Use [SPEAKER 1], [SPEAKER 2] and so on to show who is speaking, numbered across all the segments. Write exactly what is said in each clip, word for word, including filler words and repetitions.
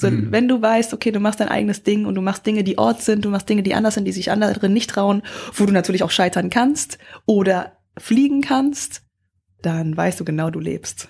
[SPEAKER 1] So,
[SPEAKER 2] Mhm.
[SPEAKER 1] wenn du weißt, okay, du machst dein eigenes Ding und du machst Dinge, die Ort sind, du machst Dinge, die anders sind, die sich andere nicht trauen, wo du natürlich auch scheitern kannst oder fliegen kannst, dann weißt du genau, du lebst.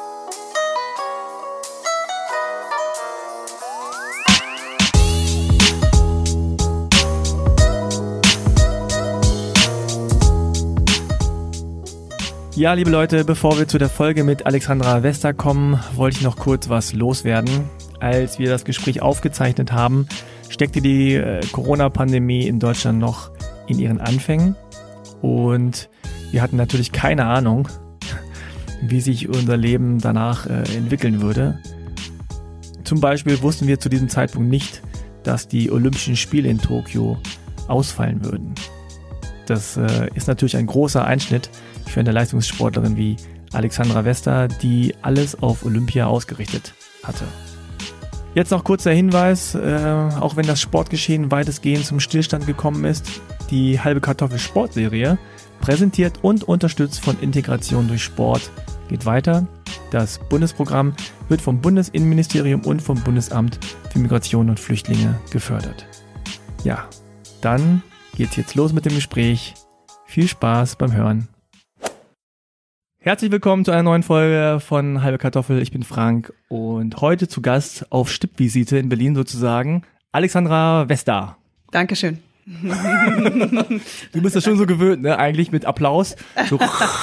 [SPEAKER 2] Ja, liebe Leute, bevor wir zu der Folge mit Alexandra Wester kommen, wollte ich noch kurz was loswerden. Als wir das Gespräch aufgezeichnet haben, steckte die äh, Corona-Pandemie in Deutschland noch in ihren Anfängen und wir hatten natürlich keine Ahnung, wie sich unser Leben danach äh, entwickeln würde. Zum Beispiel wussten wir zu diesem Zeitpunkt nicht, dass die Olympischen Spiele in Tokio ausfallen würden. Das äh, ist natürlich ein großer Einschnitt für eine Leistungssportlerin wie Alexandra Wester, die alles auf Olympia ausgerichtet hatte. Jetzt noch kurzer Hinweis, äh, auch wenn das Sportgeschehen weitestgehend zum Stillstand gekommen ist, die Halbe Kartoffel Sportserie, präsentiert und unterstützt von Integration durch Sport, geht weiter. Das Bundesprogramm wird vom Bundesinnenministerium und vom Bundesamt für Migration und Flüchtlinge gefördert. Ja, dann geht's jetzt los mit dem Gespräch. Viel Spaß beim Hören. Herzlich willkommen zu einer neuen Folge von Halbe Kartoffel. Ich bin Frank und heute zu Gast auf Stippvisite in Berlin sozusagen Alexandra Wester.
[SPEAKER 1] Dankeschön.
[SPEAKER 2] Du bist ja schon so gewöhnt, ne? Eigentlich mit Applaus. So.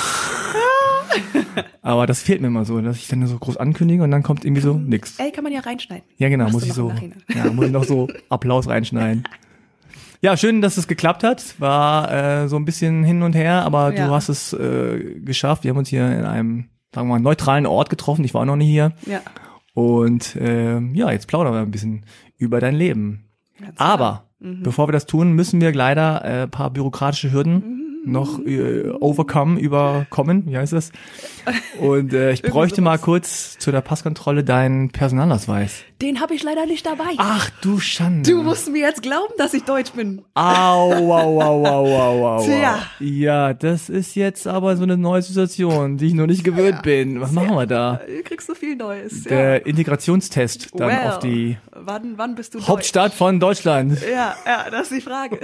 [SPEAKER 2] Aber das fehlt mir immer so, dass ich dann so groß ankündige und dann kommt irgendwie so nix.
[SPEAKER 1] Ey, kann man ja reinschneiden.
[SPEAKER 2] Ja, genau,
[SPEAKER 1] Machst
[SPEAKER 2] muss
[SPEAKER 1] du
[SPEAKER 2] ich
[SPEAKER 1] noch
[SPEAKER 2] so,
[SPEAKER 1] im Nachhinein.
[SPEAKER 2] ja, muss ich noch so Applaus reinschneiden. Ja, schön, dass es geklappt hat. War äh, so ein bisschen hin und her, aber
[SPEAKER 1] Ja.
[SPEAKER 2] du hast es äh, geschafft. Wir haben uns hier in einem, sagen wir mal, neutralen Ort getroffen. Ich war auch noch nie hier.
[SPEAKER 1] Ja.
[SPEAKER 2] Und äh, ja, jetzt plaudern wir ein bisschen über dein Leben.
[SPEAKER 1] Ganz
[SPEAKER 2] Aber
[SPEAKER 1] Mhm.
[SPEAKER 2] bevor wir das tun, müssen wir leider äh, ein paar bürokratische Hürden noch äh, overcome, überkommen, wie heißt das? Und äh, ich
[SPEAKER 1] Irgendwie
[SPEAKER 2] bräuchte mal
[SPEAKER 1] sowas.
[SPEAKER 2] kurz zu der Passkontrolle deinen Personalausweis.
[SPEAKER 1] Den habe ich leider nicht dabei.
[SPEAKER 2] Ach du Schande.
[SPEAKER 1] Du musst mir jetzt glauben, dass ich deutsch bin.
[SPEAKER 2] Au, au, au, au, au, au.
[SPEAKER 1] Tja.
[SPEAKER 2] Ja, das ist jetzt aber so eine neue Situation, die ich noch nicht gewöhnt
[SPEAKER 1] Ja.
[SPEAKER 2] bin. Was machen wir da?
[SPEAKER 1] Du kriegst so viel Neues.
[SPEAKER 2] Der Integrationstest dann
[SPEAKER 1] Well,
[SPEAKER 2] auf die
[SPEAKER 1] Wann, wann bist du
[SPEAKER 2] Hauptstadt von Deutschland.
[SPEAKER 1] deutsch? Ja, ja, das ist die Frage.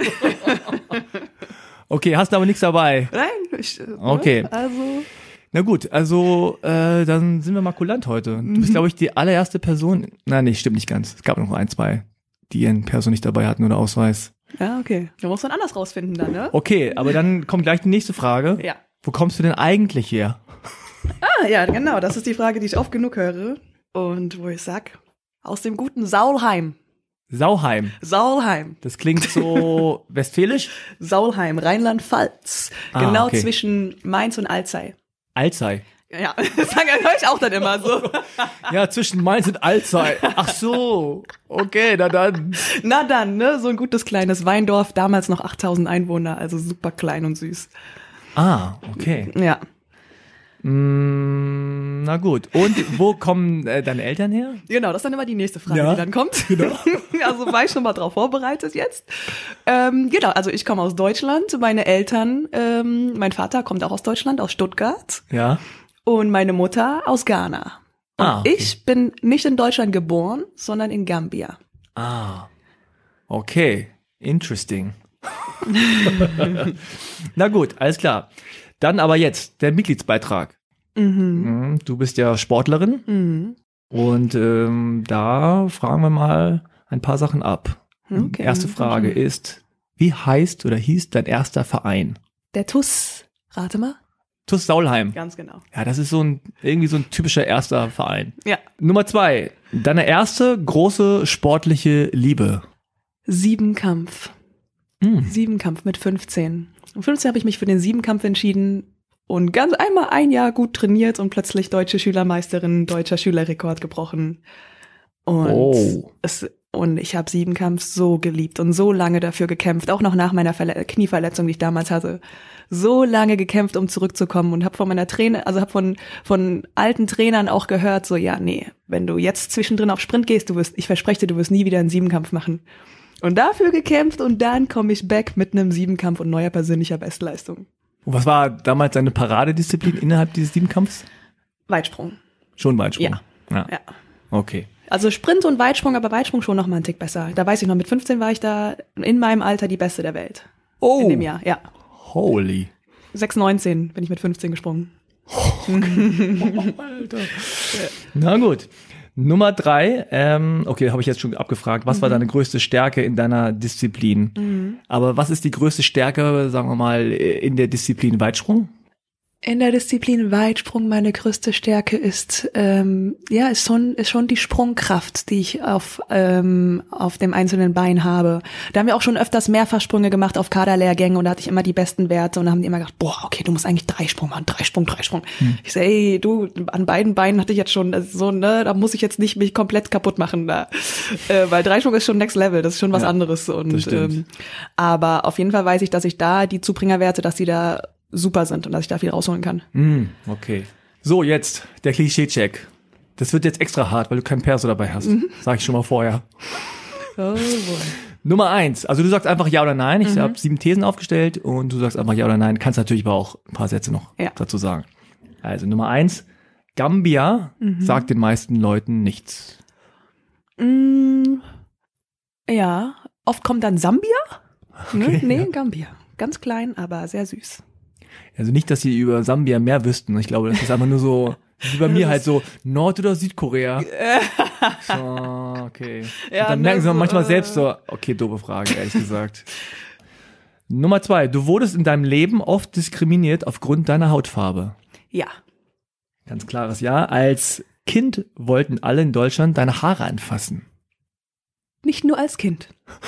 [SPEAKER 2] Okay, hast du aber nichts dabei.
[SPEAKER 1] Nein, ich, äh,
[SPEAKER 2] Okay.
[SPEAKER 1] Also,
[SPEAKER 2] Na gut, also äh, dann sind wir mal kulant heute. Du bist, glaube ich, die allererste Person. Nein, nee, stimmt nicht ganz. Es gab noch ein, zwei, die ihren Perso nicht dabei hatten oder Ausweis.
[SPEAKER 1] ja, okay. Du musst dann anders rausfinden dann, ne?
[SPEAKER 2] Okay, aber dann kommt gleich die nächste Frage.
[SPEAKER 1] Ja.
[SPEAKER 2] Wo kommst du denn eigentlich her?
[SPEAKER 1] Ah, ja, genau. Das ist die Frage, die ich oft genug höre. Und wo ich sag, aus dem guten Saulheim.
[SPEAKER 2] Sauheim.
[SPEAKER 1] Saulheim.
[SPEAKER 2] Das klingt so westfälisch.
[SPEAKER 1] Saulheim, Rheinland-Pfalz.
[SPEAKER 2] Ah,
[SPEAKER 1] Genau
[SPEAKER 2] okay.
[SPEAKER 1] zwischen Mainz und Alzey.
[SPEAKER 2] Alzey.
[SPEAKER 1] Ja, das sagen wir euch auch dann immer so.
[SPEAKER 2] Ja, zwischen Mainz und Alzey. Ach so. Okay, na dann.
[SPEAKER 1] Na dann, ne? So ein gutes kleines Weindorf. Damals noch achttausend Einwohner, also super klein und süß.
[SPEAKER 2] Ah, okay.
[SPEAKER 1] Ja.
[SPEAKER 2] Mm, na gut. Und wo kommen äh, deine Eltern her?
[SPEAKER 1] Genau, das ist dann immer die nächste Frage,
[SPEAKER 2] Ja,
[SPEAKER 1] die dann kommt. Genau. Also war ich schon mal drauf vorbereitet jetzt. Ähm, genau, also ich komme aus Deutschland. Meine Eltern, ähm, mein Vater kommt auch aus Deutschland, aus Stuttgart.
[SPEAKER 2] Ja.
[SPEAKER 1] Und meine Mutter aus Ghana. Und
[SPEAKER 2] Ah, okay.
[SPEAKER 1] ich bin nicht in Deutschland geboren, sondern in Gambia.
[SPEAKER 2] Ah. Okay. Interesting. Na gut, alles klar. Dann aber jetzt der Mitgliedsbeitrag. Mhm, Du bist ja Sportlerin
[SPEAKER 1] Mhm.
[SPEAKER 2] und ähm, da fragen wir mal ein paar Sachen ab.
[SPEAKER 1] Okay.
[SPEAKER 2] Erste Frage ist, wie heißt oder hieß dein erster Verein?
[SPEAKER 1] Der T U S, rate mal.
[SPEAKER 2] T U S Saulheim.
[SPEAKER 1] Ganz genau.
[SPEAKER 2] Ja, das ist so ein irgendwie so ein typischer erster Verein.
[SPEAKER 1] Ja.
[SPEAKER 2] Nummer zwei, deine erste große sportliche Liebe.
[SPEAKER 1] Siebenkampf.
[SPEAKER 2] Hm.
[SPEAKER 1] Siebenkampf mit fünfzehn. Und fünfzehn habe ich mich für den Siebenkampf entschieden und ganz einmal ein Jahr gut trainiert und plötzlich deutsche Schülermeisterin, deutscher Schülerrekord gebrochen. Und
[SPEAKER 2] Oh.
[SPEAKER 1] es, und ich habe Siebenkampf so geliebt und so lange dafür gekämpft, auch noch nach meiner Verle- Knieverletzung, die ich damals hatte. So lange gekämpft, um zurückzukommen und habe von meiner Trainer, also habe von von alten Trainern auch gehört, so ja, nee, wenn du jetzt zwischendrin auf Sprint gehst, du wirst, ich verspreche dir, du wirst nie wieder einen Siebenkampf machen. Und dafür gekämpft und dann komme ich back mit einem Siebenkampf und neuer persönlicher Bestleistung.
[SPEAKER 2] Und was war damals deine Paradedisziplin innerhalb dieses Siebenkampfs?
[SPEAKER 1] Weitsprung.
[SPEAKER 2] Schon Weitsprung.
[SPEAKER 1] Ja.
[SPEAKER 2] ja.
[SPEAKER 1] Ja.
[SPEAKER 2] Okay.
[SPEAKER 1] Also Sprint und Weitsprung, aber Weitsprung schon noch mal einen Tick besser. Da weiß ich noch, mit fünfzehn war ich da in meinem Alter die Beste der Welt.
[SPEAKER 2] Oh.
[SPEAKER 1] In dem Jahr, ja.
[SPEAKER 2] Holy.
[SPEAKER 1] sechs neunzehn bin ich mit fünfzehn gesprungen.
[SPEAKER 2] Okay. Oh, Alter. Na gut. Nummer drei, ähm, okay, habe ich jetzt schon abgefragt. Was mhm. war deine größte Stärke in deiner Disziplin? Mhm. Aber was ist die größte Stärke, sagen wir mal, in der Disziplin Weitsprung?
[SPEAKER 1] In der Disziplin Weitsprung meine größte Stärke ist ähm, ja ist schon ist schon die Sprungkraft, die ich auf ähm, auf dem einzelnen Bein habe. Da haben wir auch schon öfters Mehrfachsprünge gemacht auf Kaderlehrgängen und da hatte ich immer die besten Werte und da haben die immer gedacht, boah, okay, du musst eigentlich Dreisprung machen, Dreisprung, Dreisprung. Hm. Ich sag, ey, du, an beiden Beinen hatte ich jetzt schon das ist so, ne, da muss ich jetzt nicht mich komplett kaputt machen da, äh, weil Dreisprung ist schon Next Level, das ist schon was ja, anderes und ähm, aber auf jeden Fall weiß ich, dass ich da die Zubringerwerte, dass die da super sind und dass ich da viel rausholen kann.
[SPEAKER 2] Mm, okay. So, jetzt der Klischee-Check. Das wird jetzt extra hart, weil du keinen Perso dabei hast. Mhm. Sag ich schon mal vorher. Oh boy. Nummer eins. Also du sagst einfach ja oder nein. Ich mhm. habe sieben Thesen aufgestellt und du sagst einfach ja oder nein. Kannst natürlich aber auch ein paar Sätze noch ja. dazu sagen. Also Nummer eins. Gambia mhm. sagt den meisten Leuten nichts.
[SPEAKER 1] Mm, ja. Oft kommt dann Sambia. Okay, nee, ja. Gambia. Ganz klein, aber sehr süß.
[SPEAKER 2] Also nicht, dass sie über Sambia mehr wüssten. Ich glaube, das ist einfach nur so, wie bei mir halt so Nord- oder Südkorea. So, okay. Ja, und dann merken sie so, manchmal äh, selbst so, okay, doofe Frage, ehrlich gesagt. Nummer zwei, du wurdest in deinem Leben oft diskriminiert aufgrund deiner Hautfarbe.
[SPEAKER 1] Ja.
[SPEAKER 2] Ganz klares Ja. Als Kind wollten alle in Deutschland deine Haare anfassen.
[SPEAKER 1] Nicht nur als Kind.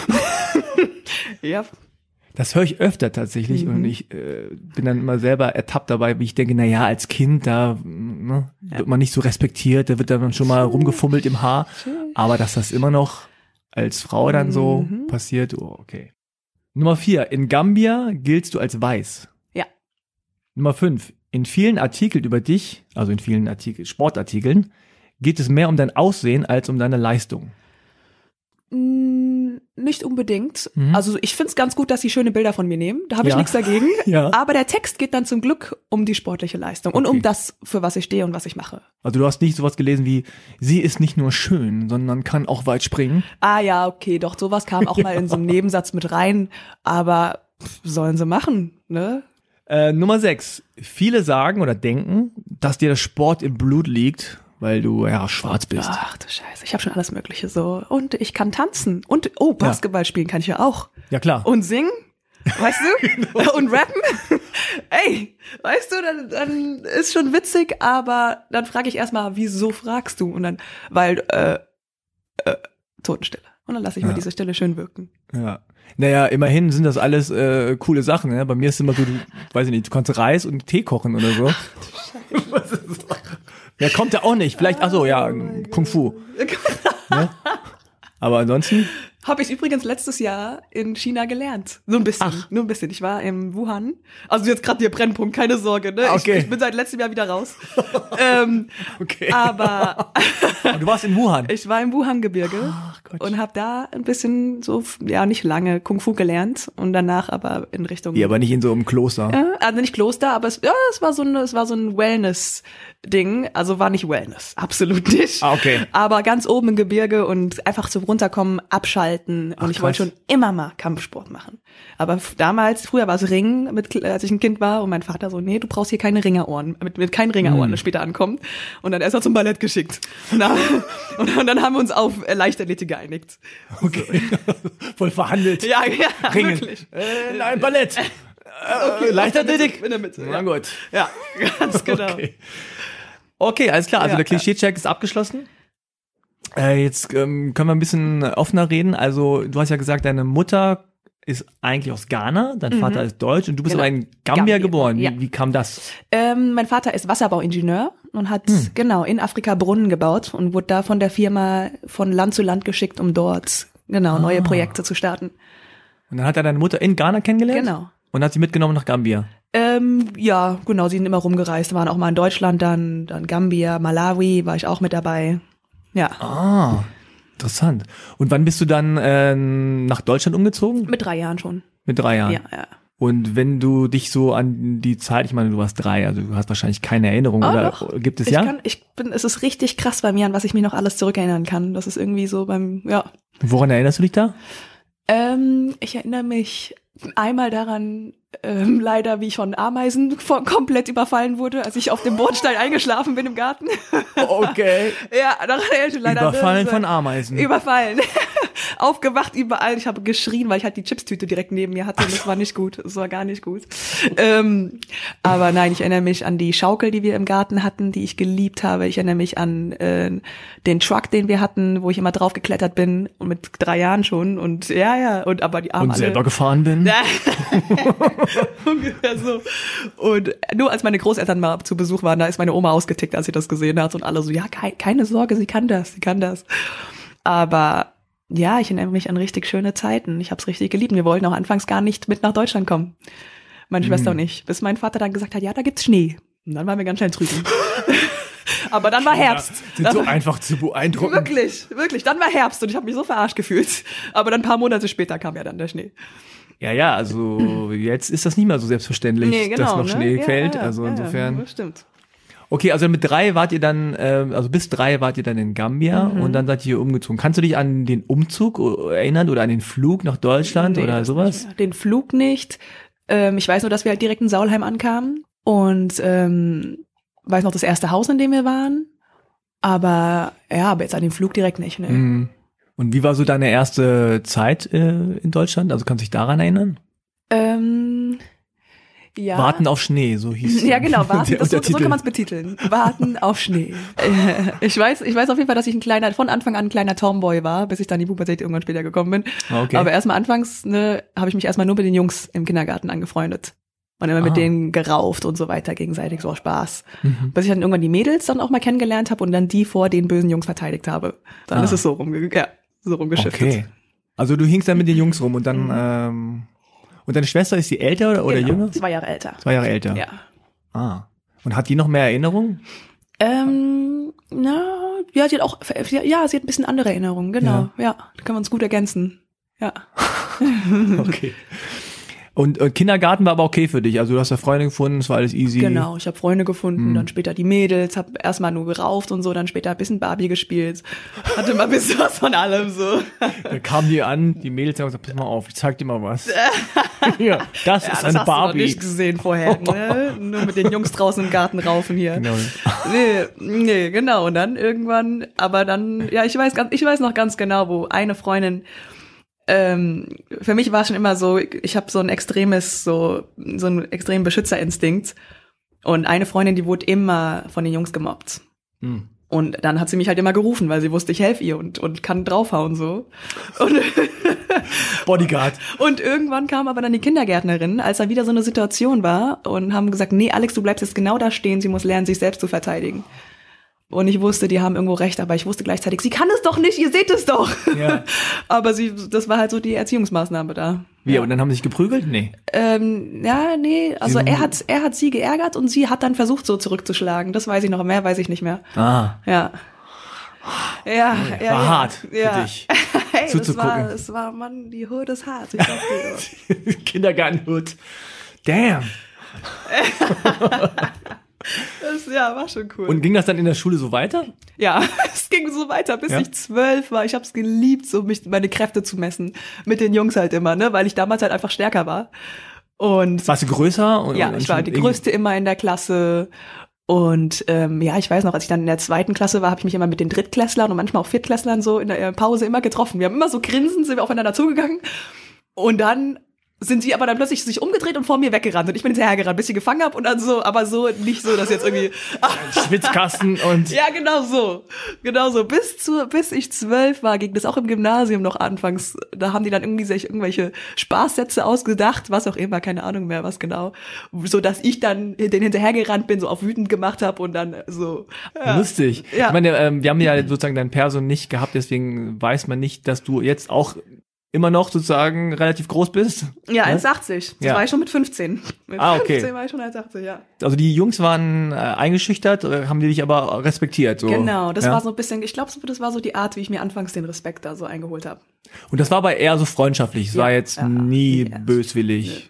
[SPEAKER 1] Ja.
[SPEAKER 2] Das höre ich öfter tatsächlich mhm. und ich äh, bin dann immer selber ertappt dabei, wie ich denke, na ja, als Kind, da ne, ja. wird man nicht so respektiert, da wird dann schon mal rumgefummelt im Haar, aber dass das immer noch als Frau dann so mhm. passiert, oh, okay. Nummer vier, in Gambia giltst du als weiß.
[SPEAKER 1] Ja.
[SPEAKER 2] Nummer fünf, in vielen Artikeln über dich, also in vielen Artikel, Sportartikeln, geht es mehr um dein Aussehen als um deine Leistung.
[SPEAKER 1] Nicht unbedingt. Mhm. Also ich find's ganz gut, dass sie schöne Bilder von mir nehmen. Da habe ich
[SPEAKER 2] ja.
[SPEAKER 1] nichts dagegen.
[SPEAKER 2] Ja.
[SPEAKER 1] Aber der Text geht dann zum Glück um die sportliche Leistung okay. und um das, für was ich stehe und was ich mache.
[SPEAKER 2] Also du hast nicht sowas gelesen wie, sie ist nicht nur schön, sondern kann auch weit springen.
[SPEAKER 1] Ah ja, okay, doch, sowas kam auch ja. mal in so einem Nebensatz mit rein. Aber pff, sollen sie machen, ne?
[SPEAKER 2] Äh, Nummer sechs. Viele sagen oder denken, dass dir der Sport im Blut liegt, weil du ja schwarz bist.
[SPEAKER 1] Ach du Scheiße, ich habe schon alles Mögliche so. Und ich kann tanzen. Und, oh, Basketball ja. spielen kann ich ja auch.
[SPEAKER 2] Ja, klar.
[SPEAKER 1] Und singen, weißt du? Genau. Und rappen. Ey, weißt du, dann, dann ist schon witzig, aber dann frage ich erstmal, wieso fragst du? Und dann, weil, äh, äh, Totenstille. Und dann lasse ich ja. mal diese Stille schön wirken.
[SPEAKER 2] Ja. Naja, immerhin sind das alles äh, coole Sachen. Ne? Bei mir ist immer so, du, weiß ich nicht, du kannst Reis und Tee kochen oder so. Was ist das? Ja, kommt ja auch nicht. Vielleicht, ach so, ja, oh Kung Fu. Ne? Aber ansonsten?
[SPEAKER 1] Habe ich übrigens letztes Jahr in China gelernt. So ein bisschen, ach. nur ein bisschen. Ich war in Wuhan. Also jetzt gerade der Brennpunkt, keine Sorge. Ne?
[SPEAKER 2] Okay.
[SPEAKER 1] Ich, ich bin seit letztem Jahr wieder raus. ähm,
[SPEAKER 2] okay.
[SPEAKER 1] Aber,
[SPEAKER 2] aber du warst in Wuhan?
[SPEAKER 1] Ich war im Wuhan-Gebirge und habe da ein bisschen so, ja nicht lange, Kung Fu gelernt und danach aber in Richtung...
[SPEAKER 2] Ja, aber nicht in so einem Kloster.
[SPEAKER 1] Äh, also nicht Kloster, aber es, ja, es war so ein, es war so ein Wellness-Ding. Also war nicht Wellness, absolut nicht.
[SPEAKER 2] Ah, okay.
[SPEAKER 1] Aber ganz oben im Gebirge und einfach zum Runterkommen, abschalten. Und Ach, ich wollte schon immer mal Kampfsport machen. Aber f- damals, früher war es Ringen, mit, als ich ein Kind war und mein Vater so, nee, du brauchst hier keine Ringerohren, mit, mit keinen Ringerohren, das später ankommt. Und dann ist er zum Ballett geschickt. Und dann, und, und dann haben wir uns auf Leichtathletik geeinigt.
[SPEAKER 2] Okay. So. Voll verhandelt.
[SPEAKER 1] Ja, ja,
[SPEAKER 2] Ringen.
[SPEAKER 1] Wirklich.
[SPEAKER 2] Äh, nein, Ballett.
[SPEAKER 1] Okay,
[SPEAKER 2] äh, Leichtathletik.
[SPEAKER 1] In der Mitte.
[SPEAKER 2] Na gut.
[SPEAKER 1] Ja, ganz genau.
[SPEAKER 2] Okay, okay, alles klar. Also
[SPEAKER 1] ja,
[SPEAKER 2] der Klischee-Check ja. ist abgeschlossen. Äh, jetzt ähm, können wir ein bisschen offener reden. Also du hast ja gesagt, deine Mutter ist eigentlich aus Ghana, dein mhm. Vater ist deutsch und du bist genau. aber in Gambia, Gambia geboren. Wie, ja. wie kam das?
[SPEAKER 1] Ähm, mein Vater ist Wasserbauingenieur und hat hm. genau in Afrika Brunnen gebaut und wurde da von der Firma von Land zu Land geschickt, um dort genau ah. neue Projekte zu starten.
[SPEAKER 2] Und dann hat er deine Mutter in Ghana kennengelernt?
[SPEAKER 1] Genau.
[SPEAKER 2] Und hat sie mitgenommen nach Gambia?
[SPEAKER 1] Ähm, ja, genau, sie sind immer rumgereist, waren auch mal in Deutschland, dann, dann Gambia, Malawi, war ich auch mit dabei. Ja.
[SPEAKER 2] Ah, interessant. Und wann bist du dann äh, nach Deutschland umgezogen?
[SPEAKER 1] Mit drei Jahren schon.
[SPEAKER 2] Mit drei Jahren?
[SPEAKER 1] Ja, ja.
[SPEAKER 2] Und wenn du dich so an die Zeit, ich meine, du warst drei, also du hast wahrscheinlich keine Erinnerung,
[SPEAKER 1] oh,
[SPEAKER 2] oder
[SPEAKER 1] doch.
[SPEAKER 2] gibt es
[SPEAKER 1] ich
[SPEAKER 2] ja?
[SPEAKER 1] Kann, ich bin, es ist richtig krass bei mir, an was ich mich noch alles zurückerinnern kann. Das ist irgendwie so beim, ja.
[SPEAKER 2] Woran erinnerst du dich da?
[SPEAKER 1] Ähm, ich erinnere mich einmal daran, ähm, leider, wie ich von Ameisen von, komplett überfallen wurde, als ich auf dem Bordstein eingeschlafen bin im Garten.
[SPEAKER 2] Okay.
[SPEAKER 1] Ja, daran erinnere ich mich leider.
[SPEAKER 2] Überfallen
[SPEAKER 1] ne,
[SPEAKER 2] von Ameisen.
[SPEAKER 1] Überfallen. Aufgewacht überall. Ich habe geschrien, weil ich halt die Chipstüte direkt neben mir hatte. Und das war nicht gut. Das war gar nicht gut. ähm, aber nein, ich erinnere mich an die Schaukel, die wir im Garten hatten, die ich geliebt habe. Ich erinnere mich an äh, den Truck, den wir hatten, wo ich immer drauf geklettert bin. Und mit drei Jahren schon. Und ja, ja. Und aber die Arme
[SPEAKER 2] Und selber gefahren bin.
[SPEAKER 1] Ungefähr so. Und nur als meine Großeltern mal zu Besuch waren, da ist meine Oma ausgetickt, als sie das gesehen hat. Und alle so, ja, ke- keine Sorge, sie kann das, sie kann das. Aber ja, ich erinnere mich an richtig schöne Zeiten. Ich habe es richtig geliebt. Wir wollten auch anfangs gar nicht mit nach Deutschland kommen. Meine Schwester
[SPEAKER 2] Hm.
[SPEAKER 1] und ich. Bis mein Vater dann gesagt hat, ja, da gibt's Schnee. Und dann waren wir ganz schnell drüben. Aber dann war Herbst.
[SPEAKER 2] Sind
[SPEAKER 1] Dann
[SPEAKER 2] so
[SPEAKER 1] war-
[SPEAKER 2] einfach zu beeindrucken.
[SPEAKER 1] Wirklich, wirklich. Dann war Herbst und ich habe mich so verarscht gefühlt. Aber dann ein paar Monate später kam ja dann der Schnee.
[SPEAKER 2] Ja, ja, also jetzt ist das nicht mehr so selbstverständlich, dass noch
[SPEAKER 1] ne?
[SPEAKER 2] Schnee
[SPEAKER 1] Ja,
[SPEAKER 2] fällt.
[SPEAKER 1] ja,
[SPEAKER 2] Also
[SPEAKER 1] ja,
[SPEAKER 2] insofern.
[SPEAKER 1] Ja, stimmt.
[SPEAKER 2] Okay, also mit drei wart ihr dann, äh, also bis drei wart ihr dann in Gambia
[SPEAKER 1] Mhm.
[SPEAKER 2] und dann seid ihr umgezogen. Kannst du dich an den Umzug erinnern oder an den Flug nach Deutschland
[SPEAKER 1] Nee,
[SPEAKER 2] oder
[SPEAKER 1] das
[SPEAKER 2] sowas?
[SPEAKER 1] nicht mehr. Den Flug nicht. Ähm, ich weiß nur, dass wir halt direkt in Saulheim ankamen und ähm, weiß noch das erste Haus, in dem wir waren. Aber ja, aber jetzt an den Flug direkt nicht. Ne?
[SPEAKER 2] Mhm. Und wie war so deine erste Zeit äh, in Deutschland? Also kannst du dich daran erinnern?
[SPEAKER 1] Ähm, ja.
[SPEAKER 2] Warten auf Schnee, so hieß
[SPEAKER 1] Ja, genau, warten,
[SPEAKER 2] der
[SPEAKER 1] das, so, so
[SPEAKER 2] Untertitel.
[SPEAKER 1] kann man es betiteln. Warten auf Schnee. Äh, ich weiß, ich weiß auf jeden Fall, dass ich ein kleiner, von Anfang an ein kleiner Tomboy war, bis ich dann in die Pubertät irgendwann später gekommen bin.
[SPEAKER 2] Okay.
[SPEAKER 1] Aber erstmal anfangs, ne, habe ich mich erstmal nur mit den Jungs im Kindergarten angefreundet. Und immer
[SPEAKER 2] Ah.
[SPEAKER 1] mit denen gerauft und so weiter, gegenseitig, so Spaß.
[SPEAKER 2] Mhm.
[SPEAKER 1] Bis ich dann irgendwann die Mädels dann auch mal kennengelernt habe und dann die vor den bösen Jungs verteidigt habe. Dann
[SPEAKER 2] Ah.
[SPEAKER 1] ist es so rumge ja, so rumgeschiftet.
[SPEAKER 2] Okay. Also du hingst dann mit den Jungs rum und dann,
[SPEAKER 1] Mhm.
[SPEAKER 2] ähm, und deine Schwester, ist die älter oder, oder
[SPEAKER 1] Genau,
[SPEAKER 2] jünger?
[SPEAKER 1] zwei Jahre älter.
[SPEAKER 2] Zwei Jahre älter.
[SPEAKER 1] Ja.
[SPEAKER 2] Ah. Und hat die noch mehr Erinnerungen?
[SPEAKER 1] Ähm, na, ja, sie hat auch, ja, sie hat ein bisschen andere Erinnerungen, genau. Ja, ja, da können wir uns gut ergänzen. Ja.
[SPEAKER 2] Okay. Und, und Kindergarten war aber okay für dich. Also du hast da Freunde gefunden, es war alles easy.
[SPEAKER 1] Genau, ich habe Freunde gefunden,
[SPEAKER 2] Mhm.
[SPEAKER 1] dann später die Mädels, habe erstmal nur gerauft und so, dann später ein bisschen Barbie gespielt. Hatte mal ein bisschen was von allem so.
[SPEAKER 2] Da kamen die an, die Mädels haben gesagt, pass mal auf, ich zeig dir mal was. ja, das
[SPEAKER 1] Ja,
[SPEAKER 2] ist
[SPEAKER 1] das
[SPEAKER 2] eine
[SPEAKER 1] hast
[SPEAKER 2] Barbie.
[SPEAKER 1] du noch nicht gesehen vorher, ne? Nur mit den Jungs draußen im Garten raufen hier.
[SPEAKER 2] Genau.
[SPEAKER 1] Nee, nee, genau. Und dann irgendwann, aber dann, ja, ich weiß ganz, ich weiß noch ganz genau, wo eine Freundin, ähm, für mich war es schon immer so, ich habe so ein extremes, so, so einen extremen Beschützerinstinkt. Und eine Freundin, die wurde immer von den Jungs gemobbt.
[SPEAKER 2] Hm.
[SPEAKER 1] Und dann hat sie mich halt immer gerufen, weil sie wusste, ich helfe ihr und, und kann draufhauen so. Und,
[SPEAKER 2] Bodyguard.
[SPEAKER 1] und irgendwann kam aber dann die Kindergärtnerin, als da wieder so eine Situation war und haben gesagt, nee, Alex, du bleibst jetzt genau da stehen, sie muss lernen, sich selbst zu verteidigen. Und ich wusste, die haben irgendwo recht, aber ich wusste gleichzeitig, sie kann es doch nicht, ihr seht es doch.
[SPEAKER 2] Ja.
[SPEAKER 1] Aber sie, das war halt so die Erziehungsmaßnahme da.
[SPEAKER 2] Wie,
[SPEAKER 1] Ja.
[SPEAKER 2] und dann haben sie sich geprügelt? Nee.
[SPEAKER 1] Ähm, ja, nee, also
[SPEAKER 2] Sie-
[SPEAKER 1] er hat, er hat sie geärgert und sie hat dann versucht, so zurückzuschlagen. Das weiß ich noch, mehr weiß ich nicht mehr.
[SPEAKER 2] Ah.
[SPEAKER 1] Ja. Ja, ja,
[SPEAKER 2] War
[SPEAKER 1] ja.
[SPEAKER 2] hart für
[SPEAKER 1] ja.
[SPEAKER 2] dich,
[SPEAKER 1] Hey, das
[SPEAKER 2] zuzugucken.
[SPEAKER 1] war, das war, Mann, die Hürde ist hart. Ich sag dir.
[SPEAKER 2] Kindergartenhut. Damn.
[SPEAKER 1] Das, ja, war schon cool.
[SPEAKER 2] Und ging das dann in der Schule so weiter?
[SPEAKER 1] ja, es ging so weiter, bis
[SPEAKER 2] Ja?
[SPEAKER 1] ich zwölf war. Ich hab's geliebt, so mich meine Kräfte zu messen. Mit den Jungs halt immer, ne, weil ich damals halt einfach stärker war. Und
[SPEAKER 2] Warst du größer? Und,
[SPEAKER 1] ja,
[SPEAKER 2] und
[SPEAKER 1] ich war
[SPEAKER 2] schon
[SPEAKER 1] die
[SPEAKER 2] irgendwie-
[SPEAKER 1] Größte immer in der Klasse. Und ähm, ja, ich weiß noch, als ich dann in der zweiten Klasse war, habe ich mich immer mit den Drittklässlern und manchmal auch Viertklässlern so in der äh, Pause immer getroffen. Wir haben immer so grinsend, sind wir aufeinander zugegangen. Und dann sind sie aber dann plötzlich sich umgedreht und vor mir weggerannt. Und ich bin hinterhergerannt, bis ich gefangen habe und dann so, aber so, nicht so, dass jetzt irgendwie...
[SPEAKER 2] Schwitzkasten und
[SPEAKER 1] Ja, genau so. Genau so. Bis zu, bis ich zwölf war, ging das auch im Gymnasium noch anfangs. Da haben die dann irgendwie sich irgendwelche Spaßsätze ausgedacht, was auch immer, keine Ahnung mehr, was genau. So, dass ich dann den hinterhergerannt bin, so auf wütend gemacht habe und dann so. Ja.
[SPEAKER 2] lustig.
[SPEAKER 1] Ja.
[SPEAKER 2] Ich meine, ähm, wir haben ja sozusagen dein Person nicht gehabt, deswegen weiß man nicht, dass du jetzt auch immer noch sozusagen relativ groß bist.
[SPEAKER 1] Ja,
[SPEAKER 2] Ne?
[SPEAKER 1] eins achtzig. Das
[SPEAKER 2] Ja.
[SPEAKER 1] war ich schon mit fünfzehn. Mit
[SPEAKER 2] Ah, okay.
[SPEAKER 1] fünfzehn war ich schon eins achtzig, ja.
[SPEAKER 2] Also die Jungs waren äh, eingeschüchtert, äh, haben die dich aber respektiert. So.
[SPEAKER 1] Genau, das
[SPEAKER 2] ja?
[SPEAKER 1] war so ein bisschen, ich glaube, das war so die Art, wie ich mir anfangs den Respekt da so eingeholt habe.
[SPEAKER 2] Und das war aber eher so freundschaftlich. Es
[SPEAKER 1] Ja,
[SPEAKER 2] war jetzt
[SPEAKER 1] ja,
[SPEAKER 2] nie
[SPEAKER 1] ja.
[SPEAKER 2] böswillig.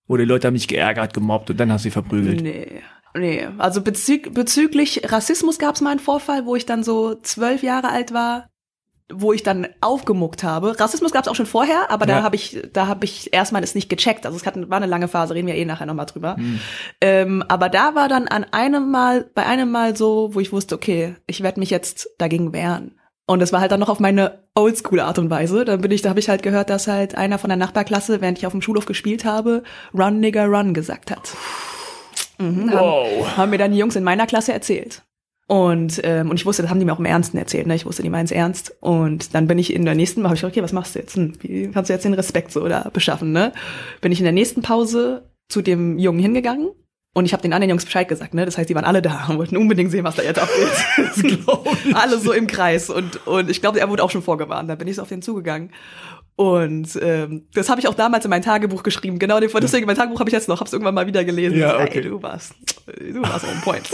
[SPEAKER 2] Oder die Leute haben dich geärgert, gemobbt und dann hast du sie verprügelt?
[SPEAKER 1] Nee. Nee, also bezü- bezüglich Rassismus gab es mal einen Vorfall, wo ich dann so zwölf Jahre alt war, wo ich dann aufgemuckt habe. Rassismus gab es auch schon vorher, aber ja. da habe ich, da habe ich erstmal es nicht gecheckt. Also es hat, war eine lange Phase, reden wir eh nachher nochmal drüber. Hm. Ähm, aber da war dann an einem Mal, bei einem Mal so, wo ich wusste, okay, ich werde mich jetzt dagegen wehren. Und es war halt dann noch auf meine Oldschool-Art und Weise. Dann bin ich, da habe ich halt gehört, dass halt einer von der Nachbarklasse, während ich auf dem Schulhof gespielt habe, Run, Nigger, Run gesagt hat. Mhm, wow. haben, haben mir dann die Jungs in meiner Klasse erzählt. Und ähm, und ich wusste, das haben die mir auch im Ernsten erzählt, ne? Ich wusste, die meinen es ernst. Und dann bin ich in der nächsten, habe ich gesagt, okay, was machst du jetzt? Hm, wie kannst du jetzt den Respekt so da beschaffen, ne? Bin ich in der nächsten Pause zu dem Jungen hingegangen und ich habe den anderen Jungs Bescheid gesagt, ne? Das heißt, die waren alle da und wollten unbedingt sehen, was da jetzt abgeht. Alle so im Kreis und und ich glaube, er wurde auch schon vorgewarnt. Da bin ich so auf den zugegangen. Und ähm, das habe ich auch damals in mein Tagebuch geschrieben. Genau, deswegen mein Tagebuch habe ich jetzt noch, habe es irgendwann mal wieder gelesen.
[SPEAKER 2] Ja, okay.
[SPEAKER 1] Ey, du warst, du warst on point.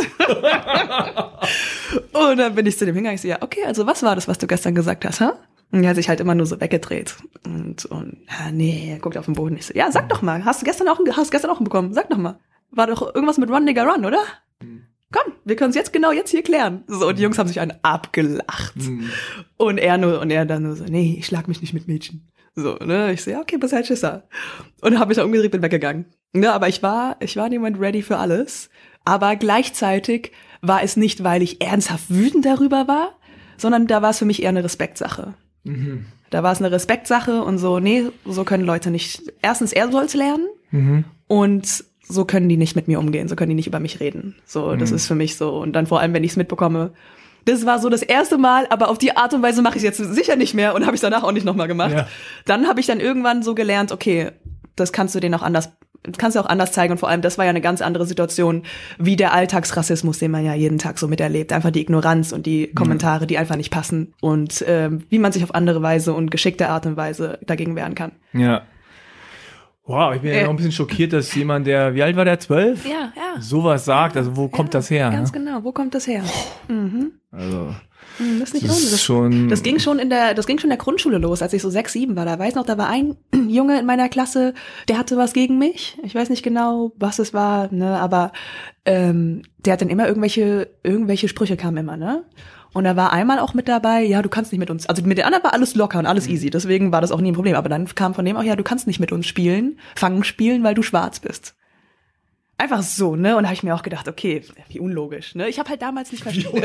[SPEAKER 1] Und dann bin ich zu dem hingegangen. Ich so, ja, okay, also was war das, was du gestern gesagt hast, ha? Und er hat sich halt immer nur so weggedreht. Und, und ja, nee, er guckt auf den Boden. Ich so, ja, sag doch mal, hast du gestern auch, hast du gestern auch bekommen? Sag doch mal. War doch irgendwas mit Run, Nigger, Run, oder? Mhm. Komm, wir können es jetzt genau jetzt hier klären. So, und die Jungs haben sich einen abgelacht. Mhm. Und er nur, und er dann nur so, nee, ich schlag mich nicht mit Mädchen. So, ne, ich so, ja, okay, bist halt Schisser. Und habe mich dann umgedreht, bin weggegangen. Ne, aber ich war, ich war in dem Moment ready für alles. Aber gleichzeitig war es nicht, weil ich ernsthaft wütend darüber war, sondern da war es für mich eher eine Respektsache. Mhm. Da war es eine Respektsache und so, nee, so können Leute nicht, erstens, er soll's lernen mhm. und so können die nicht mit mir umgehen, so können die nicht über mich reden. So, das mhm. ist für mich so. Und dann vor allem, wenn ich es mitbekomme, das war so das erste Mal, aber auf die Art und Weise mache ich es jetzt sicher nicht mehr und habe ich danach auch nicht nochmal gemacht. Ja. Dann habe ich dann irgendwann so gelernt, okay, das kannst du denen auch anders, kannst du auch anders zeigen und vor allem, das war ja eine ganz andere Situation wie der Alltagsrassismus, den man ja jeden Tag so miterlebt. Einfach die Ignoranz und die Kommentare, die einfach nicht passen und ähm, wie man sich auf andere Weise und geschickte Art und Weise dagegen wehren kann.
[SPEAKER 2] Ja. Wow, ich bin ja äh, noch ein bisschen schockiert, dass jemand, der, wie alt war der, zwölf?
[SPEAKER 1] Ja, ja.
[SPEAKER 2] Sowas sagt, also wo kommt ja, das her?
[SPEAKER 1] Ganz
[SPEAKER 2] ne?
[SPEAKER 1] genau, wo kommt das her? Mhm.
[SPEAKER 2] Also,
[SPEAKER 1] das ist nicht
[SPEAKER 2] das, ist schon
[SPEAKER 1] das ging schon in der, das ging schon in der Grundschule los, als ich so sechs, sieben war. Da weiß noch, da war ein Junge in meiner Klasse, der hatte was gegen mich. Ich weiß nicht genau, was es war, ne, aber ähm, der hat dann immer irgendwelche, irgendwelche Sprüche kamen immer, ne? Und da war einmal auch mit dabei, ja, du kannst nicht mit uns, also mit den anderen war alles locker und alles easy, deswegen war das auch nie ein Problem. Aber dann kam von dem auch, ja, du kannst nicht mit uns spielen, fangen spielen, weil du schwarz bist. Einfach so, ne? Und da habe ich mir auch gedacht, okay, wie unlogisch, ne? Ich habe halt damals nicht verstanden.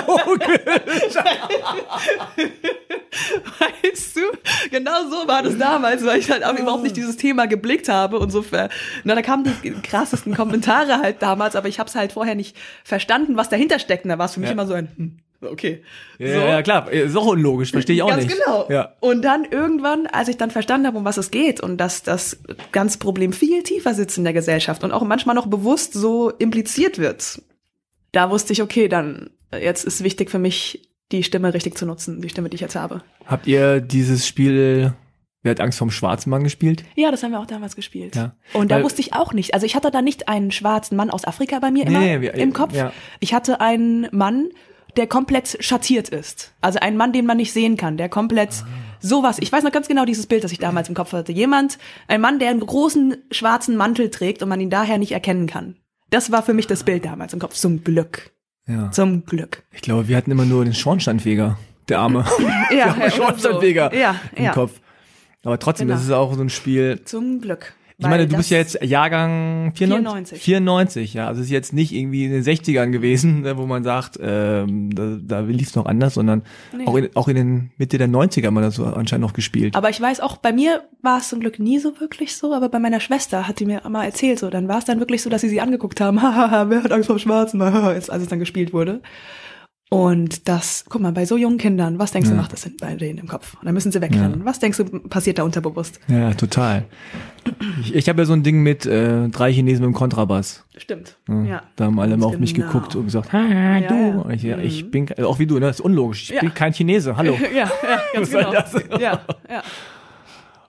[SPEAKER 1] Weißt du? Genau so war das damals, weil ich halt auch überhaupt nicht dieses Thema geblickt habe und so. Na, da kamen die krassesten Kommentare halt damals, aber ich habe es halt vorher nicht verstanden, was dahinter steckt. Und da war es für mich ja. immer so ein, hm, okay.
[SPEAKER 2] Ja,
[SPEAKER 1] so.
[SPEAKER 2] ja, klar, ist auch unlogisch, verstehe ich auch
[SPEAKER 1] ganz
[SPEAKER 2] nicht.
[SPEAKER 1] Ganz genau.
[SPEAKER 2] Ja.
[SPEAKER 1] Und dann irgendwann, als ich dann verstanden habe, um was es geht und dass das ganze Problem viel tiefer sitzt in der Gesellschaft und auch manchmal noch bewusst so impliziert wird, da wusste ich, okay, dann jetzt ist wichtig für mich, die Stimme richtig zu nutzen, die Stimme, die ich jetzt habe.
[SPEAKER 2] Habt ihr dieses Spiel, wer hat Angst vorm schwarzen Mann gespielt?
[SPEAKER 1] Ja, das haben wir auch damals gespielt.
[SPEAKER 2] Ja.
[SPEAKER 1] Und da
[SPEAKER 2] Weil,
[SPEAKER 1] wusste ich auch nicht, also ich hatte da nicht einen schwarzen Mann aus Afrika bei mir immer
[SPEAKER 2] nee, wir,
[SPEAKER 1] im Kopf.
[SPEAKER 2] Ja.
[SPEAKER 1] Ich hatte einen Mann, der komplett schattiert ist. Also ein Mann, den man nicht sehen kann, der komplett ah. sowas. Ich weiß noch ganz genau dieses Bild, das ich damals im Kopf hatte. Jemand, ein Mann, der einen großen schwarzen Mantel trägt und man ihn daher nicht erkennen kann. Das war für mich das Bild damals im Kopf. Zum Glück. Ja. Zum Glück.
[SPEAKER 2] Ich glaube, wir hatten immer nur den Schornsteinfeger, der Arme.
[SPEAKER 1] Ja,
[SPEAKER 2] der Schornsteinfeger
[SPEAKER 1] so. ja,
[SPEAKER 2] im
[SPEAKER 1] ja.
[SPEAKER 2] Kopf. Aber trotzdem,
[SPEAKER 1] genau.
[SPEAKER 2] das ist auch so ein Spiel.
[SPEAKER 1] Zum Glück.
[SPEAKER 2] Ich meine, du bist ja jetzt Jahrgang vierundneunzig. vierundneunzig, ja. Also es ist jetzt nicht irgendwie in den sechzigern gewesen, wo man sagt, ähm, da, da lief es noch anders, sondern nee. auch, in, auch in den Mitte der neunziger haben wir das so anscheinend noch gespielt.
[SPEAKER 1] Aber ich weiß auch, bei mir war es zum Glück nie so wirklich so, aber bei meiner Schwester hat die mir mal erzählt, so, dann war es dann wirklich so, dass sie sie angeguckt haben, haha, wer hat Angst vor Schwarzen, als es dann gespielt wurde. Und das, guck mal, bei so jungen Kindern, was denkst du,
[SPEAKER 2] ja.
[SPEAKER 1] macht das bei denen im Kopf? Und dann müssen sie wegrennen. Ja. Was denkst du, passiert da unterbewusst?
[SPEAKER 2] Ja, total. Ich, ich habe ja so ein Ding mit äh, drei Chinesen mit dem Kontrabass.
[SPEAKER 1] Stimmt,
[SPEAKER 2] ja.
[SPEAKER 1] ja.
[SPEAKER 2] Da haben alle immer auf
[SPEAKER 1] genau.
[SPEAKER 2] mich geguckt und gesagt, ha,
[SPEAKER 1] ja,
[SPEAKER 2] du.
[SPEAKER 1] Ja.
[SPEAKER 2] Und ich, ja, ich bin, also auch wie du, ne? Das ist unlogisch. Ich ja. bin kein Chinese, hallo.
[SPEAKER 1] ja, ja, ganz
[SPEAKER 2] Was
[SPEAKER 1] genau.
[SPEAKER 2] soll das?
[SPEAKER 1] Ja, ja.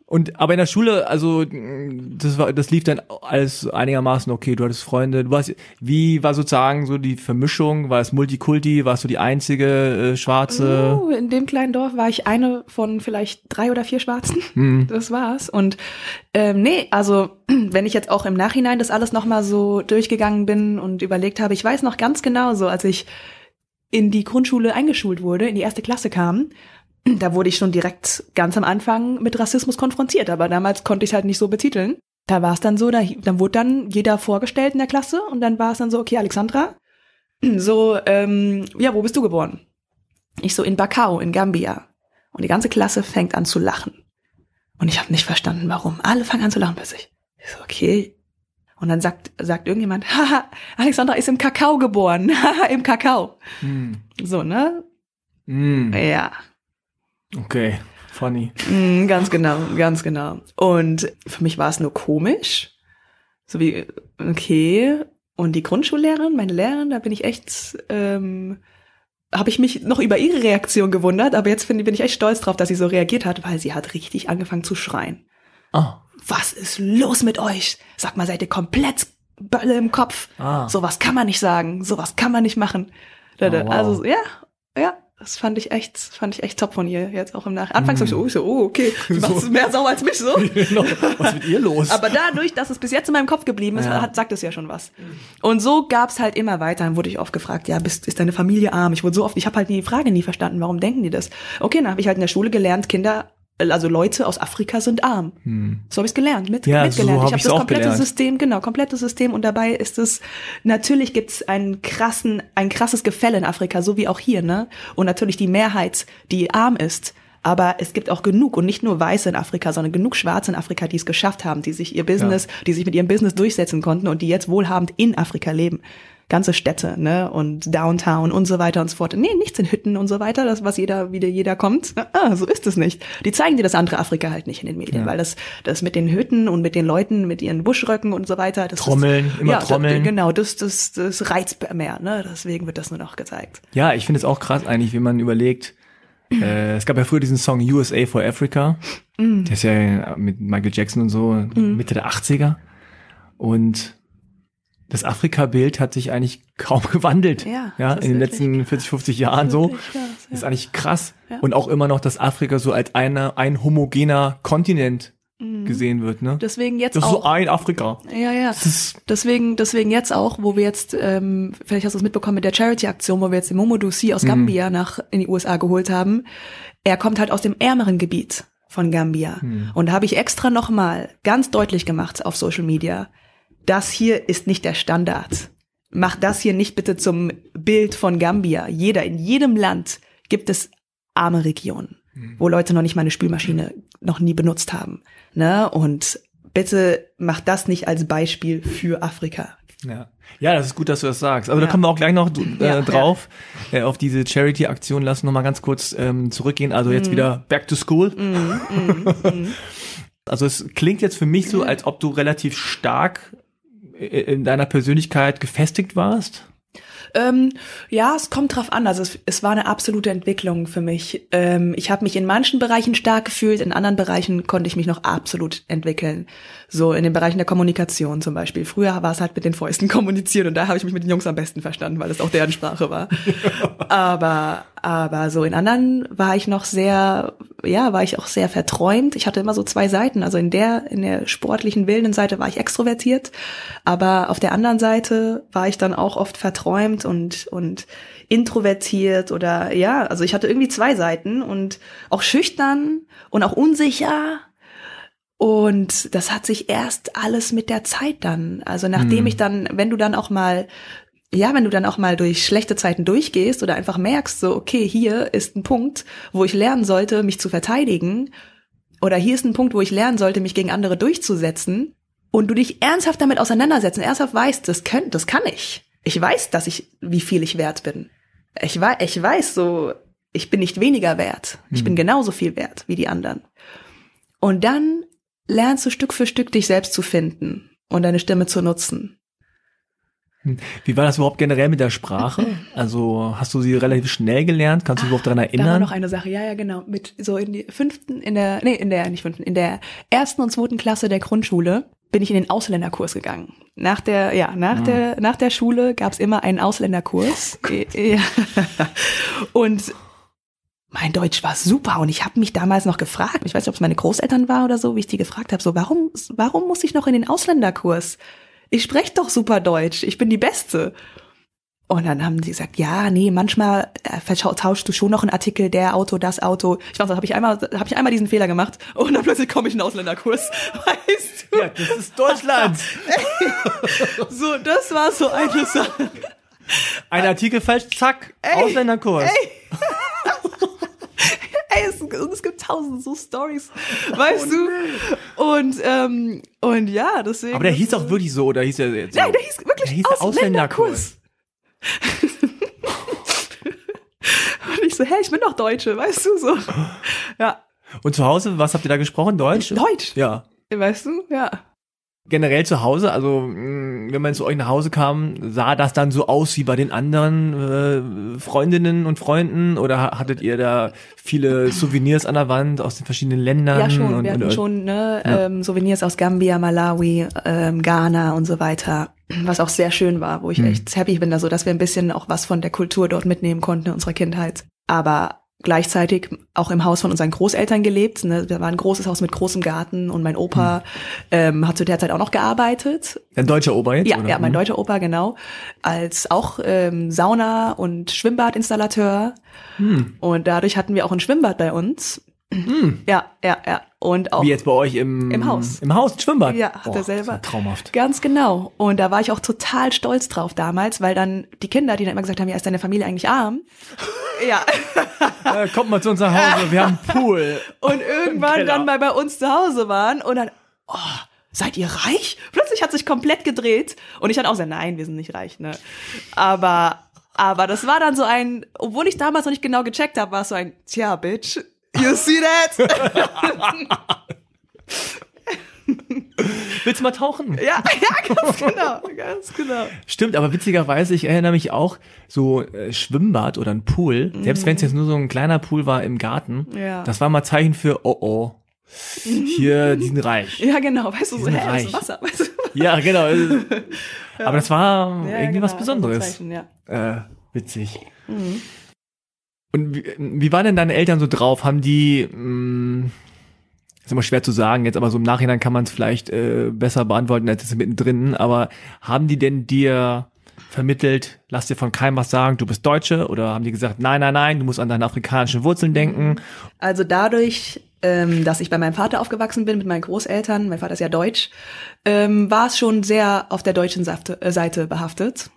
[SPEAKER 2] Und aber in der Schule, also das war, das lief dann alles einigermaßen okay. Du hattest Freunde. Du warst, wie war sozusagen so die Vermischung? War es Multikulti? Warst du die einzige äh, Schwarze?
[SPEAKER 1] Oh, in dem kleinen Dorf war ich eine von vielleicht drei oder vier Schwarzen.
[SPEAKER 2] Hm.
[SPEAKER 1] Das war's. Und ähm, nee, also wenn ich jetzt auch im Nachhinein das alles nochmal so durchgegangen bin und überlegt habe, ich weiß noch ganz genau so, als ich in die Grundschule eingeschult wurde, in die erste Klasse kam, da wurde ich schon direkt ganz am Anfang mit Rassismus konfrontiert, aber damals konnte ich es halt nicht so betiteln. Da war es dann so, da, dann wurde dann jeder vorgestellt in der Klasse und dann war es dann so, okay, Alexandra, so, ähm, ja, wo bist du geboren? Ich so, in Bakau, in Gambia. Und die ganze Klasse fängt an zu lachen. Und ich habe nicht verstanden, warum. Alle fangen an zu lachen plötzlich. Ich so, okay. Und dann sagt sagt irgendjemand, haha, Alexandra ist im Kakao geboren. Haha, im Kakao. Hm. So, ne?
[SPEAKER 2] Hm.
[SPEAKER 1] Ja.
[SPEAKER 2] Okay, funny.
[SPEAKER 1] Mm, ganz genau, ganz genau. Und für mich war es nur komisch. So wie, okay. Und die Grundschullehrerin, meine Lehrerin, da bin ich echt, ähm, habe ich mich noch über ihre Reaktion gewundert, aber jetzt find, bin ich echt stolz drauf, dass sie so reagiert hat, weil sie hat richtig angefangen zu schreien.
[SPEAKER 2] Oh.
[SPEAKER 1] Was ist los mit euch? Sag mal, seid ihr komplett Bölle im Kopf?
[SPEAKER 2] Ah.
[SPEAKER 1] Sowas kann man nicht sagen, sowas kann man nicht machen. Oh, wow. Also, ja, ja. Das fand ich echt, fand ich echt top von ihr, jetzt auch im Nach. Anfangs mm. habe ich so, oh, okay, du machst so. Mehr sauer als mich, so.
[SPEAKER 2] Genau. Was ist mit ihr los?
[SPEAKER 1] Aber dadurch, dass es bis jetzt in meinem Kopf geblieben ist, ja. hat, sagt es ja schon was. Und so gab's halt immer weiter. Dann wurde ich oft gefragt, ja, bist, ist deine Familie arm? Ich wurde so oft, ich habe halt die Frage nie verstanden, warum denken die das? Okay, dann habe ich halt in der Schule gelernt, Kinder, also Leute aus Afrika sind arm. Hm. So habe ich es gelernt, mit,
[SPEAKER 2] ja,
[SPEAKER 1] mitgelernt.
[SPEAKER 2] So
[SPEAKER 1] ich habe das komplette
[SPEAKER 2] gelernt.
[SPEAKER 1] System, genau, komplettes System. Und dabei ist es, natürlich gibt's einen krassen, ein krasses Gefälle in Afrika, so wie auch hier, ne? Und natürlich die Mehrheit, die arm ist. Aber es gibt auch genug, und nicht nur Weiße in Afrika, sondern genug Schwarze in Afrika, die es geschafft haben, die sich ihr Business, ja. die sich mit ihrem Business durchsetzen konnten und die jetzt wohlhabend in Afrika leben. Ganze Städte, ne, und Downtown und so weiter und so fort. Nee, nichts in Hütten und so weiter, das, was jeder, wieder jeder kommt. Ah, so ist es nicht. Die zeigen dir das andere Afrika halt nicht in den Medien, ja. weil das, das mit den Hütten und mit den Leuten, mit ihren Buschröcken und so weiter, das
[SPEAKER 2] Trommeln,
[SPEAKER 1] ist,
[SPEAKER 2] immer
[SPEAKER 1] ja,
[SPEAKER 2] Trommeln.
[SPEAKER 1] Das, genau, das, das, das reizt mehr, ne, deswegen wird das nur noch gezeigt.
[SPEAKER 2] Ja, ich finde es auch krass eigentlich, wenn man überlegt, äh, es gab ja früher diesen Song U S A for Africa, mm. der ist ja mit Michael Jackson und so, mm. Mitte der achtziger, und das Afrika-Bild hat sich eigentlich kaum gewandelt. Ja, ja in den letzten vierzig, fünfzig Jahren so. Krass, ja. Das ist eigentlich krass. Ja. Und auch immer noch, dass Afrika so als eine, ein homogener Kontinent mhm. gesehen wird, ne?
[SPEAKER 1] Deswegen jetzt
[SPEAKER 2] auch. Das ist
[SPEAKER 1] auch,
[SPEAKER 2] so ein Afrika.
[SPEAKER 1] Ja, ja. Deswegen, deswegen jetzt auch, wo wir jetzt, ähm, vielleicht hast du es mitbekommen mit der Charity-Aktion, wo wir jetzt den Momodou Sy aus Gambia mhm. nach, in die U S A geholt haben. Er kommt halt aus dem ärmeren Gebiet von Gambia. Mhm. Und da habe ich extra nochmal ganz deutlich gemacht auf Social Media, das hier ist nicht der Standard. Mach das hier nicht bitte zum Bild von Gambia. Jeder, in jedem Land gibt es arme Regionen, mhm. wo Leute noch nicht mal eine Spülmaschine noch nie benutzt haben. Ne? Und bitte mach das nicht als Beispiel für Afrika.
[SPEAKER 2] Ja, ja, das ist gut, dass du das sagst. Aber ja. da kommen wir auch gleich noch äh, ja, drauf, ja. äh, auf diese Charity-Aktion. Lass uns noch mal ganz kurz ähm, zurückgehen. Also jetzt mhm. wieder back to school. Mhm. Mhm. Also es klingt jetzt für mich so, als ob du relativ stark in deiner Persönlichkeit gefestigt warst?
[SPEAKER 1] Ähm, ja, es kommt drauf an. Also es, es war eine absolute Entwicklung für mich. Ähm, ich habe mich in manchen Bereichen stark gefühlt, in anderen Bereichen konnte ich mich noch absolut entwickeln. So in den Bereichen der Kommunikation zum Beispiel. Früher war es halt mit den Fäusten kommunizieren und da habe ich mich mit den Jungs am besten verstanden, weil es auch deren Sprache war. aber aber so in anderen war ich noch sehr, ja, war ich auch sehr verträumt. Ich hatte immer so zwei Seiten. Also in der in der sportlichen, wilden Seite war ich extrovertiert, aber auf der anderen Seite war ich dann auch oft verträumt und und introvertiert oder ja, also ich hatte irgendwie zwei Seiten und auch schüchtern und auch unsicher. Und das hat sich erst alles mit der Zeit dann, also nachdem hm. ich dann, wenn du dann auch mal, ja, wenn du dann auch mal durch schlechte Zeiten durchgehst oder einfach merkst, so, okay, hier ist ein Punkt, wo ich lernen sollte, mich zu verteidigen, oder hier ist ein Punkt, wo ich lernen sollte, mich gegen andere durchzusetzen, und du dich ernsthaft damit auseinandersetzen, ernsthaft weißt, das kann, das kann ich. Ich weiß, dass ich, wie viel ich wert bin. Ich weiß, ich weiß so, ich bin nicht weniger wert. Ich hm. bin genauso viel wert wie die anderen. Und dann lernst du Stück für Stück dich selbst zu finden und deine Stimme zu nutzen.
[SPEAKER 2] Wie war das überhaupt generell mit der Sprache? Also hast du sie relativ schnell gelernt? Kannst du dich überhaupt daran erinnern?
[SPEAKER 1] Da war noch eine Sache, ja, ja, genau. Mit so in die fünften, in der, nee, in der, nicht fünften, in der ersten und zweiten Klasse der Grundschule bin ich in den Ausländerkurs gegangen. Nach der, ja, nach hm. der, nach der Schule gab's immer einen Ausländerkurs. Ja. Und mein Deutsch war super und ich habe mich damals noch gefragt, ich weiß nicht, ob es meine Großeltern war oder so, wie ich die gefragt habe, so warum, warum muss ich noch in den Ausländerkurs? Ich spreche doch super Deutsch, ich bin die Beste. Und dann haben sie gesagt, ja, nee, manchmal äh, vertauschst du schon noch einen Artikel, der Auto, das Auto. Ich weiß nicht, habe ich einmal, habe ich einmal diesen Fehler gemacht und dann plötzlich komme ich in den Ausländerkurs, weißt du?
[SPEAKER 2] Ja, das ist Deutschland.
[SPEAKER 1] So, das war so eine Sache.
[SPEAKER 2] Ein Artikel falsch, zack, ey, Ausländerkurs. Ey.
[SPEAKER 1] Ey, es, es gibt tausend so Stories, weißt oh, du? Und ähm, und ja, deswegen.
[SPEAKER 2] Aber der hieß auch wirklich so, oder hieß er jetzt?
[SPEAKER 1] Nein, der hieß wirklich
[SPEAKER 2] der hieß
[SPEAKER 1] Ausländerkurs. Und ich so, hey, ich bin doch Deutsche, weißt du, so. Ja.
[SPEAKER 2] Und zu Hause, was habt ihr da gesprochen? Deutsch?
[SPEAKER 1] Deutsch.
[SPEAKER 2] Ja.
[SPEAKER 1] Weißt du, ja.
[SPEAKER 2] Generell zu Hause, also wenn man zu euch nach Hause kam, sah das dann so aus wie bei den anderen äh, Freundinnen und Freunden oder hattet ihr da viele Souvenirs an der Wand aus den verschiedenen Ländern?
[SPEAKER 1] Ja schon,
[SPEAKER 2] und,
[SPEAKER 1] wir hatten
[SPEAKER 2] und,
[SPEAKER 1] schon ne,
[SPEAKER 2] ja.
[SPEAKER 1] ähm, Souvenirs aus Gambia, Malawi, ähm, Ghana und so weiter, was auch sehr schön war, wo ich hm. echt happy bin, also dass wir ein bisschen auch was von der Kultur dort mitnehmen konnten in unserer Kindheit. Aber gleichzeitig auch im Haus von unseren Großeltern gelebt. Ne? Da war ein großes Haus mit großem Garten und mein Opa hm. ähm, hat zu der Zeit auch noch gearbeitet.
[SPEAKER 2] Ein deutscher Opa jetzt?
[SPEAKER 1] Ja,
[SPEAKER 2] oder?
[SPEAKER 1] ja, mein deutscher Opa, genau. Als auch ähm, Sauna- und Schwimmbadinstallateur. Hm. Und dadurch hatten wir auch ein Schwimmbad bei uns. Hm. Ja, ja, ja. Und auch
[SPEAKER 2] wie jetzt bei euch im,
[SPEAKER 1] im Haus.
[SPEAKER 2] Im Haus, ein Schwimmbad?
[SPEAKER 1] Ja, hat
[SPEAKER 2] oh,
[SPEAKER 1] er selber.
[SPEAKER 2] Das ist traumhaft.
[SPEAKER 1] Ganz genau. Und da war ich auch total stolz drauf damals, weil dann die Kinder, die dann immer gesagt haben, ja, ist deine Familie eigentlich arm? Ja.
[SPEAKER 2] Ja. Kommt mal zu uns nach Hause, wir haben einen Pool.
[SPEAKER 1] Und irgendwann dann mal bei uns zu Hause waren und dann, oh, seid ihr reich? Plötzlich hat sich komplett gedreht. Und ich dann auch gesagt, nein, wir sind nicht reich, ne. Aber, aber das war dann so ein, obwohl ich damals noch nicht genau gecheckt habe, war es so ein, tja, Bitch, you see that?
[SPEAKER 2] Willst du mal tauchen?
[SPEAKER 1] Ja, ja, ganz genau, ganz genau.
[SPEAKER 2] Stimmt, aber witzigerweise, ich erinnere mich auch, so äh, Schwimmbad oder ein Pool, mhm. selbst wenn es jetzt nur so ein kleiner Pool war im Garten, ja. das war mal Zeichen für, oh oh, hier, die sind reich.
[SPEAKER 1] Ja, genau, weißt du, so, hä,
[SPEAKER 2] reich.
[SPEAKER 1] das ist Wasser, weißt du?
[SPEAKER 2] Ja, genau. Ja. Aber das war ja, irgendwie genau, was Besonderes.
[SPEAKER 1] Zeichen, ja.
[SPEAKER 2] Äh, witzig. Mhm. Und wie, wie waren denn deine Eltern so drauf? Haben die, mh, ist immer schwer zu sagen jetzt, aber so im Nachhinein kann man es vielleicht äh, besser beantworten als jetzt mittendrin, aber haben die denn dir vermittelt, lass dir von keinem was sagen, du bist Deutsche, oder haben die gesagt, nein, nein, nein, du musst an deine afrikanischen Wurzeln denken?
[SPEAKER 1] Also dadurch, ähm, dass ich bei meinem Vater aufgewachsen bin, mit meinen Großeltern, mein Vater ist ja deutsch, ähm, war es schon sehr auf der deutschen Seite, äh, Seite behaftet.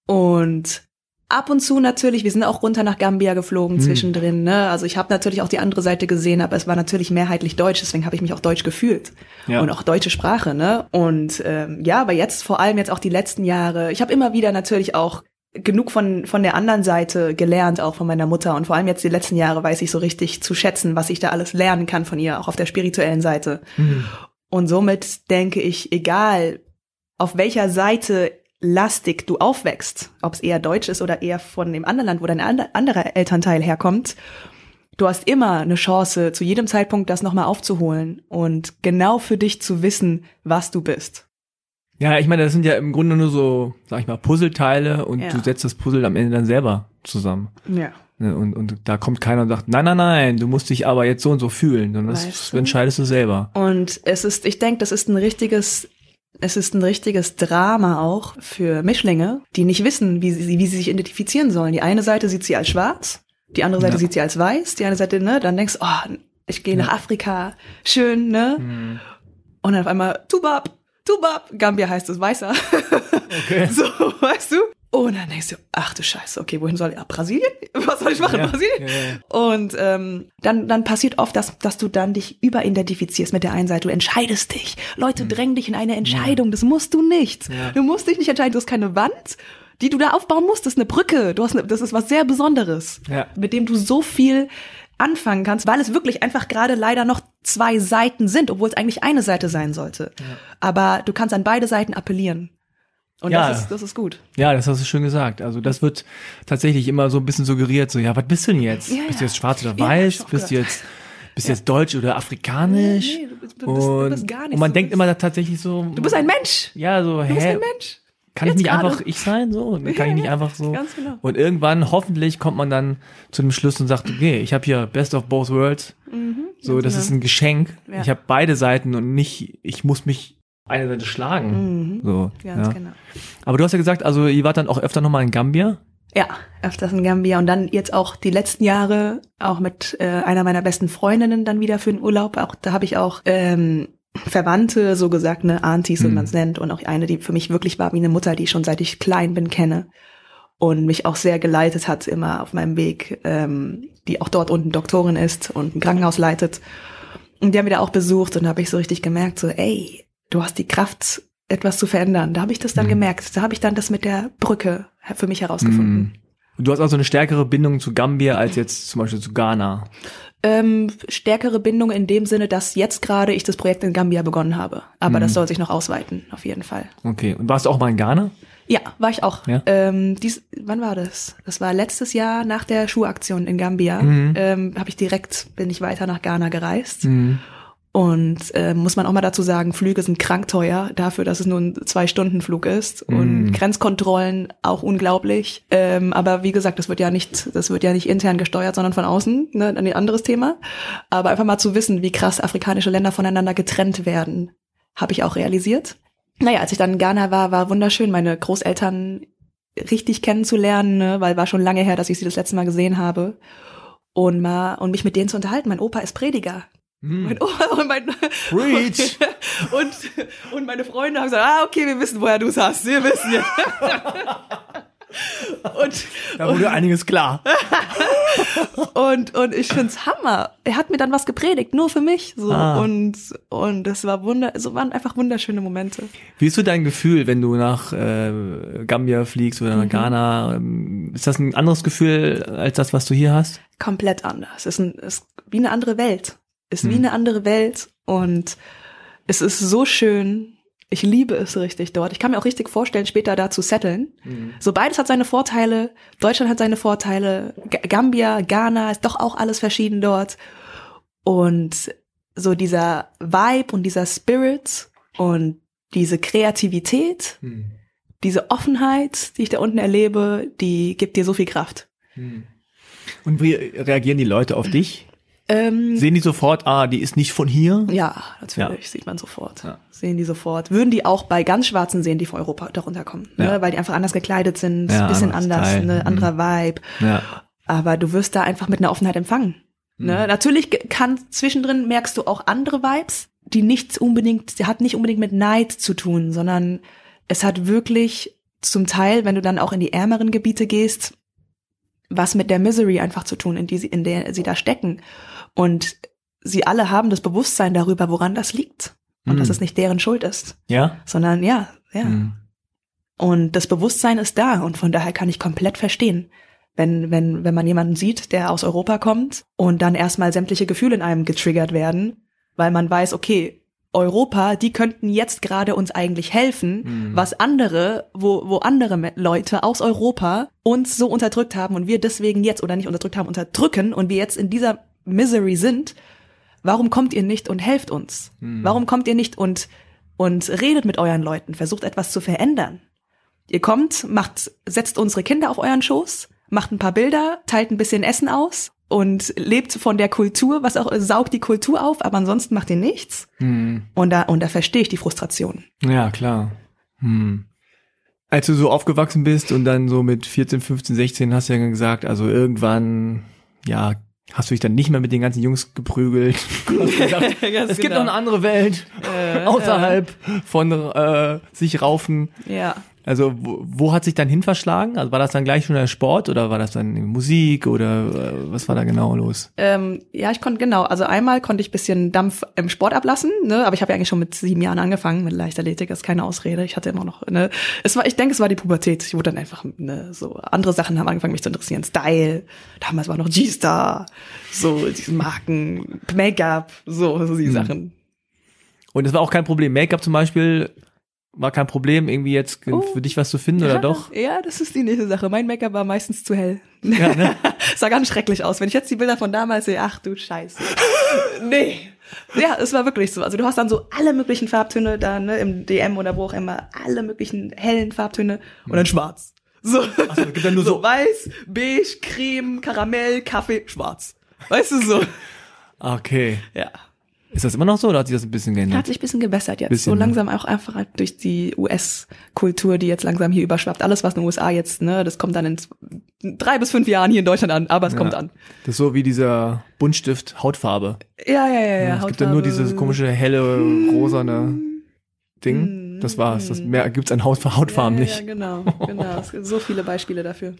[SPEAKER 1] Und ab und zu natürlich, wir sind auch runter nach Gambia geflogen hm. zwischendrin, ne? Also ich habe natürlich auch die andere Seite gesehen, aber es war natürlich mehrheitlich deutsch, deswegen habe ich mich auch deutsch gefühlt. Ja. Und auch deutsche Sprache, ne? Und ähm, ja, aber jetzt vor allem jetzt auch die letzten Jahre, ich habe immer wieder natürlich auch genug von von der anderen Seite gelernt, auch von meiner Mutter, und vor allem jetzt die letzten Jahre weiß ich so richtig zu schätzen, was ich da alles lernen kann von ihr, auch auf der spirituellen Seite. Hm. Und somit denke ich, egal auf welcher Seite lastig du aufwächst, ob es eher deutsch ist oder eher von dem anderen Land, wo dein anderer Elternteil herkommt, du hast immer eine Chance, zu jedem Zeitpunkt das nochmal aufzuholen und genau für dich zu wissen, was du bist.
[SPEAKER 2] Ja, ich meine, das sind ja im Grunde nur so, sag ich mal, Puzzleteile, und ja. du setzt das Puzzle am Ende dann selber zusammen.
[SPEAKER 1] Ja.
[SPEAKER 2] Und, und da kommt keiner und sagt, nein, nein, nein, du musst dich aber jetzt so und so fühlen, sondern das, das entscheidest du selber.
[SPEAKER 1] Und es ist, ich denke, das ist ein richtiges Es ist ein richtiges Drama auch für Mischlinge, die nicht wissen, wie sie, wie sie sich identifizieren sollen. Die eine Seite sieht sie als schwarz, die andere Seite ja. sieht sie als weiß, die eine Seite, ne, dann denkst du, oh, ich gehe ja. nach Afrika, schön, ne? Mhm. Und dann auf einmal, Tubab, Tubab, Gambia heißt es, weißer.
[SPEAKER 2] Okay.
[SPEAKER 1] So, weißt du? Und dann denkst du, ach du Scheiße, okay, wohin soll ich? Ah, Brasilien? Was soll ich machen?
[SPEAKER 2] Ja,
[SPEAKER 1] Brasilien?
[SPEAKER 2] ja, ja.
[SPEAKER 1] Und ähm, dann dann passiert oft, dass dass du dann dich überidentifizierst mit der einen Seite. Du entscheidest dich. Leute mhm. drängen dich in eine Entscheidung. Ja. Das musst du nicht. Ja. Du musst dich nicht entscheiden. Du hast keine Wand, die du da aufbauen musst. Das ist eine Brücke. Du hast eine, das ist was sehr Besonderes,
[SPEAKER 2] ja.
[SPEAKER 1] mit dem du so viel anfangen kannst, weil es wirklich einfach gerade leider noch zwei Seiten sind, obwohl es eigentlich eine Seite sein sollte. Ja. Aber du kannst an beide Seiten appellieren. Und
[SPEAKER 2] Ja.
[SPEAKER 1] das ist, das ist gut.
[SPEAKER 2] Ja, das hast du schön gesagt. Also das wird tatsächlich immer so ein bisschen suggeriert, so, ja, was bist du denn jetzt?
[SPEAKER 1] Ja,
[SPEAKER 2] bist du
[SPEAKER 1] ja.
[SPEAKER 2] jetzt schwarz oder
[SPEAKER 1] Ja, hab
[SPEAKER 2] weiß?
[SPEAKER 1] ich auch
[SPEAKER 2] bist du
[SPEAKER 1] gehört.
[SPEAKER 2] jetzt, bist du jetzt deutsch oder afrikanisch?
[SPEAKER 1] Nee, nee, du bist- du bist- du
[SPEAKER 2] und,
[SPEAKER 1] bist gar nicht
[SPEAKER 2] und man
[SPEAKER 1] so.
[SPEAKER 2] denkt immer da tatsächlich so,
[SPEAKER 1] Du bist ein Mensch.
[SPEAKER 2] ja, so,
[SPEAKER 1] Du bist
[SPEAKER 2] hä,
[SPEAKER 1] ein Mensch.
[SPEAKER 2] kann ich
[SPEAKER 1] Jetzt
[SPEAKER 2] nicht
[SPEAKER 1] gerade.
[SPEAKER 2] einfach ich sein? So, kann
[SPEAKER 1] Ja,
[SPEAKER 2] ich nicht
[SPEAKER 1] ja,
[SPEAKER 2] einfach so.
[SPEAKER 1] ganz genau.
[SPEAKER 2] Und irgendwann, hoffentlich, kommt man dann zu dem Schluss und sagt, okay, ich habe hier Best of both worlds. So,
[SPEAKER 1] ganz
[SPEAKER 2] das
[SPEAKER 1] genau.
[SPEAKER 2] ist ein Geschenk.
[SPEAKER 1] Ja.
[SPEAKER 2] Ich habe beide Seiten und nicht, ich muss mich eine Seite schlagen. So,
[SPEAKER 1] Ganz
[SPEAKER 2] ja.
[SPEAKER 1] genau.
[SPEAKER 2] Aber du hast ja gesagt, also ihr wart dann auch öfter nochmal in Gambia.
[SPEAKER 1] Ja, öfters in Gambia und dann jetzt auch die letzten Jahre auch mit äh, einer meiner besten Freundinnen dann wieder für den Urlaub. Auch da habe ich auch ähm, Verwandte, so gesagt, ne, Aunties, wie
[SPEAKER 2] Hm.
[SPEAKER 1] man es nennt, und auch eine, die für mich wirklich war wie eine Mutter, die ich schon seit ich klein bin kenne und mich auch sehr geleitet hat immer auf meinem Weg, ähm, die auch dort unten Doktorin ist und ein Krankenhaus leitet. Und die haben wir da auch besucht und da habe ich so richtig gemerkt, so ey, du hast die Kraft, etwas zu verändern. Da habe ich das dann
[SPEAKER 2] Mhm.
[SPEAKER 1] gemerkt. Da habe ich dann das mit der Brücke für mich herausgefunden.
[SPEAKER 2] Und du hast also eine stärkere Bindung zu Gambia als jetzt zum Beispiel zu Ghana.
[SPEAKER 1] Ähm, stärkere Bindung in dem Sinne, dass jetzt gerade ich das Projekt in Gambia begonnen habe. Aber
[SPEAKER 2] Mhm.
[SPEAKER 1] das soll sich noch ausweiten, auf jeden Fall.
[SPEAKER 2] Okay. Und warst du auch mal in Ghana?
[SPEAKER 1] Ja, war ich auch.
[SPEAKER 2] Ja?
[SPEAKER 1] Ähm, dies, wann war das? Das war letztes Jahr nach der Schuhaktion in Gambia.
[SPEAKER 2] Mhm.
[SPEAKER 1] Ähm, habe ich direkt, bin ich weiter nach Ghana gereist.
[SPEAKER 2] Mhm.
[SPEAKER 1] Und äh, muss man auch mal dazu sagen, Flüge sind krank teuer, dafür, dass es nur ein Zwei-Stunden-Flug ist. Und
[SPEAKER 2] Mm.
[SPEAKER 1] Grenzkontrollen auch unglaublich. Ähm, aber wie gesagt, das wird ja nicht, das wird ja nicht intern gesteuert, sondern von außen, ne, ein anderes Thema. Aber einfach mal zu wissen, wie krass afrikanische Länder voneinander getrennt werden, habe ich auch realisiert. Naja, als ich dann in Ghana war, war wunderschön, meine Großeltern richtig kennenzulernen, ne, weil war schon lange her, dass ich sie das letzte Mal gesehen habe. Und mal und mich mit denen zu unterhalten. Mein Opa ist Prediger. Mein Opa und mein
[SPEAKER 2] Preach.
[SPEAKER 1] und, und meine Freunde haben gesagt, ah, okay, wir wissen, woher du es hast. Wir wissen ja. und,
[SPEAKER 2] Da wurde einiges klar.
[SPEAKER 1] und, und ich find's Hammer. Er hat mir dann was gepredigt, nur für mich, so.
[SPEAKER 2] Ah.
[SPEAKER 1] Und, und das war wunder, so waren einfach wunderschöne Momente.
[SPEAKER 2] Wie ist so dein Gefühl, wenn du nach äh, Gambia fliegst oder nach Ghana? Ähm, Ist das ein anderes Gefühl als das, was du hier hast?
[SPEAKER 1] Komplett anders. Es ist, ein, es ist wie eine andere Welt. Ist wie
[SPEAKER 2] Hm.
[SPEAKER 1] eine andere Welt und es ist so schön. Ich liebe es richtig dort. Ich kann mir auch richtig vorstellen, später da zu setteln.
[SPEAKER 2] Mhm.
[SPEAKER 1] So beides hat seine Vorteile. Deutschland hat seine Vorteile. G- Gambia, Ghana ist doch auch alles verschieden dort. Und so dieser Vibe und dieser Spirit und diese Kreativität,
[SPEAKER 2] Hm.
[SPEAKER 1] diese Offenheit, die ich da unten erlebe, die gibt dir so viel Kraft.
[SPEAKER 2] Hm. Und wie reagieren die Leute auf dich?
[SPEAKER 1] Ähm,
[SPEAKER 2] Sehen die sofort, ah, die ist nicht von hier?
[SPEAKER 1] Ja, natürlich,
[SPEAKER 2] Ja.
[SPEAKER 1] sieht man sofort.
[SPEAKER 2] Ja.
[SPEAKER 1] Sehen die sofort. Würden die auch bei ganz Schwarzen sehen, die von Europa darunter kommen. Ne?
[SPEAKER 2] Ja.
[SPEAKER 1] Weil die einfach anders gekleidet sind,
[SPEAKER 2] Ja,
[SPEAKER 1] bisschen
[SPEAKER 2] anderes
[SPEAKER 1] anders,
[SPEAKER 2] Teil.
[SPEAKER 1] ne?
[SPEAKER 2] Mhm.
[SPEAKER 1] anderer Vibe.
[SPEAKER 2] Ja.
[SPEAKER 1] Aber du wirst da einfach mit einer Offenheit empfangen. Ne? Natürlich ge- kann zwischendrin merkst du auch andere Vibes, die nicht unbedingt, die hat nicht unbedingt mit Neid zu tun, sondern es hat wirklich zum Teil, wenn du dann auch in die ärmeren Gebiete gehst, was mit der Misery einfach zu tun, in die sie, in der sie da stecken. Und sie alle haben das Bewusstsein darüber, woran das liegt. Und
[SPEAKER 2] Mhm.
[SPEAKER 1] dass es nicht deren Schuld ist,
[SPEAKER 2] Ja?
[SPEAKER 1] sondern ja, ja.
[SPEAKER 2] Hm.
[SPEAKER 1] Und das Bewusstsein ist da und von daher kann ich komplett verstehen, wenn, wenn, wenn man jemanden sieht, der aus Europa kommt und dann erstmal sämtliche Gefühle in einem getriggert werden, weil man weiß, okay, Europa, die könnten jetzt gerade uns eigentlich helfen,
[SPEAKER 2] Mhm.
[SPEAKER 1] was andere, wo, wo andere Me- Leute aus Europa uns so unterdrückt haben und wir deswegen jetzt, oder nicht unterdrückt haben, unterdrücken und wir jetzt in dieser Misery sind. Warum kommt ihr nicht und helft uns?
[SPEAKER 2] Mhm.
[SPEAKER 1] Warum kommt ihr nicht und, und redet mit euren Leuten, versucht etwas zu verändern? Ihr kommt, macht, setzt unsere Kinder auf euren Schoß, macht ein paar Bilder, teilt ein bisschen Essen aus und lebt von der Kultur, was auch, saugt die Kultur auf, aber ansonsten macht ihr nichts.
[SPEAKER 2] Hm.
[SPEAKER 1] Und da, und da verstehe ich die Frustration.
[SPEAKER 2] Ja, klar. Hm. Als du so aufgewachsen bist und dann so mit vierzehn, fünfzehn, sechzehn hast du ja gesagt, also irgendwann, ja, hast du dich dann nicht mehr mit den ganzen Jungs geprügelt. Du hast gesagt,
[SPEAKER 1] Ganz
[SPEAKER 2] es gibt
[SPEAKER 1] genau.
[SPEAKER 2] noch eine andere Welt
[SPEAKER 1] Äh,
[SPEAKER 2] außerhalb von äh, sich raufen.
[SPEAKER 1] Ja.
[SPEAKER 2] Also wo, wo hat sich dann hin verschlagen? Also war das dann gleich schon der Sport oder war das dann Musik oder äh, was war da genau los?
[SPEAKER 1] Ähm, ja, ich konnte, genau, also einmal konnte ich ein bisschen Dampf im Sport ablassen, ne, aber ich habe ja eigentlich schon mit sieben Jahren angefangen mit Leichtathletik, das ist keine Ausrede, ich hatte immer noch, ne, es war, ich denke, es war die Pubertät, ich wurde dann einfach, ne, so, andere Sachen haben angefangen mich zu interessieren, Style, damals war noch G-Star, so, diese Marken, Make-up, so, so die
[SPEAKER 2] Hm.
[SPEAKER 1] Sachen.
[SPEAKER 2] Und es war auch kein Problem. Make-up zum Beispiel war kein Problem, irgendwie jetzt
[SPEAKER 1] Oh.
[SPEAKER 2] für dich was zu finden,
[SPEAKER 1] ja,
[SPEAKER 2] oder doch?
[SPEAKER 1] Ja, das ist die nächste Sache. Mein Make-up war meistens zu hell.
[SPEAKER 2] Ja, ne?
[SPEAKER 1] Sah ganz schrecklich aus. Wenn ich jetzt die Bilder von damals sehe, ach du Scheiße. Nee. Ja, es war wirklich so. Also du hast dann so alle möglichen Farbtöne da, ne, im D M oder wo auch immer, alle möglichen hellen Farbtöne und dann schwarz. So,
[SPEAKER 2] Ach so, gibt dann nur
[SPEAKER 1] so
[SPEAKER 2] so-
[SPEAKER 1] weiß, beige, Creme, Karamell, Kaffee, schwarz. Weißt du so?
[SPEAKER 2] Okay.
[SPEAKER 1] Ja.
[SPEAKER 2] Ist das immer noch so oder hat sich das ein bisschen
[SPEAKER 1] Hat
[SPEAKER 2] geändert?
[SPEAKER 1] sich ein bisschen gebessert jetzt.
[SPEAKER 2] Bisschen,
[SPEAKER 1] so
[SPEAKER 2] ne?
[SPEAKER 1] langsam auch einfach halt durch die U S-Kultur, die jetzt langsam hier überschwappt. Alles, was in den U S A jetzt, ne, das kommt dann in z- drei bis fünf Jahren hier in Deutschland an, aber es
[SPEAKER 2] Ja.
[SPEAKER 1] kommt an.
[SPEAKER 2] Das ist so wie dieser Buntstift Hautfarbe.
[SPEAKER 1] Ja, ja, ja, ja.
[SPEAKER 2] es gibt dann nur dieses komische, helle, rosane Ding.
[SPEAKER 1] Mm,
[SPEAKER 2] Das war's. Das
[SPEAKER 1] mm.
[SPEAKER 2] mehr gibt's an Haut, Hautfarben
[SPEAKER 1] ja,
[SPEAKER 2] nicht.
[SPEAKER 1] Ja, genau, genau. Es gibt so viele Beispiele dafür.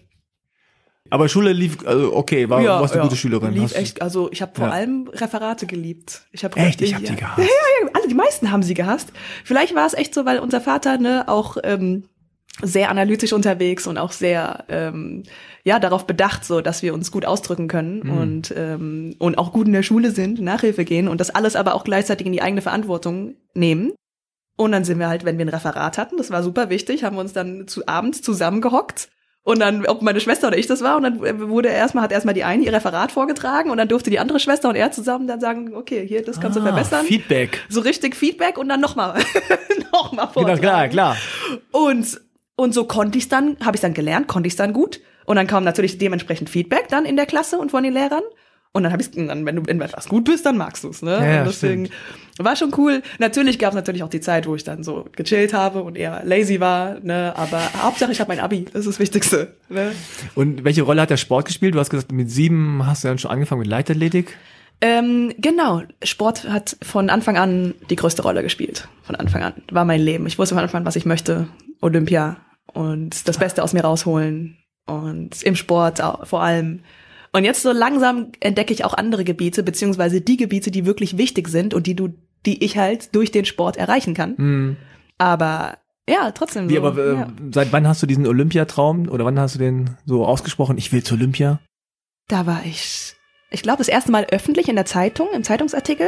[SPEAKER 2] Aber Schule lief, also okay, war,
[SPEAKER 1] ja,
[SPEAKER 2] warst eine
[SPEAKER 1] ja.
[SPEAKER 2] gute Schülerin.
[SPEAKER 1] Lief
[SPEAKER 2] Hast du-
[SPEAKER 1] echt, also ich habe vor
[SPEAKER 2] Ja.
[SPEAKER 1] allem Referate geliebt. Ich hab,
[SPEAKER 2] Echt? Ich hab
[SPEAKER 1] ja,
[SPEAKER 2] die gehasst.
[SPEAKER 1] Ja, ja, ja, alle, die meisten haben sie gehasst. Vielleicht war es echt so, weil unser Vater, ne, auch ähm, sehr analytisch unterwegs und auch sehr, ähm, ja, darauf bedacht, so, dass wir uns gut ausdrücken können
[SPEAKER 2] Mhm.
[SPEAKER 1] und ähm, und auch gut in der Schule sind, Nachhilfe gehen und das alles aber auch gleichzeitig in die eigene Verantwortung nehmen. Und dann sind wir halt, wenn wir ein Referat hatten, das war super wichtig, haben wir uns dann zu abends zusammengehockt. Und dann, ob meine Schwester oder ich das war, und dann wurde erstmal, hat erstmal die eine ihr Referat vorgetragen und dann durfte die andere Schwester und er zusammen dann sagen, okay, hier, das kannst du
[SPEAKER 2] Ah,
[SPEAKER 1] verbessern.
[SPEAKER 2] Feedback.
[SPEAKER 1] So richtig Feedback und dann nochmal, nochmal
[SPEAKER 2] Genau,
[SPEAKER 1] vortragen.
[SPEAKER 2] klar, klar.
[SPEAKER 1] Und, und so konnte ich dann, habe ich dann gelernt, konnte ich dann gut. Und dann kam natürlich dementsprechend Feedback dann in der Klasse und von den Lehrern. Und dann habe ich dann, wenn du in etwas gut bist, dann magst du es, ne?
[SPEAKER 2] Ja, ja,
[SPEAKER 1] und deswegen
[SPEAKER 2] stimmt.
[SPEAKER 1] war schon cool. Natürlich gab es natürlich auch die Zeit, wo ich dann so gechillt habe und eher lazy war, ne? Aber Hauptsache ich habe mein Abi, das ist das Wichtigste, ne?
[SPEAKER 2] Und welche Rolle hat der Sport gespielt? Du hast gesagt, mit sieben hast du dann schon angefangen mit Leichtathletik.
[SPEAKER 1] Ähm, genau, Sport hat von Anfang an die größte Rolle gespielt. Von Anfang an war mein Leben. Ich wusste von Anfang an, was ich möchte. Olympia und das Beste aus mir rausholen und im Sport auch, vor allem. Und jetzt so langsam entdecke ich auch andere Gebiete, beziehungsweise die Gebiete, die wirklich wichtig sind und die du, die ich halt durch den Sport erreichen kann.
[SPEAKER 2] Hm.
[SPEAKER 1] Aber ja, trotzdem
[SPEAKER 2] Wie,
[SPEAKER 1] so.
[SPEAKER 2] aber äh,
[SPEAKER 1] ja.
[SPEAKER 2] seit wann hast du diesen Olympiatraum oder wann hast du den so ausgesprochen? Ich will zu Olympia.
[SPEAKER 1] Da war ich, ich glaube, das erste Mal öffentlich in der Zeitung, im Zeitungsartikel.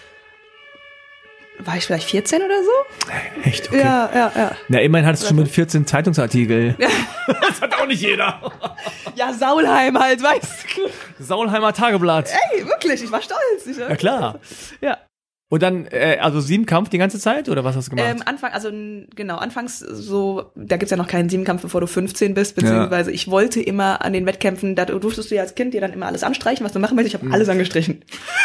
[SPEAKER 1] War ich vielleicht vierzehn oder so?
[SPEAKER 2] Echt? Okay.
[SPEAKER 1] Ja, ja, ja.
[SPEAKER 2] Na, immerhin hattest du schon mit vierzehn Zeitungsartikel. Das hat auch nicht jeder.
[SPEAKER 1] Ja, Saulheim halt, weißt du.
[SPEAKER 2] Saulheimer Tageblatt.
[SPEAKER 1] Ey, wirklich, ich war stolz. Ich,
[SPEAKER 2] Ja, klar.
[SPEAKER 1] Ja.
[SPEAKER 2] Und dann, äh, also Siebenkampf die ganze Zeit oder was hast du gemacht?
[SPEAKER 1] Ähm, Anfang, also n- genau, anfangs so, da gibt's ja noch keinen Siebenkampf, bevor du fünfzehn bist, beziehungsweise ich wollte immer an den Wettkämpfen, da durftest du ja als Kind dir dann immer alles anstreichen, was du machen möchtest. Ich habe alles angestrichen.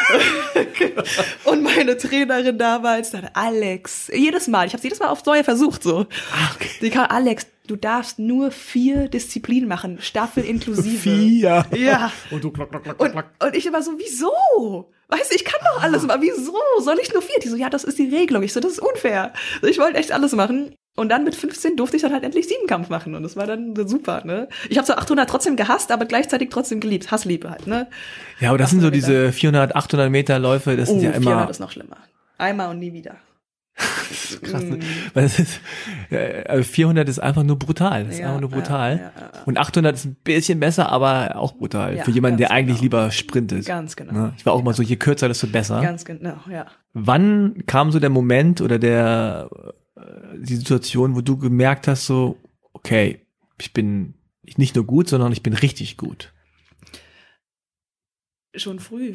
[SPEAKER 1] Und meine Trainerin damals dann, Alex, jedes Mal, ich habe jedes Mal aufs Neue versucht, so.
[SPEAKER 2] Ah, okay.
[SPEAKER 1] Die kam, Alex, du darfst nur vier Disziplinen machen, Staffel inklusive.
[SPEAKER 2] Vier.
[SPEAKER 1] Ja.
[SPEAKER 2] Und du klack, klack, klack,
[SPEAKER 1] Und,
[SPEAKER 2] klack.
[SPEAKER 1] und ich immer so, wieso? Weißt du, ich kann doch alles machen. Wieso? Soll ich nur vier? Die so, ja, das ist die Regelung. Ich so, das ist unfair. So, ich wollte echt alles machen. Und dann mit fünfzehn durfte ich dann halt endlich Siebenkampf machen. Und das war dann super, ne? Ich habe so achthundert trotzdem gehasst, aber gleichzeitig trotzdem geliebt. Hassliebe halt, ne?
[SPEAKER 2] Ja, aber das sind so
[SPEAKER 1] achthundert
[SPEAKER 2] diese vierhundert, achthundert Meter Läufe, das
[SPEAKER 1] Oh,
[SPEAKER 2] sind ja immer
[SPEAKER 1] vierhundert ist noch schlimmer. Einmal und nie wieder.
[SPEAKER 2] krass. Ne?
[SPEAKER 1] Mm.
[SPEAKER 2] Weil das ist, äh, also vierhundert ist einfach nur brutal. Das ist
[SPEAKER 1] Ja,
[SPEAKER 2] einfach nur
[SPEAKER 1] ja,
[SPEAKER 2] brutal.
[SPEAKER 1] ja, ja, ja.
[SPEAKER 2] Und achthundert ist ein bisschen besser, aber auch brutal.
[SPEAKER 1] Ja,
[SPEAKER 2] Für jemanden, der
[SPEAKER 1] ganz
[SPEAKER 2] eigentlich
[SPEAKER 1] genau.
[SPEAKER 2] lieber sprintet.
[SPEAKER 1] Ganz genau.
[SPEAKER 2] Ne? Ich war auch immer so, je kürzer, desto besser.
[SPEAKER 1] Ganz genau, ja.
[SPEAKER 2] Wann kam so der Moment oder der äh, die Situation, wo du gemerkt hast, so, okay, ich bin nicht nur gut, sondern ich bin richtig gut?
[SPEAKER 1] Schon früh.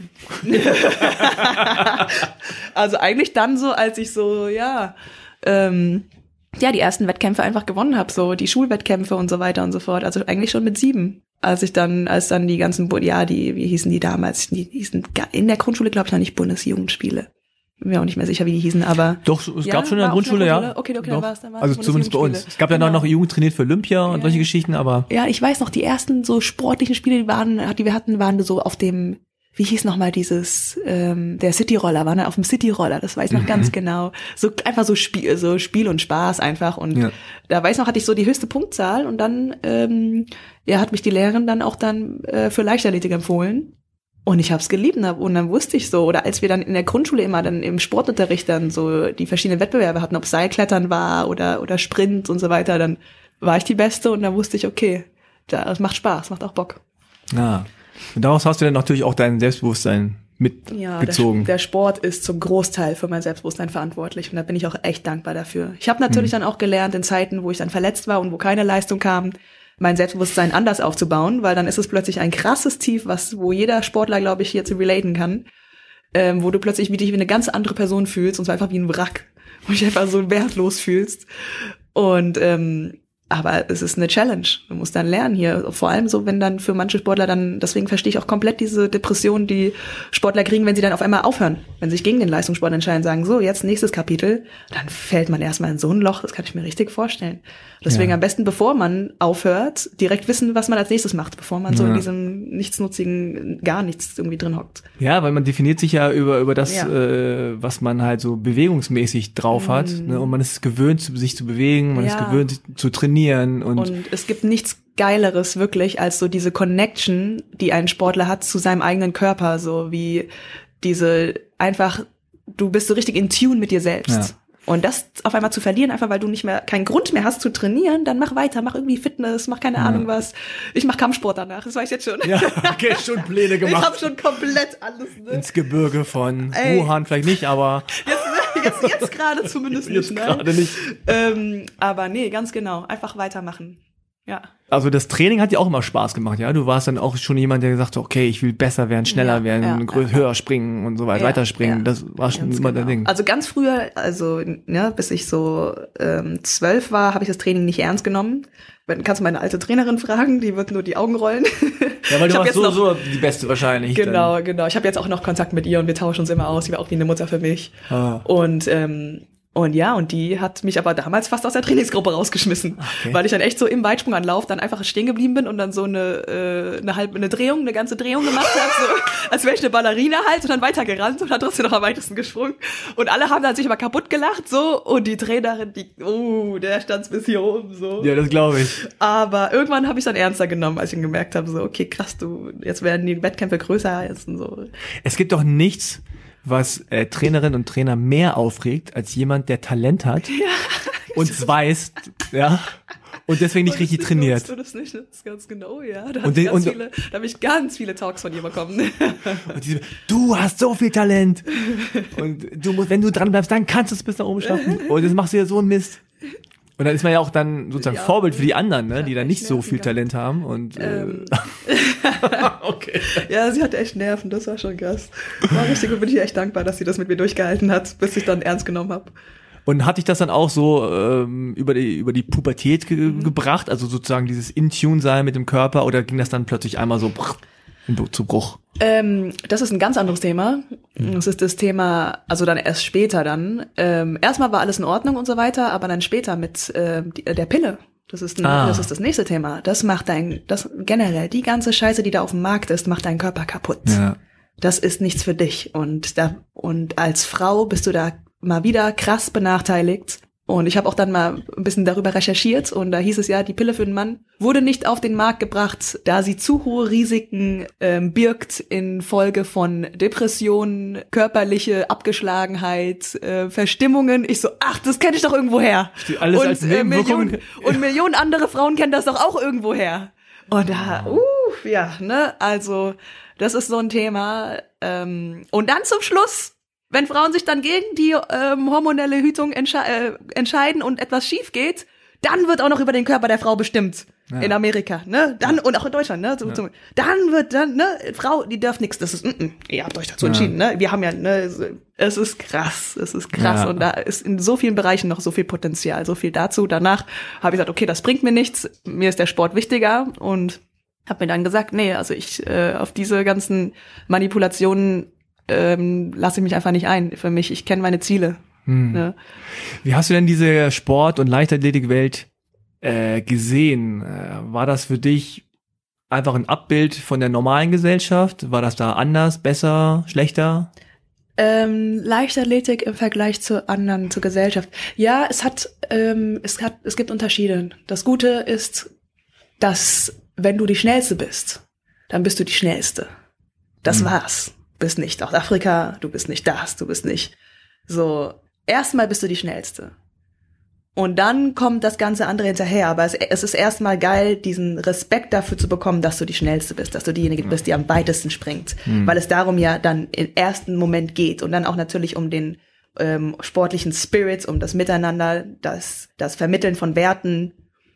[SPEAKER 1] Also eigentlich dann so, als ich so, ja, ähm, ja, die ersten Wettkämpfe einfach gewonnen habe, so die Schulwettkämpfe und so weiter und so fort. Also eigentlich schon mit sieben. Als ich dann, als dann die ganzen, Bu- ja, die, wie hießen die damals? Die hießen ga- in der Grundschule, glaube ich, noch nicht Bundesjugendspiele. Bin mir auch nicht mehr sicher, wie die hießen, aber.
[SPEAKER 2] Doch, es
[SPEAKER 1] Ja,
[SPEAKER 2] gab schon in der
[SPEAKER 1] war auch
[SPEAKER 2] Grundschule,
[SPEAKER 1] in der
[SPEAKER 2] ja.
[SPEAKER 1] Grundschule? Okay, okay,
[SPEAKER 2] Doch.
[SPEAKER 1] dann war es- dann war es
[SPEAKER 2] Also zumindest bei uns.
[SPEAKER 1] Bundesjugendspiele.
[SPEAKER 2] Es gab ja dann
[SPEAKER 1] Genau.
[SPEAKER 2] noch Jugend trainiert für Olympia und
[SPEAKER 1] Ja,
[SPEAKER 2] solche
[SPEAKER 1] ja.
[SPEAKER 2] Geschichten, aber
[SPEAKER 1] Ja, ich weiß noch, die ersten so sportlichen Spiele, die waren, die wir hatten, waren so auf dem, wie hieß nochmal dieses, ähm, der Cityroller, war ne, auf dem Cityroller, das weiß ich noch
[SPEAKER 2] Mhm.
[SPEAKER 1] ganz genau. So einfach so Spiel, so Spiel und Spaß einfach. Und
[SPEAKER 2] Ja.
[SPEAKER 1] da weiß ich noch, hatte ich so die höchste Punktzahl und dann, ähm, ja, hat mich die Lehrerin dann auch dann äh, für Leichtathletik empfohlen. Und ich hab's geliebt, ne? Und dann wusste ich so, oder als wir dann in der Grundschule immer dann im Sportunterricht dann so die verschiedenen Wettbewerbe hatten, ob Seilklettern war oder oder Sprint und so weiter, dann war ich die Beste und dann wusste ich, okay, das macht Spaß, macht auch Bock.
[SPEAKER 2] ja. Und daraus hast du dann natürlich auch dein Selbstbewusstsein mitgezogen.
[SPEAKER 1] Ja, der, der Sport ist zum Großteil für mein Selbstbewusstsein verantwortlich und da bin ich auch echt dankbar dafür. Ich habe natürlich hm. dann auch gelernt in Zeiten, wo ich dann verletzt war und wo keine Leistung kam, mein Selbstbewusstsein anders aufzubauen, weil dann ist es plötzlich ein krasses Tief, was wo jeder Sportler, glaube ich, hier zu relaten kann, ähm, wo du plötzlich wie dich wie eine ganz andere Person fühlst und zwar einfach wie ein Wrack, wo dich einfach so wertlos fühlst. Und ähm, aber es ist eine Challenge. Du musst dann lernen hier. Vor allem so, wenn dann für manche Sportler dann, deswegen verstehe ich auch komplett diese Depression, die Sportler kriegen, wenn sie dann auf einmal aufhören. Wenn sie sich gegen den Leistungssport entscheiden, sagen, so, jetzt nächstes Kapitel, dann fällt man erstmal in so ein Loch. Das kann ich mir richtig vorstellen. Deswegen ja. am besten, bevor man aufhört, direkt wissen, was man als nächstes macht, bevor man ja. so in diesem nichtsnutzigen, gar nichts irgendwie drin hockt.
[SPEAKER 2] Ja, weil man definiert sich ja über über das, ja. äh, was man halt so bewegungsmäßig drauf hat. Mm. Ne? Und man ist gewöhnt, sich zu bewegen, man ja. ist gewöhnt zu trainieren. Und,
[SPEAKER 1] und es gibt nichts Geileres wirklich, als so diese Connection, die ein Sportler hat zu seinem eigenen Körper, so wie diese einfach, du bist so richtig in Tune mit dir selbst. Ja. Und das auf einmal zu verlieren, einfach weil du nicht mehr, keinen Grund mehr hast zu trainieren, dann mach weiter, mach irgendwie Fitness, mach keine ja. Ahnung was. Ich mach Kampfsport danach, das weiß ich jetzt schon.
[SPEAKER 2] Ja, okay, schon Pläne gemacht.
[SPEAKER 1] Ich hab schon komplett alles, ne?
[SPEAKER 2] Ins Gebirge von Ey. Wuhan vielleicht nicht, aber...
[SPEAKER 1] Jetzt, jetzt, jetzt gerade zumindest
[SPEAKER 2] jetzt
[SPEAKER 1] nicht, ne?
[SPEAKER 2] gerade nicht.
[SPEAKER 1] Ähm, aber nee, ganz genau, einfach weitermachen. Ja.
[SPEAKER 2] Also das Training hat dir auch immer Spaß gemacht, ja? Du warst dann auch schon jemand, der gesagt hat, okay, ich will besser werden, schneller
[SPEAKER 1] ja,
[SPEAKER 2] werden,
[SPEAKER 1] ja,
[SPEAKER 2] grö-
[SPEAKER 1] ja.
[SPEAKER 2] höher springen und so weiter, ja, weiterspringen. Ja. Das war schon ganz immer genau. dein Ding.
[SPEAKER 1] Also ganz früher, also ja, bis ich so ähm, zwölf war, habe ich das Training nicht ernst genommen. Kannst du meine alte Trainerin fragen, die wird nur die Augen rollen.
[SPEAKER 2] Ja, weil du warst so, noch, so die Beste wahrscheinlich.
[SPEAKER 1] Genau,
[SPEAKER 2] dann.
[SPEAKER 1] genau. Ich habe jetzt auch noch Kontakt mit ihr und wir tauschen uns immer aus. Sie war auch wie eine Mutter für mich. Ah. Und ähm, Und ja, und die hat mich aber damals fast aus der Trainingsgruppe rausgeschmissen, okay. weil ich dann echt so im Weitsprunganlauf dann einfach stehen geblieben bin und dann so eine äh, eine halbe eine Drehung, eine ganze Drehung gemacht habe, so als wäre ich eine Ballerina halt und dann weitergerannt und hat trotzdem noch am weitesten gesprungen. Und alle haben dann sich immer kaputt gelacht so und die Trainerin, die, oh, der stand bis hier oben so.
[SPEAKER 2] Ja, das glaube ich.
[SPEAKER 1] Aber irgendwann habe ich es dann ernster genommen, als ich gemerkt habe, so okay, krass, du, jetzt werden die Wettkämpfe größer jetzt und so.
[SPEAKER 2] Es gibt doch nichts, was äh, Trainerinnen und Trainer mehr aufregt, als jemand, der Talent hat
[SPEAKER 1] ja,
[SPEAKER 2] und es weiß, ja, und deswegen nicht und richtig
[SPEAKER 1] nicht
[SPEAKER 2] trainiert.
[SPEAKER 1] Du das nicht, das ist ganz genau, ja. Da,
[SPEAKER 2] und den,
[SPEAKER 1] ganz
[SPEAKER 2] und,
[SPEAKER 1] viele, da habe ich ganz viele Talks von ihr bekommen.
[SPEAKER 2] Und diese, du hast so viel Talent und du musst, wenn du dran bleibst, dann kannst du es bis nach oben schaffen. Und jetzt machst du ja so einen Mist. Und dann ist man ja auch dann sozusagen ja, Vorbild für die anderen, ne, die dann nicht so viel Talent haben. Und ähm. äh,
[SPEAKER 1] okay. Ja, sie hatte echt Nerven, das war schon krass. War richtig und bin ich echt dankbar, dass sie das mit mir durchgehalten hat, bis ich dann ernst genommen habe.
[SPEAKER 2] Und hat dich das dann auch so ähm, über die über die Pubertät ge- mhm. gebracht, also sozusagen dieses In-Tune-Sein mit dem Körper, oder ging das dann plötzlich einmal so brr, zu Bruch?
[SPEAKER 1] Ähm, das ist ein ganz anderes Thema. Das ist das Thema, also dann erst später dann. Ähm, erstmal war alles in Ordnung und so weiter, aber dann später mit äh, die, der Pille. Das ist, ein, ah. das ist das nächste Thema. Das macht dein, das generell, die ganze Scheiße, die da auf dem Markt ist, macht deinen Körper kaputt.
[SPEAKER 2] Ja.
[SPEAKER 1] Das ist nichts für dich. Und da, und als Frau bist du da mal wieder krass benachteiligt. Und ich habe auch dann mal ein bisschen darüber recherchiert und da hieß es ja, die Pille für den Mann wurde nicht auf den Markt gebracht, da sie zu hohe Risiken ähm, birgt in Folge von Depressionen, körperliche Abgeschlagenheit, äh, Verstimmungen. Ich so, ach, das kenne ich doch irgendwo her.
[SPEAKER 2] Alles
[SPEAKER 1] und,
[SPEAKER 2] als
[SPEAKER 1] äh, Millionen, und Millionen andere Frauen kennen das doch auch irgendwo her. Und da, uh, ja, ne, also das ist so ein Thema. Ähm, und dann zum Schluss, wenn Frauen sich dann gegen die ähm, hormonelle Hütung entsche- äh, entscheiden und etwas schief geht, dann wird auch noch über den Körper der Frau bestimmt. Ja. In Amerika, ne? Dann, ja. Und auch in Deutschland, ne? So, ja. so, dann wird dann, ne? Frau, die darf nichts. Das ist, mm, mm, ihr habt euch dazu entschieden, ja. ne? Wir haben ja, ne? Es ist krass, es ist krass. Ja. Und da ist in so vielen Bereichen noch so viel Potenzial, so viel dazu. Danach habe ich gesagt, okay, das bringt mir nichts. Mir ist der Sport wichtiger und habe mir dann gesagt, nee, also ich äh, auf diese ganzen Manipulationen Ähm, lasse ich mich einfach nicht ein. Für mich, ich kenne meine Ziele.
[SPEAKER 2] Hm.
[SPEAKER 1] Ne?
[SPEAKER 2] Wie hast du denn diese Sport- und Leichtathletikwelt äh, gesehen? Äh, war das für dich einfach ein Abbild von der normalen Gesellschaft? War das da anders, besser, schlechter?
[SPEAKER 1] Ähm, Leichtathletik im Vergleich zur anderen, zur Gesellschaft. Ja, es hat, ähm, es hat, es gibt Unterschiede. Das Gute ist, dass wenn du die Schnellste bist, dann bist du die Schnellste. Das hm. war's. Du bist nicht aus Afrika, du bist nicht das, du bist nicht so. Erstmal bist du die Schnellste. Und dann kommt das ganze andere hinterher. Aber es, es ist erstmal geil, diesen Respekt dafür zu bekommen, dass du die Schnellste bist, dass du diejenige bist, die am weitesten springt. Mhm. Weil es darum ja dann im ersten Moment geht. Und dann auch natürlich um den ähm, sportlichen Spirit, um das Miteinander, das, das Vermitteln von Werten.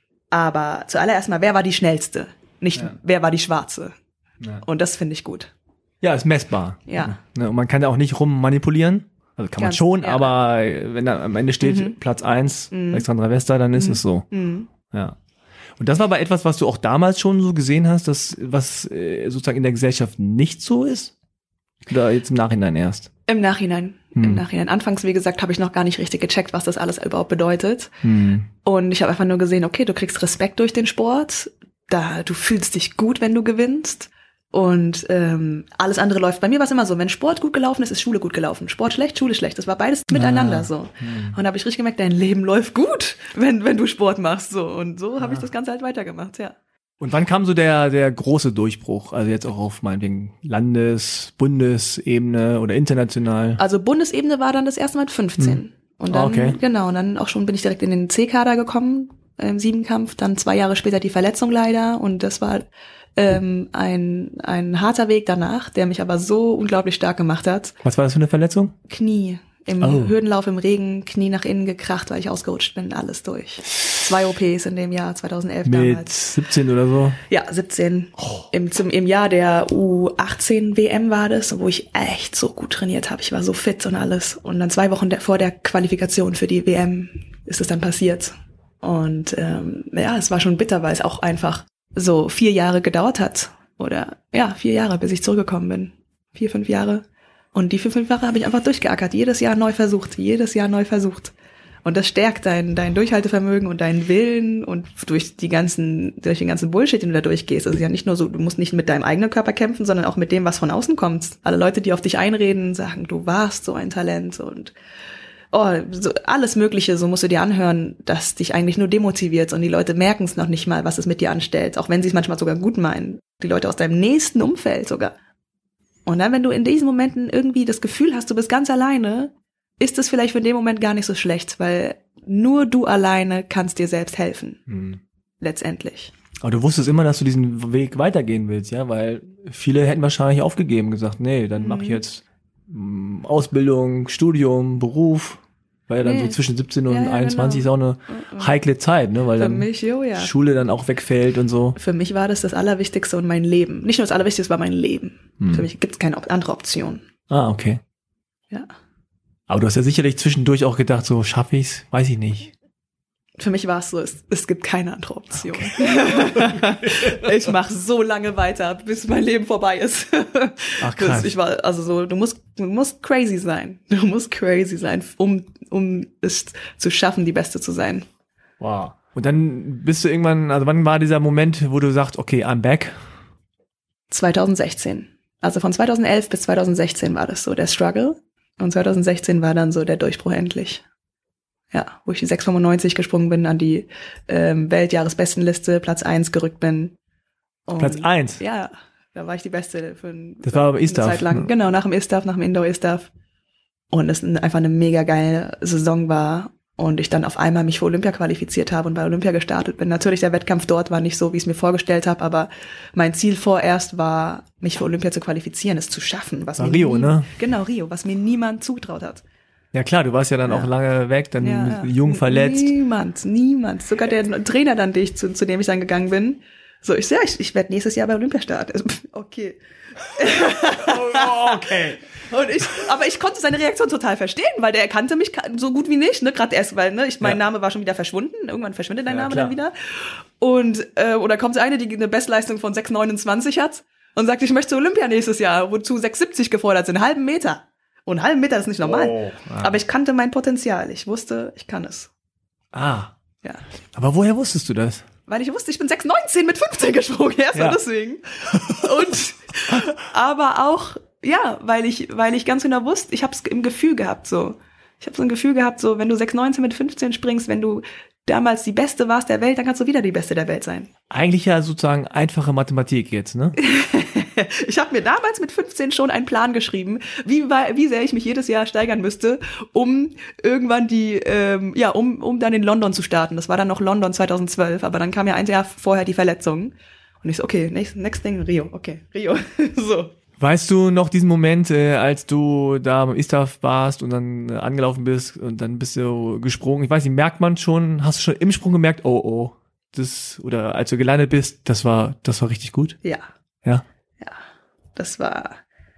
[SPEAKER 1] Aber zuallererst mal, wer war die Schnellste? Nicht, ja. wer war die Schwarze? Ja. Und das finde ich gut.
[SPEAKER 2] Ja, ist messbar.
[SPEAKER 1] Ja.
[SPEAKER 2] Und man kann da auch nicht rummanipulieren. Also kann Ganz, man schon, ja. aber wenn da am Ende steht mhm. Platz eins, mhm. Alexandra Wester, dann ist mhm. es so. Mhm. Ja. Und das war aber etwas, was du auch damals schon so gesehen hast, dass was sozusagen in der Gesellschaft nicht so ist? Oder jetzt im Nachhinein erst?
[SPEAKER 1] Im Nachhinein. Hm. Im Nachhinein. Anfangs, wie gesagt, habe ich noch gar nicht richtig gecheckt, was das alles überhaupt bedeutet. Hm. Und ich habe einfach nur gesehen, okay, du kriegst Respekt durch den Sport, da du fühlst dich gut, wenn du gewinnst. Und ähm, alles andere läuft. Bei mir war es immer so, wenn Sport gut gelaufen ist, ist Schule gut gelaufen. Sport schlecht, Schule schlecht. Das war beides miteinander ah, so. Hm. Und da habe ich richtig gemerkt, dein Leben läuft gut, wenn wenn du Sport machst. So. Und so ah. habe ich das Ganze halt weitergemacht, ja.
[SPEAKER 2] Und wann kam so der der große Durchbruch? Also jetzt auch auf meinetwegen Landes-, Bundesebene oder international?
[SPEAKER 1] Also Bundesebene war dann das erste Mal mit fünfzehn. Hm. Und dann,
[SPEAKER 2] okay.
[SPEAKER 1] genau, und dann auch schon bin ich direkt in den C-Kader gekommen, im Siebenkampf. Dann zwei Jahre später die Verletzung leider. Und das war ähm, ein ein harter Weg danach, der mich aber so unglaublich stark gemacht hat.
[SPEAKER 2] Was war das für eine Verletzung?
[SPEAKER 1] Knie. Im oh. Hürdenlauf im Regen, Knie nach innen gekracht, weil ich ausgerutscht bin, alles durch. Zwei O Ps in dem Jahr zweitausendelf
[SPEAKER 2] Mit
[SPEAKER 1] damals.
[SPEAKER 2] Mit siebzehn oder so?
[SPEAKER 1] Ja, siebzehn. Oh. Im, zum, Im Jahr der U achtzehn W M war das, wo ich echt so gut trainiert habe. Ich war so fit und alles. Und dann zwei Wochen der, vor der Qualifikation für die W M ist es dann passiert. Und ähm, ja, es war schon bitter, weil es auch einfach so vier Jahre gedauert hat. Oder ja, vier Jahre, bis ich zurückgekommen bin. Vier, fünf Jahre. Und die vier, fünf Jahre habe ich einfach durchgeackert. Jedes Jahr neu versucht. Jedes Jahr neu versucht. Und das stärkt dein, dein Durchhaltevermögen und deinen Willen und durch die ganzen, durch den ganzen Bullshit, den du da durchgehst. Es ist ja nicht nur so, du musst nicht mit deinem eigenen Körper kämpfen, sondern auch mit dem, was von außen kommt. Alle Leute, die auf dich einreden, sagen, du warst so ein Talent und oh, so alles Mögliche, so musst du dir anhören, dass dich eigentlich nur demotiviert und die Leute merken es noch nicht mal, was es mit dir anstellt, auch wenn sie es manchmal sogar gut meinen. Die Leute aus deinem nächsten Umfeld sogar. Und dann, wenn du in diesen Momenten irgendwie das Gefühl hast, du bist ganz alleine, ist es vielleicht für den Moment gar nicht so schlecht, weil nur du alleine kannst dir selbst helfen. Mhm. Letztendlich.
[SPEAKER 2] Aber du wusstest immer, dass du diesen Weg weitergehen willst, ja, weil viele hätten wahrscheinlich aufgegeben, gesagt, nee, dann mhm. mache ich jetzt mh, Ausbildung, Studium, Beruf, weil ja dann nee. so zwischen siebzehn und ja, einundzwanzig genau. ist auch eine heikle Zeit, ne, weil
[SPEAKER 1] für
[SPEAKER 2] dann
[SPEAKER 1] mich, jo, ja.
[SPEAKER 2] Schule dann auch wegfällt und so.
[SPEAKER 1] Für mich war das das Allerwichtigste und mein Leben. Nicht nur das Allerwichtigste, war mein Leben. Hm. Für mich gibt es keine andere Option.
[SPEAKER 2] Ah, okay.
[SPEAKER 1] Ja.
[SPEAKER 2] Aber du hast ja sicherlich zwischendurch auch gedacht, so schaffe ich's, weiß ich nicht.
[SPEAKER 1] Für mich war es so, es, es gibt keine andere Option. Okay. Ich mache so lange weiter, bis mein Leben vorbei ist.
[SPEAKER 2] Ach krass.
[SPEAKER 1] Ich war also so, du musst du musst crazy sein. Du musst crazy sein, um um es zu schaffen, die Beste zu sein.
[SPEAKER 2] Wow. Und dann bist du irgendwann, also wann war dieser Moment, wo du sagst, okay, I'm back?
[SPEAKER 1] zweitausendsechzehn. Also von zweitausendelf bis zweitausendsechzehn war das so der Struggle. Und zweitausendsechzehn war dann so der Durchbruch endlich. Ja, wo ich die sechs Komma fünfundneunzig gesprungen bin, an die ähm, Weltjahresbestenliste, Platz eins gerückt bin. Und
[SPEAKER 2] Platz eins?
[SPEAKER 1] Ja, da war ich die Beste für, ein,
[SPEAKER 2] das war aber
[SPEAKER 1] eine
[SPEAKER 2] ISTAF,
[SPEAKER 1] Zeit lang.
[SPEAKER 2] Ne?
[SPEAKER 1] Genau, nach dem ISTAF, nach dem Indoor-ISTAF. Und es einfach eine mega geile Saison war. Und ich dann auf einmal mich für Olympia qualifiziert habe und bei Olympia gestartet bin. Natürlich, der Wettkampf dort war nicht so, wie ich es mir vorgestellt habe, aber mein Ziel vorerst war, mich für Olympia zu qualifizieren, es zu schaffen. Was
[SPEAKER 2] war
[SPEAKER 1] mir
[SPEAKER 2] Rio,
[SPEAKER 1] nie,
[SPEAKER 2] ne?
[SPEAKER 1] Genau, Rio, was mir niemand zutraut hat.
[SPEAKER 2] Ja klar, du warst ja dann ja. auch lange weg, dann ja, ja. jung verletzt.
[SPEAKER 1] Niemand, niemand. Sogar der Trainer dann, ich, zu, zu dem ich dann gegangen bin, so, ich so, ja, ich, ich werde nächstes Jahr bei Olympia starten. Also, okay.
[SPEAKER 2] Oh, okay.
[SPEAKER 1] Und ich, aber ich konnte seine Reaktion total verstehen, weil der erkannte mich so gut wie nicht, ne, gerade erst, weil, ne, ich, mein ja. Name war schon wieder verschwunden, irgendwann verschwindet dein ja, Name klar. dann wieder. Und, äh, oder kommt eine, die eine Bestleistung von sechs Komma neunundzwanzig hat und sagt, ich möchte zu Olympia nächstes Jahr, wozu sechs Komma siebzig gefordert sind, einen halben Meter. Und einen halben Meter ist nicht normal. Oh, ja. Aber ich kannte mein Potenzial, ich wusste, ich kann es.
[SPEAKER 2] Ah.
[SPEAKER 1] Ja.
[SPEAKER 2] Aber woher wusstest du das?
[SPEAKER 1] Weil ich wusste, ich bin sechs Komma neunzehn mit fünfzehn gesprungen, erst ja. deswegen. Und, aber auch, ja, weil ich, weil ich ganz genau wusste, ich habe es im Gefühl gehabt, so. Ich habe so ein Gefühl gehabt, so, wenn du sechs Komma neunzehn mit fünfzehn springst, wenn du damals die Beste warst der Welt, dann kannst du wieder die Beste der Welt sein.
[SPEAKER 2] Eigentlich ja sozusagen einfache Mathematik jetzt, ne?
[SPEAKER 1] Ich habe mir damals mit fünfzehn schon einen Plan geschrieben, wie, wie sehr ich mich jedes Jahr steigern müsste, um irgendwann die, ähm, ja, um, um dann in London zu starten. Das war dann noch London zweitausendzwölf, aber dann kam ja ein Jahr vorher die Verletzung. Und ich so, okay, next, next thing, Rio, okay, Rio, so.
[SPEAKER 2] Weißt du noch diesen Moment, äh, als du da beim Istaf warst und dann äh, angelaufen bist und dann bist du gesprungen? Ich weiß nicht, merkt man schon, hast du schon im Sprung gemerkt, oh, oh, das, oder als du gelandet bist, das war, das war richtig gut?
[SPEAKER 1] Ja.
[SPEAKER 2] Ja?
[SPEAKER 1] Ja, das war,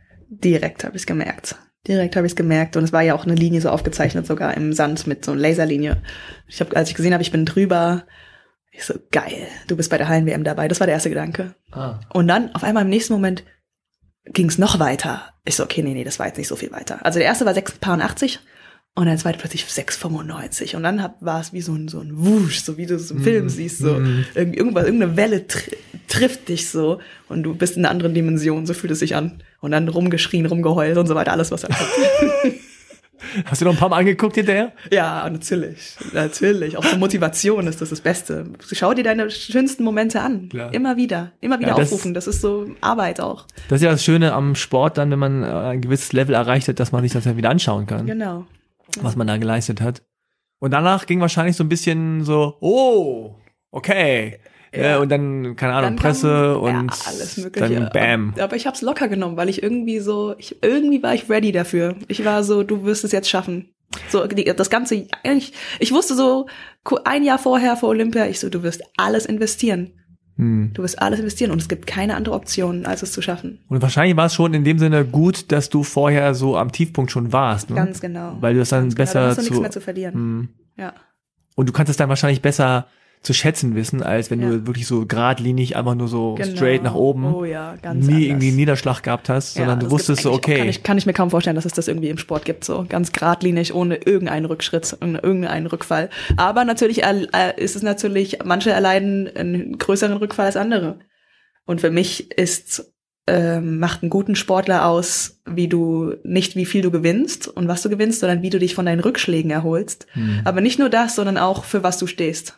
[SPEAKER 1] direkt habe ich es gemerkt. Direkt habe ich es gemerkt und es war ja auch eine Linie so aufgezeichnet, sogar im Sand mit so einer Laserlinie. Ich habe, als ich gesehen habe, ich bin drüber, ich so, geil, du bist bei der Hallen-W M dabei. Das war der erste Gedanke. Ah. Und dann auf einmal im nächsten Moment ging es noch weiter. Ich so, okay, nee, nee, das war jetzt nicht so viel weiter. Also der erste war sechs achtzig und der zweite plötzlich sechs fünfundneunzig. Und dann hab, war es wie so ein, so ein Wusch, so wie du es im mm, Film siehst, so mm. irgendwie irgendwas, irgendeine Welle tr- trifft dich so und du bist in einer anderen Dimension, so fühlt es sich an. Und dann rumgeschrien, rumgeheult und so weiter, alles, was da kommt.
[SPEAKER 2] Hast du noch ein paar Mal angeguckt hinterher?
[SPEAKER 1] Ja, natürlich. Natürlich. Auch zur Motivation ist das das Beste. Schau dir deine schönsten Momente an. Klar. Immer wieder. Immer wieder ja, das, aufrufen. Das ist so Arbeit auch.
[SPEAKER 2] Das ist ja das Schöne am Sport dann, wenn man ein gewisses Level erreicht hat, dass man sich das dann wieder anschauen kann.
[SPEAKER 1] Genau.
[SPEAKER 2] Was man da geleistet hat. Und danach ging wahrscheinlich so ein bisschen so, oh, okay. Ja, und dann, keine Ahnung, dann Presse kam, und
[SPEAKER 1] ja, alles Mögliche.
[SPEAKER 2] Dann bam.
[SPEAKER 1] Aber, aber ich hab's locker genommen, weil ich irgendwie so, ich, irgendwie war ich ready dafür. Ich war so, du wirst es jetzt schaffen. So, die, das Ganze, eigentlich, ich wusste so, ein Jahr vorher vor Olympia, ich so, du wirst alles investieren. Hm. Du wirst alles investieren und es gibt keine andere Option, als es zu schaffen.
[SPEAKER 2] Und wahrscheinlich war es schon in dem Sinne gut, dass du vorher so am Tiefpunkt schon warst, ne?
[SPEAKER 1] Ganz genau.
[SPEAKER 2] Weil du das dann
[SPEAKER 1] Ganz
[SPEAKER 2] besser
[SPEAKER 1] genau, da hast du
[SPEAKER 2] zu,
[SPEAKER 1] nichts mehr zu verlieren.
[SPEAKER 2] Hm.
[SPEAKER 1] Ja.
[SPEAKER 2] Und du kannst es dann wahrscheinlich besser zu schätzen wissen, als wenn
[SPEAKER 1] ja.
[SPEAKER 2] du wirklich so geradlinig einfach nur so
[SPEAKER 1] genau.
[SPEAKER 2] straight nach oben
[SPEAKER 1] oh, ja, ganz
[SPEAKER 2] nie
[SPEAKER 1] anders.
[SPEAKER 2] irgendwie einen Niederschlag gehabt hast, sondern ja, du wusstest so, okay.
[SPEAKER 1] Kann ich, kann ich mir kaum vorstellen, dass es das irgendwie im Sport gibt, so ganz geradlinig, ohne irgendeinen Rückschritt, ohne irgendeinen Rückfall. Aber natürlich äh, ist es natürlich, manche erleiden einen größeren Rückfall als andere. Und für mich ist ähm, macht einen guten Sportler aus, wie du, nicht wie viel du gewinnst und was du gewinnst, sondern wie du dich von deinen Rückschlägen erholst. Hm. Aber nicht nur das, sondern auch für was du stehst.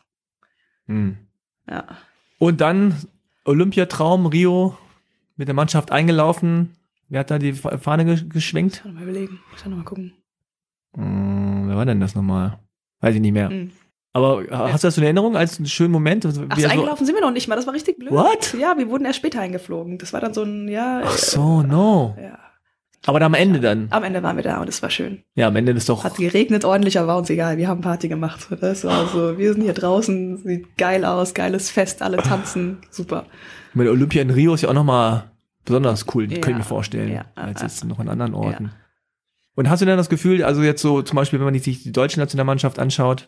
[SPEAKER 2] Hm.
[SPEAKER 1] Ja.
[SPEAKER 2] Und dann Olympiatraum, Rio, mit der Mannschaft eingelaufen. Wer hat da die Fahne geschwenkt?
[SPEAKER 1] Ich kann noch mal überlegen. Ich kann noch mal gucken.
[SPEAKER 2] Hm, wer war denn das nochmal? Weiß ich nicht mehr.
[SPEAKER 1] Hm.
[SPEAKER 2] Aber ja. Hast du das in Erinnerung als einen schönen Moment?
[SPEAKER 1] Ach, so eingelaufen sind wir noch nicht mal. Das war richtig blöd.
[SPEAKER 2] What?
[SPEAKER 1] Ja, wir wurden erst später eingeflogen. Das war dann so ein, ja.
[SPEAKER 2] Ach so,
[SPEAKER 1] äh,
[SPEAKER 2] no.
[SPEAKER 1] Ja.
[SPEAKER 2] Aber am Ende dann?
[SPEAKER 1] Am Ende waren wir da und es war schön.
[SPEAKER 2] Ja, am Ende ist doch...
[SPEAKER 1] Hat geregnet ordentlich, aber war uns egal. Wir haben Party gemacht. Das war so, wir sind hier draußen, sieht geil aus, geiles Fest, alle tanzen, super.
[SPEAKER 2] Mit Olympia in Rio ist ja auch nochmal besonders cool,
[SPEAKER 1] ja,
[SPEAKER 2] kann ich mir vorstellen,
[SPEAKER 1] ja,
[SPEAKER 2] als
[SPEAKER 1] ja,
[SPEAKER 2] jetzt noch an anderen Orten.
[SPEAKER 1] Ja.
[SPEAKER 2] Und hast du denn das Gefühl, also jetzt so zum Beispiel, wenn man sich die deutsche Nationalmannschaft anschaut,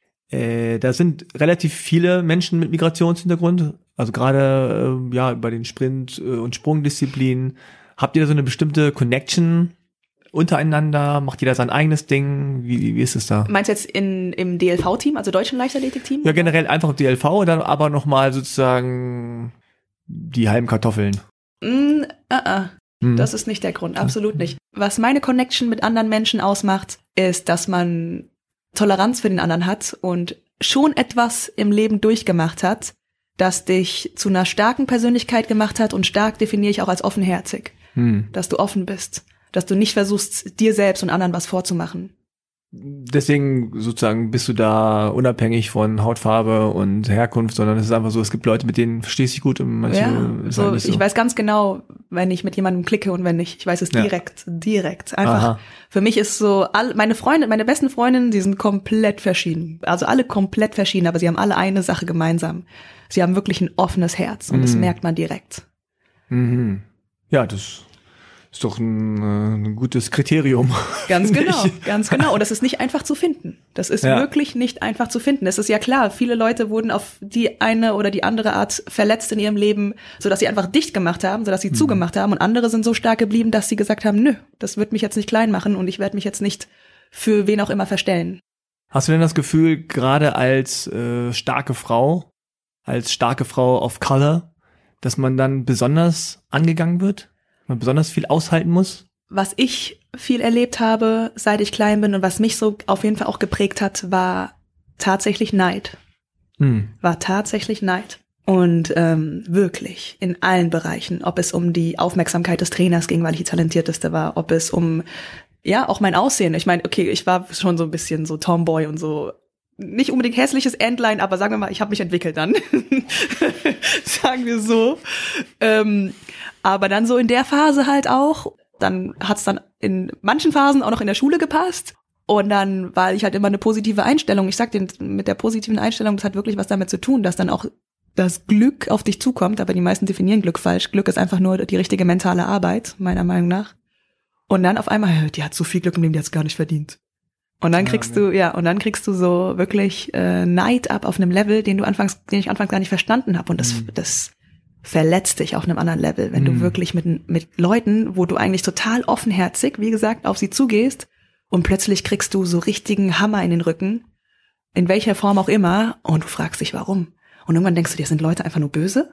[SPEAKER 2] äh, da sind relativ viele Menschen mit Migrationshintergrund, also gerade äh, ja bei den Sprint- und Sprungdisziplinen. Habt ihr da so eine bestimmte Connection untereinander? Macht jeder sein eigenes Ding? Wie, wie ist es da?
[SPEAKER 1] Meinst du jetzt in, im D L V-Team, also Deutschen Leichtathletik-Team?
[SPEAKER 2] Ja, generell einfach D L V, dann aber nochmal sozusagen die halben Kartoffeln.
[SPEAKER 1] Mm, uh, uh. Mm. Das ist nicht der Grund, absolut nicht. Was meine Connection mit anderen Menschen ausmacht, ist, dass man Toleranz für den anderen hat und schon etwas im Leben durchgemacht hat, das dich zu einer starken Persönlichkeit gemacht hat, und stark definiere ich auch als offenherzig. Hm. Dass du offen bist, dass du nicht versuchst, dir selbst und anderen was vorzumachen.
[SPEAKER 2] Deswegen sozusagen bist du da unabhängig von Hautfarbe und Herkunft, sondern es ist einfach so, es gibt Leute, mit denen verstehst du dich gut und manche
[SPEAKER 1] ja,
[SPEAKER 2] ist
[SPEAKER 1] so,
[SPEAKER 2] halt nicht so.
[SPEAKER 1] Ich weiß ganz genau, wenn ich mit jemandem klicke und wenn nicht. Ich weiß es direkt, ja. direkt. Einfach, Aha. Für mich ist so, all, meine Freunde, meine besten Freundinnen, die sind komplett verschieden. Also alle komplett verschieden, aber sie haben alle eine Sache gemeinsam. Sie haben wirklich ein offenes Herz und mhm. das merkt man direkt.
[SPEAKER 2] Mhm. Ja, das ist doch ein, ein gutes Kriterium.
[SPEAKER 1] Ganz genau, ganz genau. Und das ist nicht einfach zu finden. Das ist ja. wirklich nicht einfach zu finden. Es ist ja klar, viele Leute wurden auf die eine oder die andere Art verletzt in ihrem Leben, sodass sie einfach dicht gemacht haben, sodass sie mhm. zugemacht haben. Und andere sind so stark geblieben, dass sie gesagt haben, nö, das wird mich jetzt nicht klein machen und ich werde mich jetzt nicht für wen auch immer verstellen.
[SPEAKER 2] Hast du denn das Gefühl, gerade als äh, starke Frau, als starke Frau of Color, dass man dann besonders angegangen wird? Man besonders viel aushalten muss?
[SPEAKER 1] Was ich viel erlebt habe, seit ich klein bin und was mich so auf jeden Fall auch geprägt hat, war tatsächlich Neid.
[SPEAKER 2] Hm.
[SPEAKER 1] War tatsächlich Neid. Und ähm, wirklich in allen Bereichen, ob es um die Aufmerksamkeit des Trainers ging, weil ich die Talentierteste war, ob es um, ja, auch mein Aussehen. Ich meine, okay, ich war schon so ein bisschen so Tomboy und so, nicht unbedingt hässliches Entlein, aber sagen wir mal, ich habe mich entwickelt dann. Sagen wir so. Ähm, aber dann so in der Phase halt auch, dann hat's dann in manchen Phasen auch noch in der Schule gepasst. Und dann war ich halt immer eine positive Einstellung. Ich sag dir, mit der positiven Einstellung, das hat wirklich was damit zu tun, dass dann auch das Glück auf dich zukommt, aber die meisten definieren Glück falsch. Glück ist einfach nur die richtige mentale Arbeit, meiner Meinung nach. Und dann auf einmal, die hat so viel Glück im Leben, die hat's gar nicht verdient. Und dann kriegst ja, du, ja, und dann kriegst du so wirklich äh, Neid ab auf einem Level, den du anfangs, den ich anfangs gar nicht verstanden habe. Und das, mhm. das verletzt dich auf einem anderen Level, wenn mhm. du wirklich mit mit Leuten, wo du eigentlich total offenherzig, wie gesagt, auf sie zugehst und plötzlich kriegst du so richtigen Hammer in den Rücken, in welcher Form auch immer, und du fragst dich, warum. Und irgendwann denkst du dir, sind Leute einfach nur böse?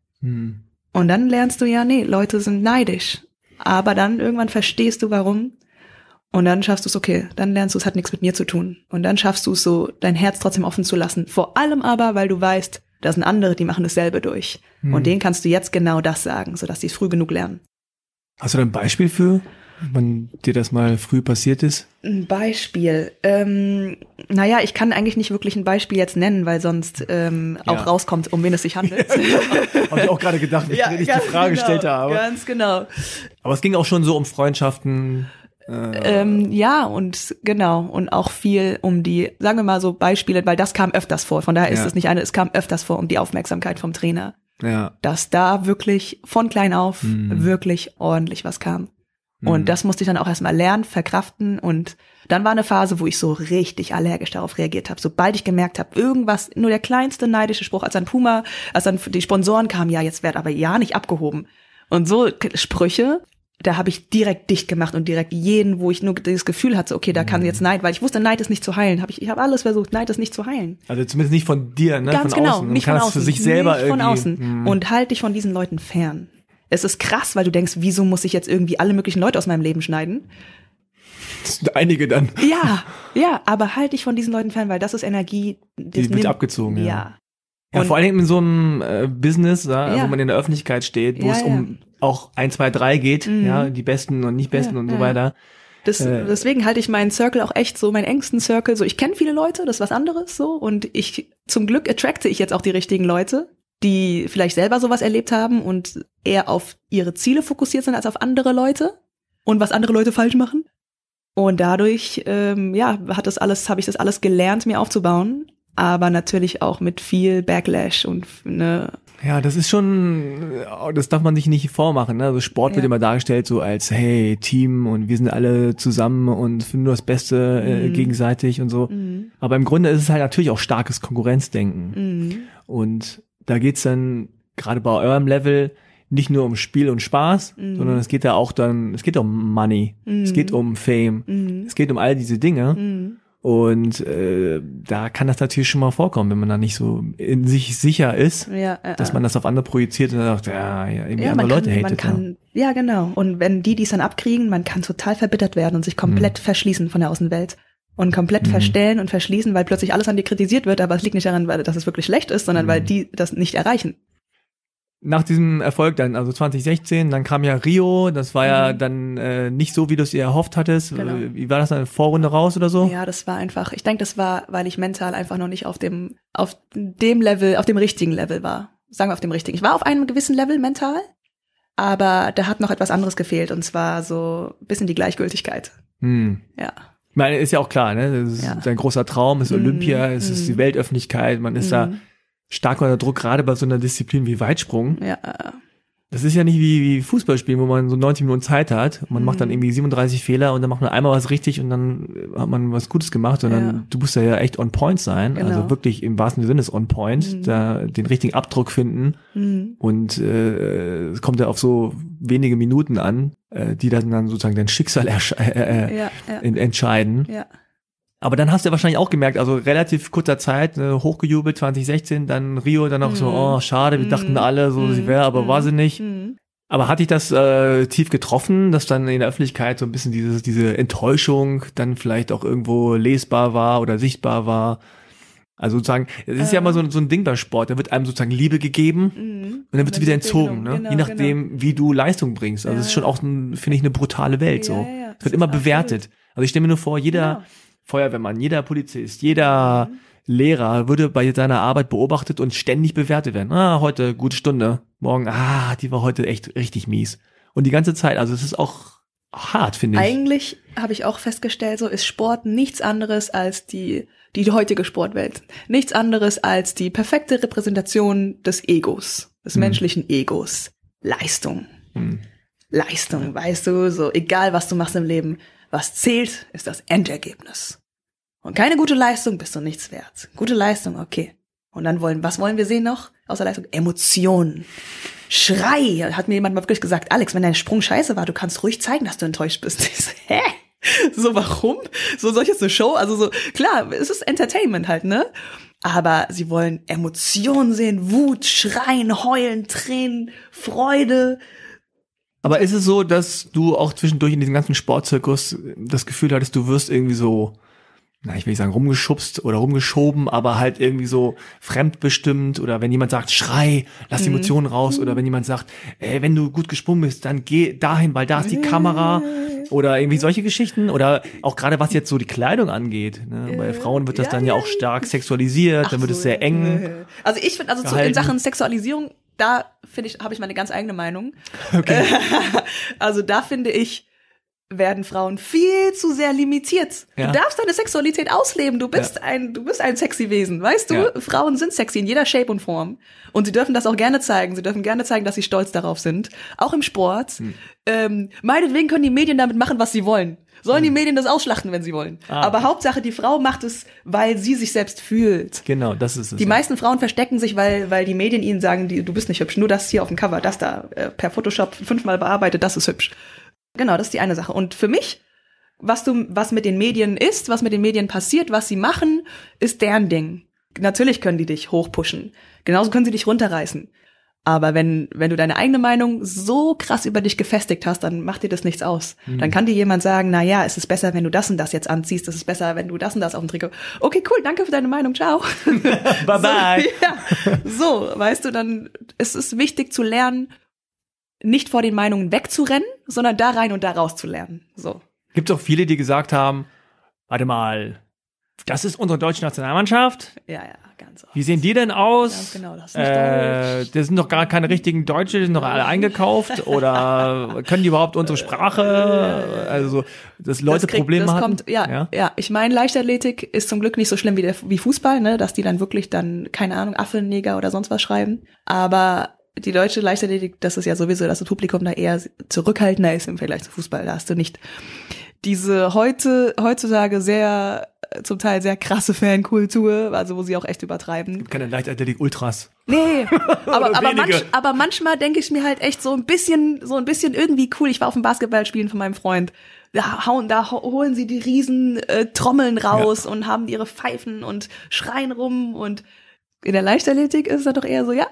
[SPEAKER 1] Hm. Und dann lernst du ja, nee, Leute sind neidisch. Aber dann irgendwann verstehst du, warum. Und dann schaffst du es, okay, dann lernst du, es hat nichts mit mir zu tun. Und dann schaffst du es so, dein Herz trotzdem offen zu lassen. Vor allem aber, weil du weißt, da sind andere, die machen dasselbe durch. Hm. Und denen kannst du jetzt genau das sagen, sodass die es früh genug lernen.
[SPEAKER 2] Hast du da ein Beispiel für, wann dir das mal früh passiert ist?
[SPEAKER 1] Ein Beispiel. Ähm, naja, ich kann eigentlich nicht wirklich ein Beispiel jetzt nennen, weil sonst ähm, ja. auch rauskommt, um wen es sich handelt.
[SPEAKER 2] Habe ich auch gerade gedacht, wenn
[SPEAKER 1] ja,
[SPEAKER 2] ich die Frage
[SPEAKER 1] genau,
[SPEAKER 2] gestellt habe.
[SPEAKER 1] Ganz genau.
[SPEAKER 2] Aber es ging auch schon so um Freundschaften. Äh,
[SPEAKER 1] ähm, ja, und genau. Und auch viel um die, sagen wir mal so Beispiele, weil das kam öfters vor. Von daher ist
[SPEAKER 2] ja.
[SPEAKER 1] es nicht eine, es kam öfters vor um die Aufmerksamkeit vom Trainer.
[SPEAKER 2] Ja.
[SPEAKER 1] Dass da wirklich von klein auf
[SPEAKER 2] hm.
[SPEAKER 1] wirklich ordentlich was kam. Und das musste ich dann auch erstmal lernen, verkraften. Und dann war eine Phase, wo ich so richtig allergisch darauf reagiert habe. Sobald ich gemerkt habe, irgendwas, nur der kleinste neidische Spruch, als dann Puma, als dann die Sponsoren kamen, ja, jetzt wird aber ja nicht abgehoben. Und so Sprüche, da habe ich direkt dicht gemacht und direkt jeden, wo ich nur das Gefühl hatte, okay, da kann jetzt Neid, weil ich wusste, Neid ist nicht zu heilen. Hab ich ich habe alles versucht, Neid ist nicht zu heilen.
[SPEAKER 2] Also zumindest nicht von dir, ne?
[SPEAKER 1] Ganz
[SPEAKER 2] von
[SPEAKER 1] genau,
[SPEAKER 2] außen. Man
[SPEAKER 1] nicht
[SPEAKER 2] kann
[SPEAKER 1] von
[SPEAKER 2] das
[SPEAKER 1] außen.
[SPEAKER 2] für sich selber
[SPEAKER 1] nicht von
[SPEAKER 2] irgendwie.
[SPEAKER 1] außen.
[SPEAKER 2] Hm.
[SPEAKER 1] Und halt dich von diesen Leuten fern. Es ist krass, weil du denkst, wieso muss ich jetzt irgendwie alle möglichen Leute aus meinem Leben schneiden?
[SPEAKER 2] Das sind einige dann.
[SPEAKER 1] Ja, ja, aber halt dich von diesen Leuten fern, weil das ist Energie.
[SPEAKER 2] Die wird
[SPEAKER 1] nimmt,
[SPEAKER 2] abgezogen, ja.
[SPEAKER 1] Ja,
[SPEAKER 2] ja vor allem in so einem äh, Business, ja,
[SPEAKER 1] ja.
[SPEAKER 2] wo man in der Öffentlichkeit steht, wo
[SPEAKER 1] ja,
[SPEAKER 2] es um
[SPEAKER 1] ja.
[SPEAKER 2] auch eins, zwei, drei geht,
[SPEAKER 1] mhm.
[SPEAKER 2] ja, die Besten und nicht Besten
[SPEAKER 1] ja,
[SPEAKER 2] und so
[SPEAKER 1] ja.
[SPEAKER 2] weiter.
[SPEAKER 1] Das,
[SPEAKER 2] äh,
[SPEAKER 1] deswegen halte ich meinen Circle auch echt so, meinen engsten Circle, so ich kenne viele Leute, das ist was anderes so, und ich, zum Glück attracte ich jetzt auch die richtigen Leute, die vielleicht selber sowas erlebt haben und eher auf ihre Ziele fokussiert sind als auf andere Leute und was andere Leute falsch machen. Und dadurch, ähm, ja, hat das alles, habe ich das alles gelernt, mir aufzubauen, aber natürlich auch mit viel Backlash und ne.
[SPEAKER 2] Ja, das ist schon, das darf man sich nicht vormachen, ne? Also Sport wird
[SPEAKER 1] ja.
[SPEAKER 2] immer dargestellt so als, hey, Team und wir sind alle zusammen und finden nur das Beste äh,
[SPEAKER 1] mhm.
[SPEAKER 2] gegenseitig und so.
[SPEAKER 1] Mhm.
[SPEAKER 2] Aber im Grunde ist es halt natürlich auch starkes Konkurrenzdenken.
[SPEAKER 1] Mhm.
[SPEAKER 2] Und da geht's dann gerade bei eurem Level nicht nur um Spiel und Spaß, mhm. sondern es geht ja auch dann, es geht um Money, mhm. es geht um Fame, mhm. es geht um all diese Dinge. Mhm. Und äh, da kann das natürlich schon mal vorkommen, wenn man da nicht so in sich sicher ist,
[SPEAKER 1] ja, äh,
[SPEAKER 2] dass man das auf andere projiziert und dann sagt, ja, ja irgendwie
[SPEAKER 1] ja,
[SPEAKER 2] andere
[SPEAKER 1] man
[SPEAKER 2] Leute
[SPEAKER 1] kann,
[SPEAKER 2] hatet.
[SPEAKER 1] Man kann, ja. ja, genau. Und wenn die, die es dann abkriegen, man kann total verbittert werden und sich komplett mhm. verschließen von der Außenwelt. Und komplett mhm. verstellen und verschließen, weil plötzlich alles an dir kritisiert wird, aber es liegt nicht daran, weil, dass es wirklich schlecht ist, sondern mhm. weil die das nicht erreichen.
[SPEAKER 2] Nach diesem Erfolg dann, also zwanzig sechzehn, dann kam ja Rio, das war mhm. ja dann äh, nicht so, wie du es dir erhofft hattest. Genau. Wie war das dann, Vorrunde raus oder so?
[SPEAKER 1] Ja, das war einfach, ich denke, das war, weil ich mental einfach noch nicht auf dem, auf dem Level, auf dem richtigen Level war. Sagen wir auf dem richtigen. Ich war auf einem gewissen Level mental, aber da hat noch etwas anderes gefehlt, und zwar so ein bisschen die Gleichgültigkeit.
[SPEAKER 2] Mhm.
[SPEAKER 1] Ja.
[SPEAKER 2] Ich meine, ist ja auch klar, ne? Das ist ja. sein großer Traum, es ist Olympia, mm, es ist mm. die Weltöffentlichkeit, man ist mm. da stark unter Druck, gerade bei so einer Disziplin wie Weitsprung.
[SPEAKER 1] Ja.
[SPEAKER 2] Das ist ja nicht wie, wie Fußballspielen, wo man so neunzig Minuten Zeit hat, man mm. macht dann irgendwie siebenunddreißig Fehler und dann macht man einmal was richtig und dann hat man was Gutes gemacht, sondern ja. du musst da ja echt on point sein, genau. also wirklich im wahrsten Sinne ist on point, mm. da den richtigen Abdruck finden mm. und äh, es kommt ja auf so wenige Minuten an, äh, die dann, dann sozusagen dein Schicksal ersch- äh, ja, ja. In, entscheiden.
[SPEAKER 1] Ja.
[SPEAKER 2] Aber dann hast du ja wahrscheinlich auch gemerkt, also relativ kurzer Zeit, ne, hochgejubelt zwanzig sechzehn, dann Rio, dann auch mm. so, oh schade, wir mm. dachten alle, so mm. sie wäre, aber mm. war sie nicht. Mm. Aber hat dich das äh, tief getroffen, dass dann in der Öffentlichkeit so ein bisschen diese, diese Enttäuschung dann vielleicht auch irgendwo lesbar war oder sichtbar war? Also sozusagen, es ist ähm. ja immer so, so ein Ding bei Sport, da wird einem sozusagen Liebe gegeben mhm. und dann wird sie wieder entzogen, ne? Genau, je nachdem, genau. wie du Leistung bringst. Also es ja, ist schon auch, finde ich, eine brutale Welt. Ja, so. Ja, ja. Es wird immer bewertet. Absolut. Also ich stelle mir nur vor, jeder genau. Feuerwehrmann, jeder Polizist, jeder mhm. Lehrer würde bei seiner Arbeit beobachtet und ständig bewertet werden. Ah, heute gute Stunde, morgen, ah, die war heute echt richtig mies. Und die ganze Zeit, also es ist auch hart, finde ich.
[SPEAKER 1] Eigentlich habe ich auch festgestellt, so ist Sport nichts anderes als die die heutige Sportwelt. Nichts anderes als die perfekte Repräsentation des Egos, des hm. menschlichen Egos. Leistung. Hm. Leistung, weißt du, so egal was du machst im Leben, was zählt, ist das Endergebnis. Und keine gute Leistung bist du nichts wert. Gute Leistung, okay. Und dann wollen, was wollen wir sehen noch? Außer Leistung? Emotionen. Schrei. Hat mir jemand mal wirklich gesagt, Alex, wenn dein Sprung scheiße war, du kannst ruhig zeigen, dass du enttäuscht bist. Ich so, hä? So, warum? So, solches eine Show? Also so, klar, es ist Entertainment halt, ne? Aber sie wollen Emotionen sehen, Wut, Schreien, Heulen, Tränen, Freude.
[SPEAKER 2] Aber ist es so, dass du auch zwischendurch in diesem ganzen Sportzirkus das Gefühl hattest, du wirst irgendwie so, na, ich will nicht sagen rumgeschubst oder rumgeschoben, aber halt irgendwie so fremdbestimmt oder wenn jemand sagt, schrei, lass die Emotionen raus oder wenn jemand sagt, ey, wenn du gut gesprungen bist, dann geh dahin, weil da ist die Kamera oder irgendwie solche Geschichten oder auch gerade was jetzt so die Kleidung angeht, ne? Bei Frauen wird das ja, dann ja auch stark sexualisiert, Ach dann wird so, es sehr eng.
[SPEAKER 1] Also ich finde, also zu, in Sachen Sexualisierung, da finde ich, habe ich meine ganz eigene Meinung. Okay. Also da finde ich, werden Frauen viel zu sehr limitiert. Ja. Du darfst deine Sexualität ausleben. Du bist ja. ein, du bist ein sexy Wesen. Weißt du? Ja. Frauen sind sexy in jeder Shape und Form. Und sie dürfen das auch gerne zeigen. Sie dürfen gerne zeigen, dass sie stolz darauf sind. Auch im Sport. Hm. Ähm, meinetwegen können die Medien damit machen, was sie wollen. Sollen hm. die Medien das ausschlachten, wenn sie wollen. Ah, Aber okay. Hauptsache, die Frau macht es, weil sie sich selbst fühlt.
[SPEAKER 2] Genau, das ist es.
[SPEAKER 1] Die ja. meisten Frauen verstecken sich, weil, weil die Medien ihnen sagen, die, du bist nicht hübsch. Nur das hier auf dem Cover, das da äh, per Photoshop fünfmal bearbeitet, das ist hübsch. Genau, das ist die eine Sache. Und für mich, was du, was mit den Medien ist, was mit den Medien passiert, was sie machen, ist deren Ding. Natürlich können die dich hochpushen. Genauso können sie dich runterreißen. Aber wenn, wenn du deine eigene Meinung so krass über dich gefestigt hast, dann macht dir das nichts aus. Mhm. Dann kann dir jemand sagen, na ja, es ist besser, wenn du das und das jetzt anziehst. Es ist besser, wenn du das und das auf dem Trikot. Okay, cool, danke für deine Meinung, ciao.
[SPEAKER 2] Bye bye.
[SPEAKER 1] So, ja, so, weißt du, dann es ist wichtig zu lernen, nicht vor den Meinungen wegzurennen, sondern da rein und da raus zu lernen. So.
[SPEAKER 2] Gibt es auch viele, die gesagt haben, warte mal, das ist unsere deutsche Nationalmannschaft?
[SPEAKER 1] Ja, ja, ganz oft.
[SPEAKER 2] Wie sehen die denn aus?
[SPEAKER 1] Ganz genau, das ist nicht
[SPEAKER 2] äh,
[SPEAKER 1] Deutsch.
[SPEAKER 2] Das sind doch gar keine richtigen Deutsche, die sind doch alle eingekauft. Oder können die überhaupt unsere Sprache? Also, dass Leute das kriegt, Probleme das hatten?
[SPEAKER 1] Kommt, ja, ja, ja. Ich meine, Leichtathletik ist zum Glück nicht so schlimm wie, der, wie Fußball, ne, dass die dann wirklich dann, keine Ahnung, Affe, Neger oder sonst was schreiben. Aber die deutsche Leichtathletik, das ist ja sowieso, dass das Publikum da eher zurückhaltender ist im Vergleich zu Fußball. Da hast du nicht diese heute heutzutage sehr, zum Teil sehr krasse Fankultur, also wo sie auch echt übertreiben. Es
[SPEAKER 2] gibt keine Leichtathletik-Ultras.
[SPEAKER 1] Nee, aber, aber, manch, aber manchmal denke ich mir halt echt so ein bisschen, so ein bisschen irgendwie cool. Ich war auf dem Basketballspielen von meinem Freund. Da hauen, da holen sie die riesen äh, Trommeln raus ja. und haben ihre Pfeifen und schreien rum und in der Leichtathletik ist es dann doch eher so, ja,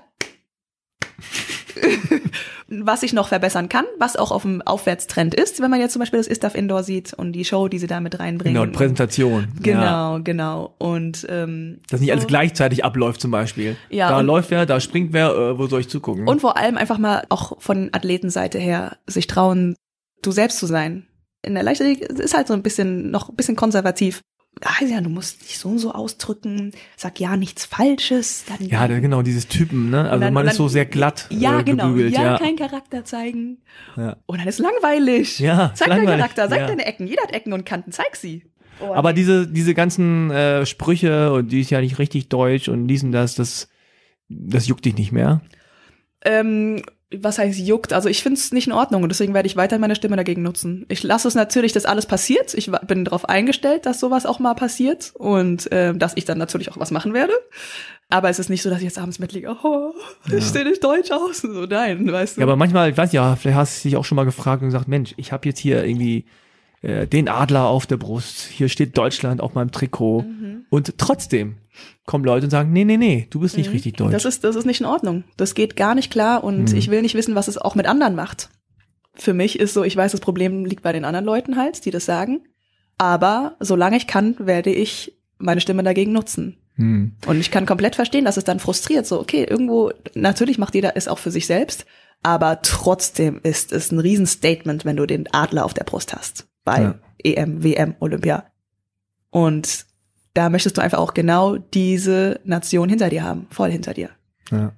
[SPEAKER 1] was ich noch verbessern kann, was auch auf dem Aufwärtstrend ist, wenn man jetzt zum Beispiel das ISTAF Indoor sieht und die Show, die sie da mit reinbringen.
[SPEAKER 2] Genau, Präsentation.
[SPEAKER 1] Genau,
[SPEAKER 2] ja.
[SPEAKER 1] genau. Und ähm,
[SPEAKER 2] dass nicht so alles gleichzeitig abläuft zum Beispiel. Ja, da läuft wer, da springt wer, äh, wo soll ich zugucken?
[SPEAKER 1] Und vor allem einfach mal auch von Athletenseite her sich trauen, du selbst zu sein. In der Leichtathletik ist halt so ein bisschen, noch ein bisschen konservativ. Ah, ja, du musst dich so und so ausdrücken, sag ja nichts Falsches. Dann
[SPEAKER 2] ja, genau, dieses Typen, ne? Also dann, man ist dann, so sehr glatt
[SPEAKER 1] ja,
[SPEAKER 2] äh,
[SPEAKER 1] genau,
[SPEAKER 2] gebügelt.
[SPEAKER 1] Ja,
[SPEAKER 2] ja,
[SPEAKER 1] kein Charakter zeigen.
[SPEAKER 2] Ja.
[SPEAKER 1] Und dann ist langweilig.
[SPEAKER 2] Ja,
[SPEAKER 1] zeig
[SPEAKER 2] langweilig.
[SPEAKER 1] deinen Charakter, zeig
[SPEAKER 2] ja.
[SPEAKER 1] deine Ecken. Jeder hat Ecken und Kanten, zeig sie. Oh,
[SPEAKER 2] aber
[SPEAKER 1] nee.
[SPEAKER 2] diese diese ganzen äh, Sprüche, und die ist ja nicht richtig deutsch und dies und das, das, das juckt dich nicht mehr?
[SPEAKER 1] Ähm, was heißt juckt? Also ich finde es nicht in Ordnung und deswegen werde ich weiter meine Stimme dagegen nutzen. Ich lasse es natürlich, dass alles passiert. Ich bin darauf eingestellt, dass sowas auch mal passiert und äh, dass ich dann natürlich auch was machen werde. Aber es ist nicht so, dass ich jetzt abends im Bett liege, oh, ich ja. sehe nicht deutsch aus. So, nein, weißt du.
[SPEAKER 2] Ja, aber manchmal, ich weiß ja, vielleicht hast du dich auch schon mal gefragt und gesagt, Mensch, ich habe jetzt hier irgendwie äh, den Adler auf der Brust. Hier steht Deutschland auf meinem Trikot. Mhm. Und trotzdem kommen Leute und sagen, nee, nee, nee, du bist nicht mhm. richtig deutsch.
[SPEAKER 1] Das ist, das ist nicht in Ordnung. Das geht gar nicht klar und mhm. ich will nicht wissen, was es auch mit anderen macht. Für mich ist so, ich weiß, das Problem liegt bei den anderen Leuten halt, die das sagen. Aber solange ich kann, werde ich meine Stimme dagegen nutzen.
[SPEAKER 2] Hm.
[SPEAKER 1] Und ich kann komplett verstehen, dass es dann frustriert. So, okay, irgendwo, natürlich macht jeder es auch für sich selbst, aber trotzdem ist es ein Riesenstatement, wenn du den Adler auf der Brust hast. Bei ja. E M, W M, Olympia. Und da möchtest du einfach auch genau diese Nation hinter dir haben, voll hinter dir.
[SPEAKER 2] Ja.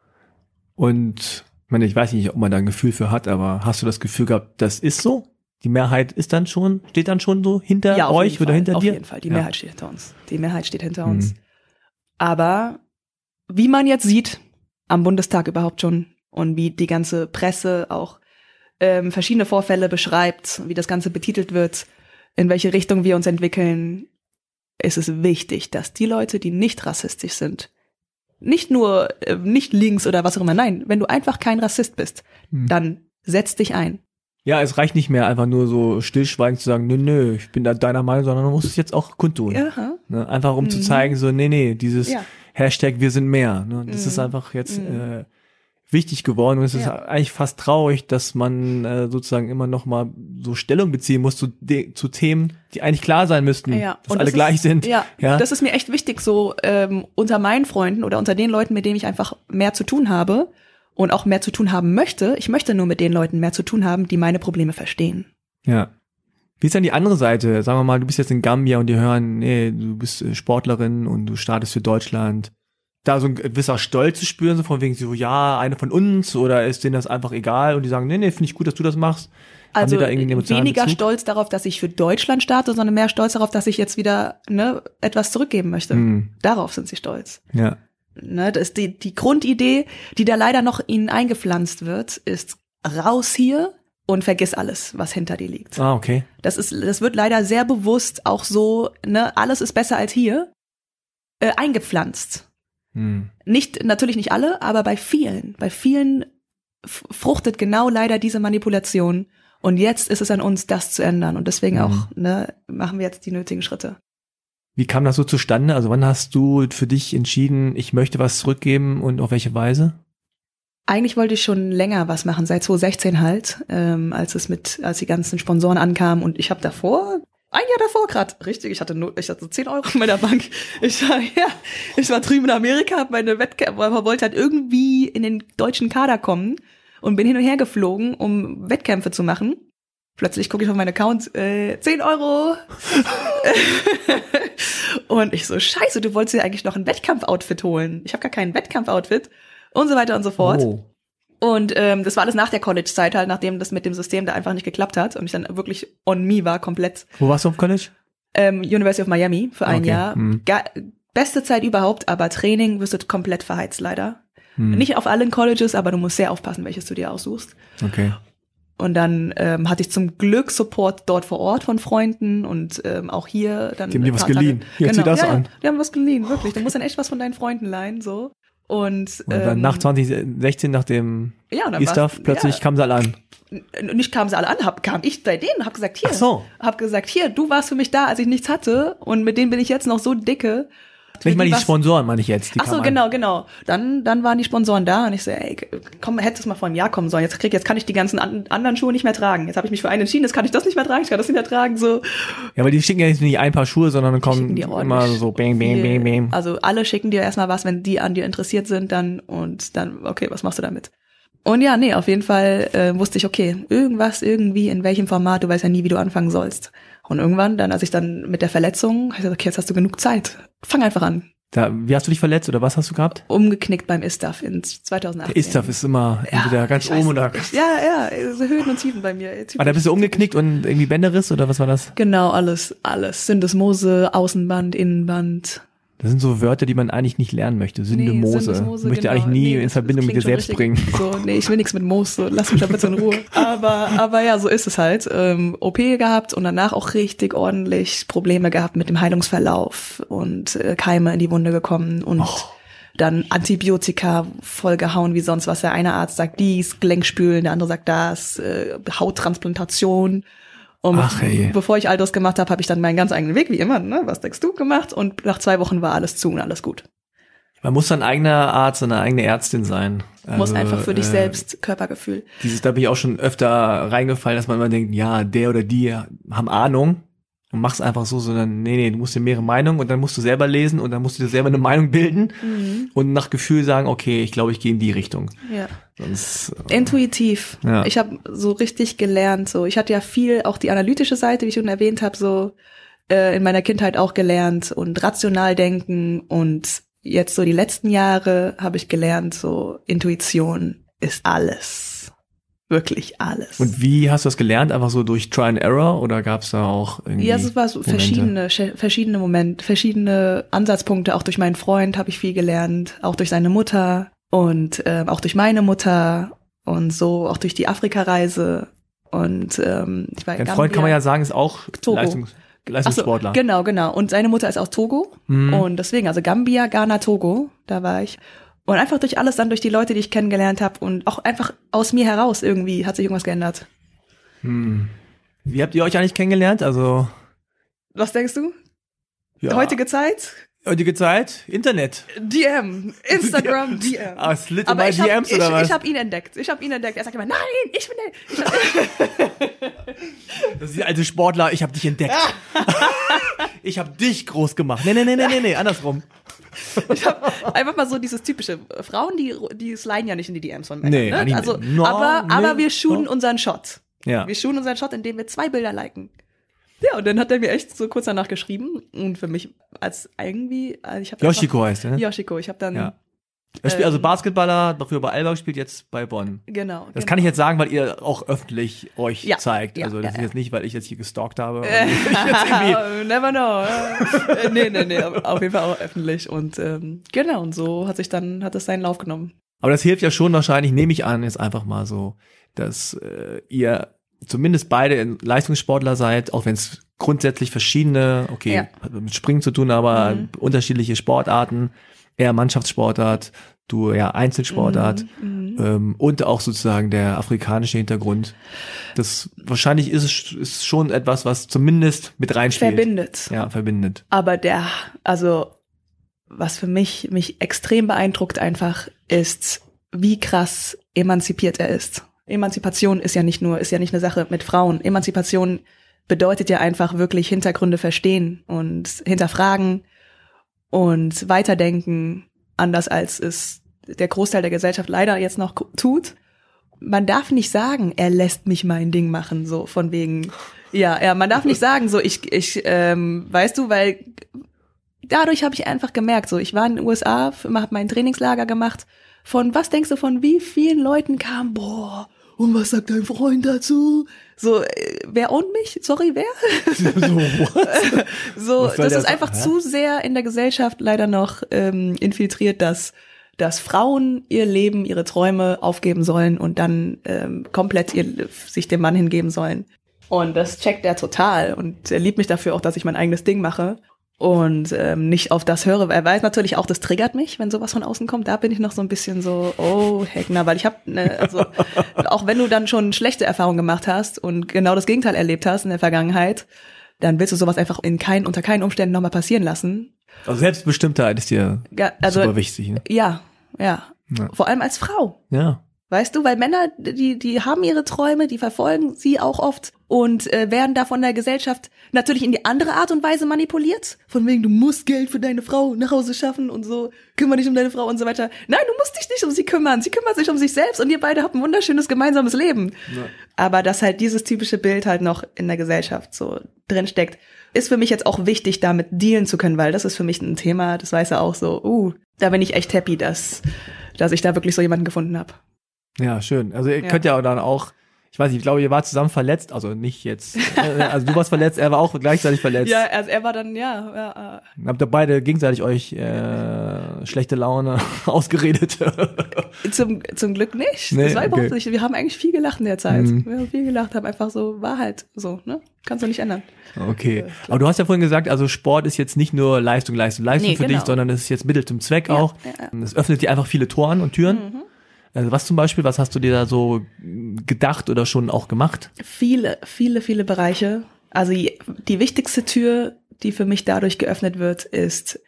[SPEAKER 2] Und ich meine, ich weiß nicht, ob man da ein Gefühl für hat, aber hast du das Gefühl gehabt, das ist so? Die Mehrheit ist dann schon, steht dann schon so hinter
[SPEAKER 1] ja,
[SPEAKER 2] euch oder hinter
[SPEAKER 1] auf
[SPEAKER 2] dir?
[SPEAKER 1] Auf jeden Fall, die
[SPEAKER 2] ja.
[SPEAKER 1] Mehrheit steht hinter uns. Die Mehrheit steht hinter uns. Mhm. Aber wie man jetzt sieht, am Bundestag überhaupt schon und wie die ganze Presse auch ähm, verschiedene Vorfälle beschreibt, wie das Ganze betitelt wird, in welche Richtung wir uns entwickeln, ist es wichtig, dass die Leute, die nicht rassistisch sind, nicht nur äh, nicht links oder was auch immer, nein, wenn du einfach kein Rassist bist, mhm. dann setz dich ein.
[SPEAKER 2] Ja, es reicht nicht mehr, einfach nur so stillschweigend zu sagen, nö, nö, ich bin da deiner Meinung, sondern man muss es jetzt auch kundtun.
[SPEAKER 1] Ja.
[SPEAKER 2] Ne? Einfach um mhm. zu zeigen, so, nee, nee, dieses
[SPEAKER 1] ja.
[SPEAKER 2] Hashtag wir sind mehr. Ne? Das mhm. ist einfach jetzt mhm. äh, wichtig geworden und es ja. ist eigentlich fast traurig, dass man äh, sozusagen immer noch mal so Stellung beziehen muss zu, de- zu Themen, die eigentlich klar sein müssten,
[SPEAKER 1] ja.
[SPEAKER 2] dass und alle das gleich
[SPEAKER 1] ist,
[SPEAKER 2] sind.
[SPEAKER 1] Ja. ja, das ist mir echt wichtig, so ähm, unter meinen Freunden oder unter den Leuten, mit denen ich einfach mehr zu tun habe, und auch mehr zu tun haben möchte. Ich möchte nur mit den Leuten mehr zu tun haben, die meine Probleme verstehen.
[SPEAKER 2] Ja. Wie ist dann die andere Seite? Sagen wir mal, du bist jetzt in Gambia und die hören, nee, du bist Sportlerin und du startest für Deutschland. Da so ein gewisser Stolz zu spüren, so von wegen so, ja, eine von uns, oder ist denen das einfach egal und die sagen, nee, nee, finde ich gut, dass du das machst.
[SPEAKER 1] Also weniger Bezug? Stolz darauf, dass ich für Deutschland starte, sondern mehr Stolz darauf, dass ich jetzt wieder ne, etwas zurückgeben möchte. Hm. Darauf sind sie stolz.
[SPEAKER 2] Ja.
[SPEAKER 1] Ne, das ist die, die Grundidee, die da leider noch ihnen eingepflanzt wird, ist raus hier und vergiss alles, was hinter dir liegt.
[SPEAKER 2] Ah, okay.
[SPEAKER 1] Das ist, das wird leider sehr bewusst auch so, ne, alles ist besser als hier, äh, eingepflanzt. Hm. Nicht, natürlich nicht alle, aber bei vielen, bei vielen f- fruchtet genau leider diese Manipulation. Und jetzt ist es an uns, das zu ändern. Und deswegen hm. auch, ne, machen wir jetzt die nötigen Schritte.
[SPEAKER 2] Wie kam das so zustande? Also wann hast du für dich entschieden, ich möchte was zurückgeben und auf welche Weise?
[SPEAKER 1] Eigentlich wollte ich schon länger was machen, seit zwanzig sechzehn halt, ähm, als es mit, als die ganzen Sponsoren ankamen. Und ich habe davor, ein Jahr davor gerade, richtig, ich hatte nur, ich hatte zehn Euro in meiner Bank. Ich war, ja, ich war drüben in Amerika, hab meine Wettkämpfe, wollte halt irgendwie in den deutschen Kader kommen und bin hin und her geflogen, um Wettkämpfe zu machen. Plötzlich gucke ich auf meinen Account, äh, zehn Euro. Und ich so, scheiße, du wolltest dir eigentlich noch ein Wettkampfoutfit holen. Ich habe gar kein Wettkampfoutfit und so weiter und so fort. Oh. Und ähm, das war alles nach der College-Zeit halt, nachdem das mit dem System da einfach nicht geklappt hat und ich dann wirklich on me war, komplett.
[SPEAKER 2] Wo warst du auf College?
[SPEAKER 1] Ähm, University of Miami für ein
[SPEAKER 2] okay.
[SPEAKER 1] Jahr. Hm. Ga- beste Zeit überhaupt, aber Training wirst du komplett verheizt, leider. Hm. Nicht auf allen Colleges, aber du musst sehr aufpassen, welches du dir aussuchst.
[SPEAKER 2] Okay.
[SPEAKER 1] Und dann ähm, hatte ich zum Glück Support dort vor Ort von Freunden und ähm, auch hier dann.
[SPEAKER 2] Die haben dir was geliehen. Hier,
[SPEAKER 1] genau.
[SPEAKER 2] zieh das
[SPEAKER 1] ja,
[SPEAKER 2] an.
[SPEAKER 1] Die haben was geliehen, wirklich. Du musst dann echt was von deinen Freunden leihen, so. Und,
[SPEAKER 2] und dann
[SPEAKER 1] ähm,
[SPEAKER 2] nach zwanzig sechzehn, nach dem
[SPEAKER 1] ja,
[SPEAKER 2] E-Stuff, plötzlich ja. kamen sie alle an.
[SPEAKER 1] Nicht kamen sie alle an, hab, kam ich bei denen, hab gesagt, hier.
[SPEAKER 2] Ach so.
[SPEAKER 1] Hab gesagt, hier, du warst für mich da, als ich nichts hatte und mit denen bin ich jetzt noch so dicke.
[SPEAKER 2] Ich meine, die Sponsoren meine ich jetzt. Die
[SPEAKER 1] Ach so, genau, genau. Dann, dann waren die Sponsoren da und ich so, ey, komm, hättest du mal vor einem Jahr kommen sollen. Jetzt krieg, jetzt kann ich die ganzen an, anderen Schuhe nicht mehr tragen. Jetzt habe ich mich für einen entschieden, jetzt kann ich das nicht mehr tragen, ich kann das nicht mehr tragen, so.
[SPEAKER 2] Ja, aber die schicken ja jetzt nicht ein paar Schuhe, sondern dann kommen immer so bang, bang, bang, bang.
[SPEAKER 1] Also alle schicken dir erstmal was, wenn die an dir interessiert sind, dann und dann, okay, was machst du damit? Und ja, nee, auf jeden Fall äh, wusste ich, okay, irgendwas, irgendwie, in welchem Format, du weißt ja nie, wie du anfangen sollst. Und irgendwann, dann, als ich dann mit der Verletzung, ich gesagt, okay, jetzt hast du genug Zeit. Fang einfach an.
[SPEAKER 2] Da, wie hast du dich verletzt oder was hast du gehabt?
[SPEAKER 1] Umgeknickt beim I-Stuff in zwanzig achtzehn.
[SPEAKER 2] Der I-Stuff ist immer ja, entweder ganz oben oder...
[SPEAKER 1] Ja, ja, so Höhen und Tiefen bei mir.
[SPEAKER 2] Aber da bist du umgeknickt und irgendwie Bänderriss oder was war das?
[SPEAKER 1] Genau, alles, alles. Syndesmose, Außenband, Innenband.
[SPEAKER 2] Das sind so Wörter, die man eigentlich nicht lernen möchte. Syndesmose. Nee, Syndesmose möchte genau. eigentlich nie nee, in Verbindung mit dir selbst bringen.
[SPEAKER 1] So, nee, ich will nichts mit Moos, so, lass mich da bitte in Ruhe. Aber, aber ja, so ist es halt. Ähm, O P gehabt und danach auch richtig ordentlich Probleme gehabt mit dem Heilungsverlauf und äh, Keime in die Wunde gekommen und oh. dann Antibiotika vollgehauen wie sonst was. Der eine Arzt sagt dies, Gelenkspülen, der andere sagt das, äh, Hauttransplantation. Und
[SPEAKER 2] Ach, hey.
[SPEAKER 1] bevor ich all das gemacht habe, habe ich dann meinen ganz eigenen Weg, wie immer, ne? Was denkst du, gemacht? Und nach zwei Wochen war alles zu und alles gut.
[SPEAKER 2] Man muss ein eigener Arzt, eine eigene Ärztin sein.
[SPEAKER 1] Also, muss einfach für dich äh, selbst Körpergefühl.
[SPEAKER 2] Dieses, da bin ich auch schon öfter reingefallen, dass man immer denkt, ja, der oder die haben Ahnung. und machst einfach so, sondern nee, nee, du musst dir mehrere Meinungen und dann musst du selber lesen und dann musst du dir selber eine Meinung bilden mhm. und nach Gefühl sagen, okay, ich glaube, ich gehe in die Richtung.
[SPEAKER 1] Ja.
[SPEAKER 2] Sonst, äh,
[SPEAKER 1] Intuitiv. Ja. Ich habe so richtig gelernt, so ich hatte ja viel, auch die analytische Seite, wie ich schon erwähnt habe, so äh, in meiner Kindheit auch gelernt und rational denken und jetzt so die letzten Jahre habe ich gelernt, so Intuition ist alles. Wirklich alles.
[SPEAKER 2] Und wie hast du das gelernt? Einfach so durch Try and Error oder gab es da auch irgendwie
[SPEAKER 1] Ja, es war so verschiedene, verschiedene Momente, verschiedene Ansatzpunkte. Auch durch meinen Freund habe ich viel gelernt, auch durch seine Mutter und äh, auch durch meine Mutter und so auch durch die Afrika-Reise. Und ähm, ich war
[SPEAKER 2] Dein Freund, kann man ja sagen, ist auch
[SPEAKER 1] Togo.
[SPEAKER 2] Leistungs Leistungssportler.
[SPEAKER 1] Ach so, genau, genau. Und seine Mutter ist aus Togo. Mhm. Und deswegen, also Gambia, Ghana, Togo, da war ich. Und einfach durch alles, dann durch die Leute, die ich kennengelernt habe und auch einfach aus mir heraus irgendwie hat sich irgendwas geändert.
[SPEAKER 2] Hm. Wie habt ihr euch eigentlich kennengelernt? Also
[SPEAKER 1] was denkst du?
[SPEAKER 2] Ja.
[SPEAKER 1] Heutige Zeit?
[SPEAKER 2] Heutige Zeit? Internet.
[SPEAKER 1] D M. Instagram, D M.
[SPEAKER 2] Ah, Slit in my D Ms
[SPEAKER 1] hab,
[SPEAKER 2] oder
[SPEAKER 1] ich,
[SPEAKER 2] was?
[SPEAKER 1] Ich habe ihn entdeckt. Ich habe ihn entdeckt. Er sagt immer, nein, ich bin der.
[SPEAKER 2] Das ist die alte Sportler, ich habe dich entdeckt. Ich habe dich groß gemacht. Nee, nee, nee, nee, nee, nee, andersrum.
[SPEAKER 1] Ich hab einfach mal so dieses typische Frauen, die die sliden ja nicht in die D Ms von Männern.
[SPEAKER 2] Nee,
[SPEAKER 1] ne? Also,
[SPEAKER 2] no,
[SPEAKER 1] aber,
[SPEAKER 2] nee,
[SPEAKER 1] aber wir shooten
[SPEAKER 2] no.
[SPEAKER 1] unseren Shot.
[SPEAKER 2] Ja.
[SPEAKER 1] Wir shooten unseren Shot, indem wir zwei Bilder liken. Ja, und dann hat er mir echt so kurz danach geschrieben und für mich als irgendwie, also ich habe
[SPEAKER 2] Yoshiko heißt er, ne?
[SPEAKER 1] Yoshiko, ich habe dann
[SPEAKER 2] ja. Er spielt also Basketballer, dafür bei Alba, spielt jetzt bei Bonn.
[SPEAKER 1] Genau.
[SPEAKER 2] Das
[SPEAKER 1] genau.
[SPEAKER 2] kann ich jetzt sagen, weil ihr auch öffentlich euch
[SPEAKER 1] ja,
[SPEAKER 2] zeigt.
[SPEAKER 1] Ja,
[SPEAKER 2] also das
[SPEAKER 1] ja,
[SPEAKER 2] ist
[SPEAKER 1] ja.
[SPEAKER 2] jetzt nicht, weil ich jetzt hier gestalkt habe.
[SPEAKER 1] Äh, never know. äh, nee, nee, nee, auf jeden Fall auch öffentlich. Und ähm, genau, und so hat sich dann, hat es seinen Lauf genommen.
[SPEAKER 2] Aber das hilft ja schon wahrscheinlich, nehme ich an, jetzt einfach mal so, dass äh, ihr zumindest beide Leistungssportler seid, auch wenn es grundsätzlich verschiedene, okay,
[SPEAKER 1] ja.
[SPEAKER 2] hat mit Springen zu tun, aber mhm. unterschiedliche Sportarten, eher Mannschaftssportart, du ja Einzelsportart mhm. ähm, und auch sozusagen der afrikanische Hintergrund. Das wahrscheinlich ist es ist schon etwas, was zumindest mit reinspielt.
[SPEAKER 1] Verbindet.
[SPEAKER 2] Ja, verbindet.
[SPEAKER 1] Aber der, also was für mich mich extrem beeindruckt einfach ist, wie krass emanzipiert er ist. Emanzipation ist ja nicht nur, ist ja nicht eine Sache mit Frauen. Emanzipation bedeutet ja einfach wirklich Hintergründe verstehen und hinterfragen und weiterdenken, anders als es der Großteil der Gesellschaft leider jetzt noch tut. Man darf nicht sagen, er lässt mich mein Ding machen, so von wegen, ja, ja, man darf nicht sagen, so ich, ich, ähm, weißt du, weil dadurch habe ich einfach gemerkt, so ich war in den U S A, habe mein Trainingslager gemacht, von was denkst du, von wie vielen Leuten kam, boah, und was sagt dein Freund dazu? So, äh, wer ownt mich? Sorry, wer?
[SPEAKER 2] So, what?
[SPEAKER 1] So,
[SPEAKER 2] was
[SPEAKER 1] das
[SPEAKER 2] das
[SPEAKER 1] ist einfach
[SPEAKER 2] hä?
[SPEAKER 1] zu sehr in der Gesellschaft leider noch ähm, infiltriert, dass dass Frauen ihr Leben, ihre Träume aufgeben sollen und dann ähm, komplett ihr, sich dem Mann hingeben sollen. Und das checkt er total und er liebt mich dafür auch, dass ich mein eigenes Ding mache und ähm, nicht auf das höre. Er weiß natürlich auch, das triggert mich, wenn sowas von außen kommt. Da bin ich noch so ein bisschen so, oh Heckner, weil ich habe, ne, also auch wenn du dann schon schlechte Erfahrungen gemacht hast und genau das Gegenteil erlebt hast in der Vergangenheit, dann willst du sowas einfach in kein, unter keinen Umständen nochmal passieren lassen.
[SPEAKER 2] Also Selbstbestimmtheit ist dir
[SPEAKER 1] ja, also,
[SPEAKER 2] super wichtig. Ne?
[SPEAKER 1] Ja, ja, ja. Vor allem als Frau.
[SPEAKER 2] Ja.
[SPEAKER 1] Weißt du, weil Männer, die die haben ihre Träume, die verfolgen sie auch oft und äh, werden da von der Gesellschaft natürlich in die andere Art und Weise manipuliert. Von wegen, du musst Geld für deine Frau nach Hause schaffen und so, kümmere dich um deine Frau und so weiter. Nein, du musst dich nicht um sie kümmern. Sie kümmert sich um sich selbst und ihr beide habt ein wunderschönes gemeinsames Leben. Ja. Aber dass halt dieses typische Bild halt noch in der Gesellschaft so drin steckt, ist für mich jetzt auch wichtig, damit dealen zu können, weil das ist für mich ein Thema, das weiß er auch so, uh, da bin ich echt happy, dass, dass ich da wirklich so jemanden gefunden habe.
[SPEAKER 2] Ja, schön. Also ihr ja. könnt ja dann auch, ich weiß nicht, ich glaube, ihr wart zusammen verletzt, also nicht jetzt, also du warst verletzt, er war auch gleichzeitig verletzt.
[SPEAKER 1] Ja, also er war dann, ja. ja äh.
[SPEAKER 2] Habt ihr beide gegenseitig euch äh, schlechte Laune ausgeredet?
[SPEAKER 1] Zum, zum Glück nicht.
[SPEAKER 2] Nee,
[SPEAKER 1] das war überhaupt
[SPEAKER 2] okay.
[SPEAKER 1] nicht. Wir haben eigentlich viel gelacht in der Zeit.
[SPEAKER 2] Mhm.
[SPEAKER 1] Wir haben viel gelacht, haben einfach so, war halt so, ne? Kannst du nicht ändern.
[SPEAKER 2] Okay. Aber du hast ja vorhin gesagt, also Sport ist jetzt nicht nur Leistung, Leistung, Leistung
[SPEAKER 1] nee,
[SPEAKER 2] für
[SPEAKER 1] genau.
[SPEAKER 2] dich, sondern es ist jetzt Mittel zum Zweck
[SPEAKER 1] ja,
[SPEAKER 2] auch. Es ja. öffnet dir einfach viele Toren und Türen.
[SPEAKER 1] Mhm.
[SPEAKER 2] Also was zum Beispiel, was hast du dir da so gedacht oder schon auch gemacht?
[SPEAKER 1] Viele, viele, viele Bereiche. Also die wichtigste Tür, die für mich dadurch geöffnet wird, ist,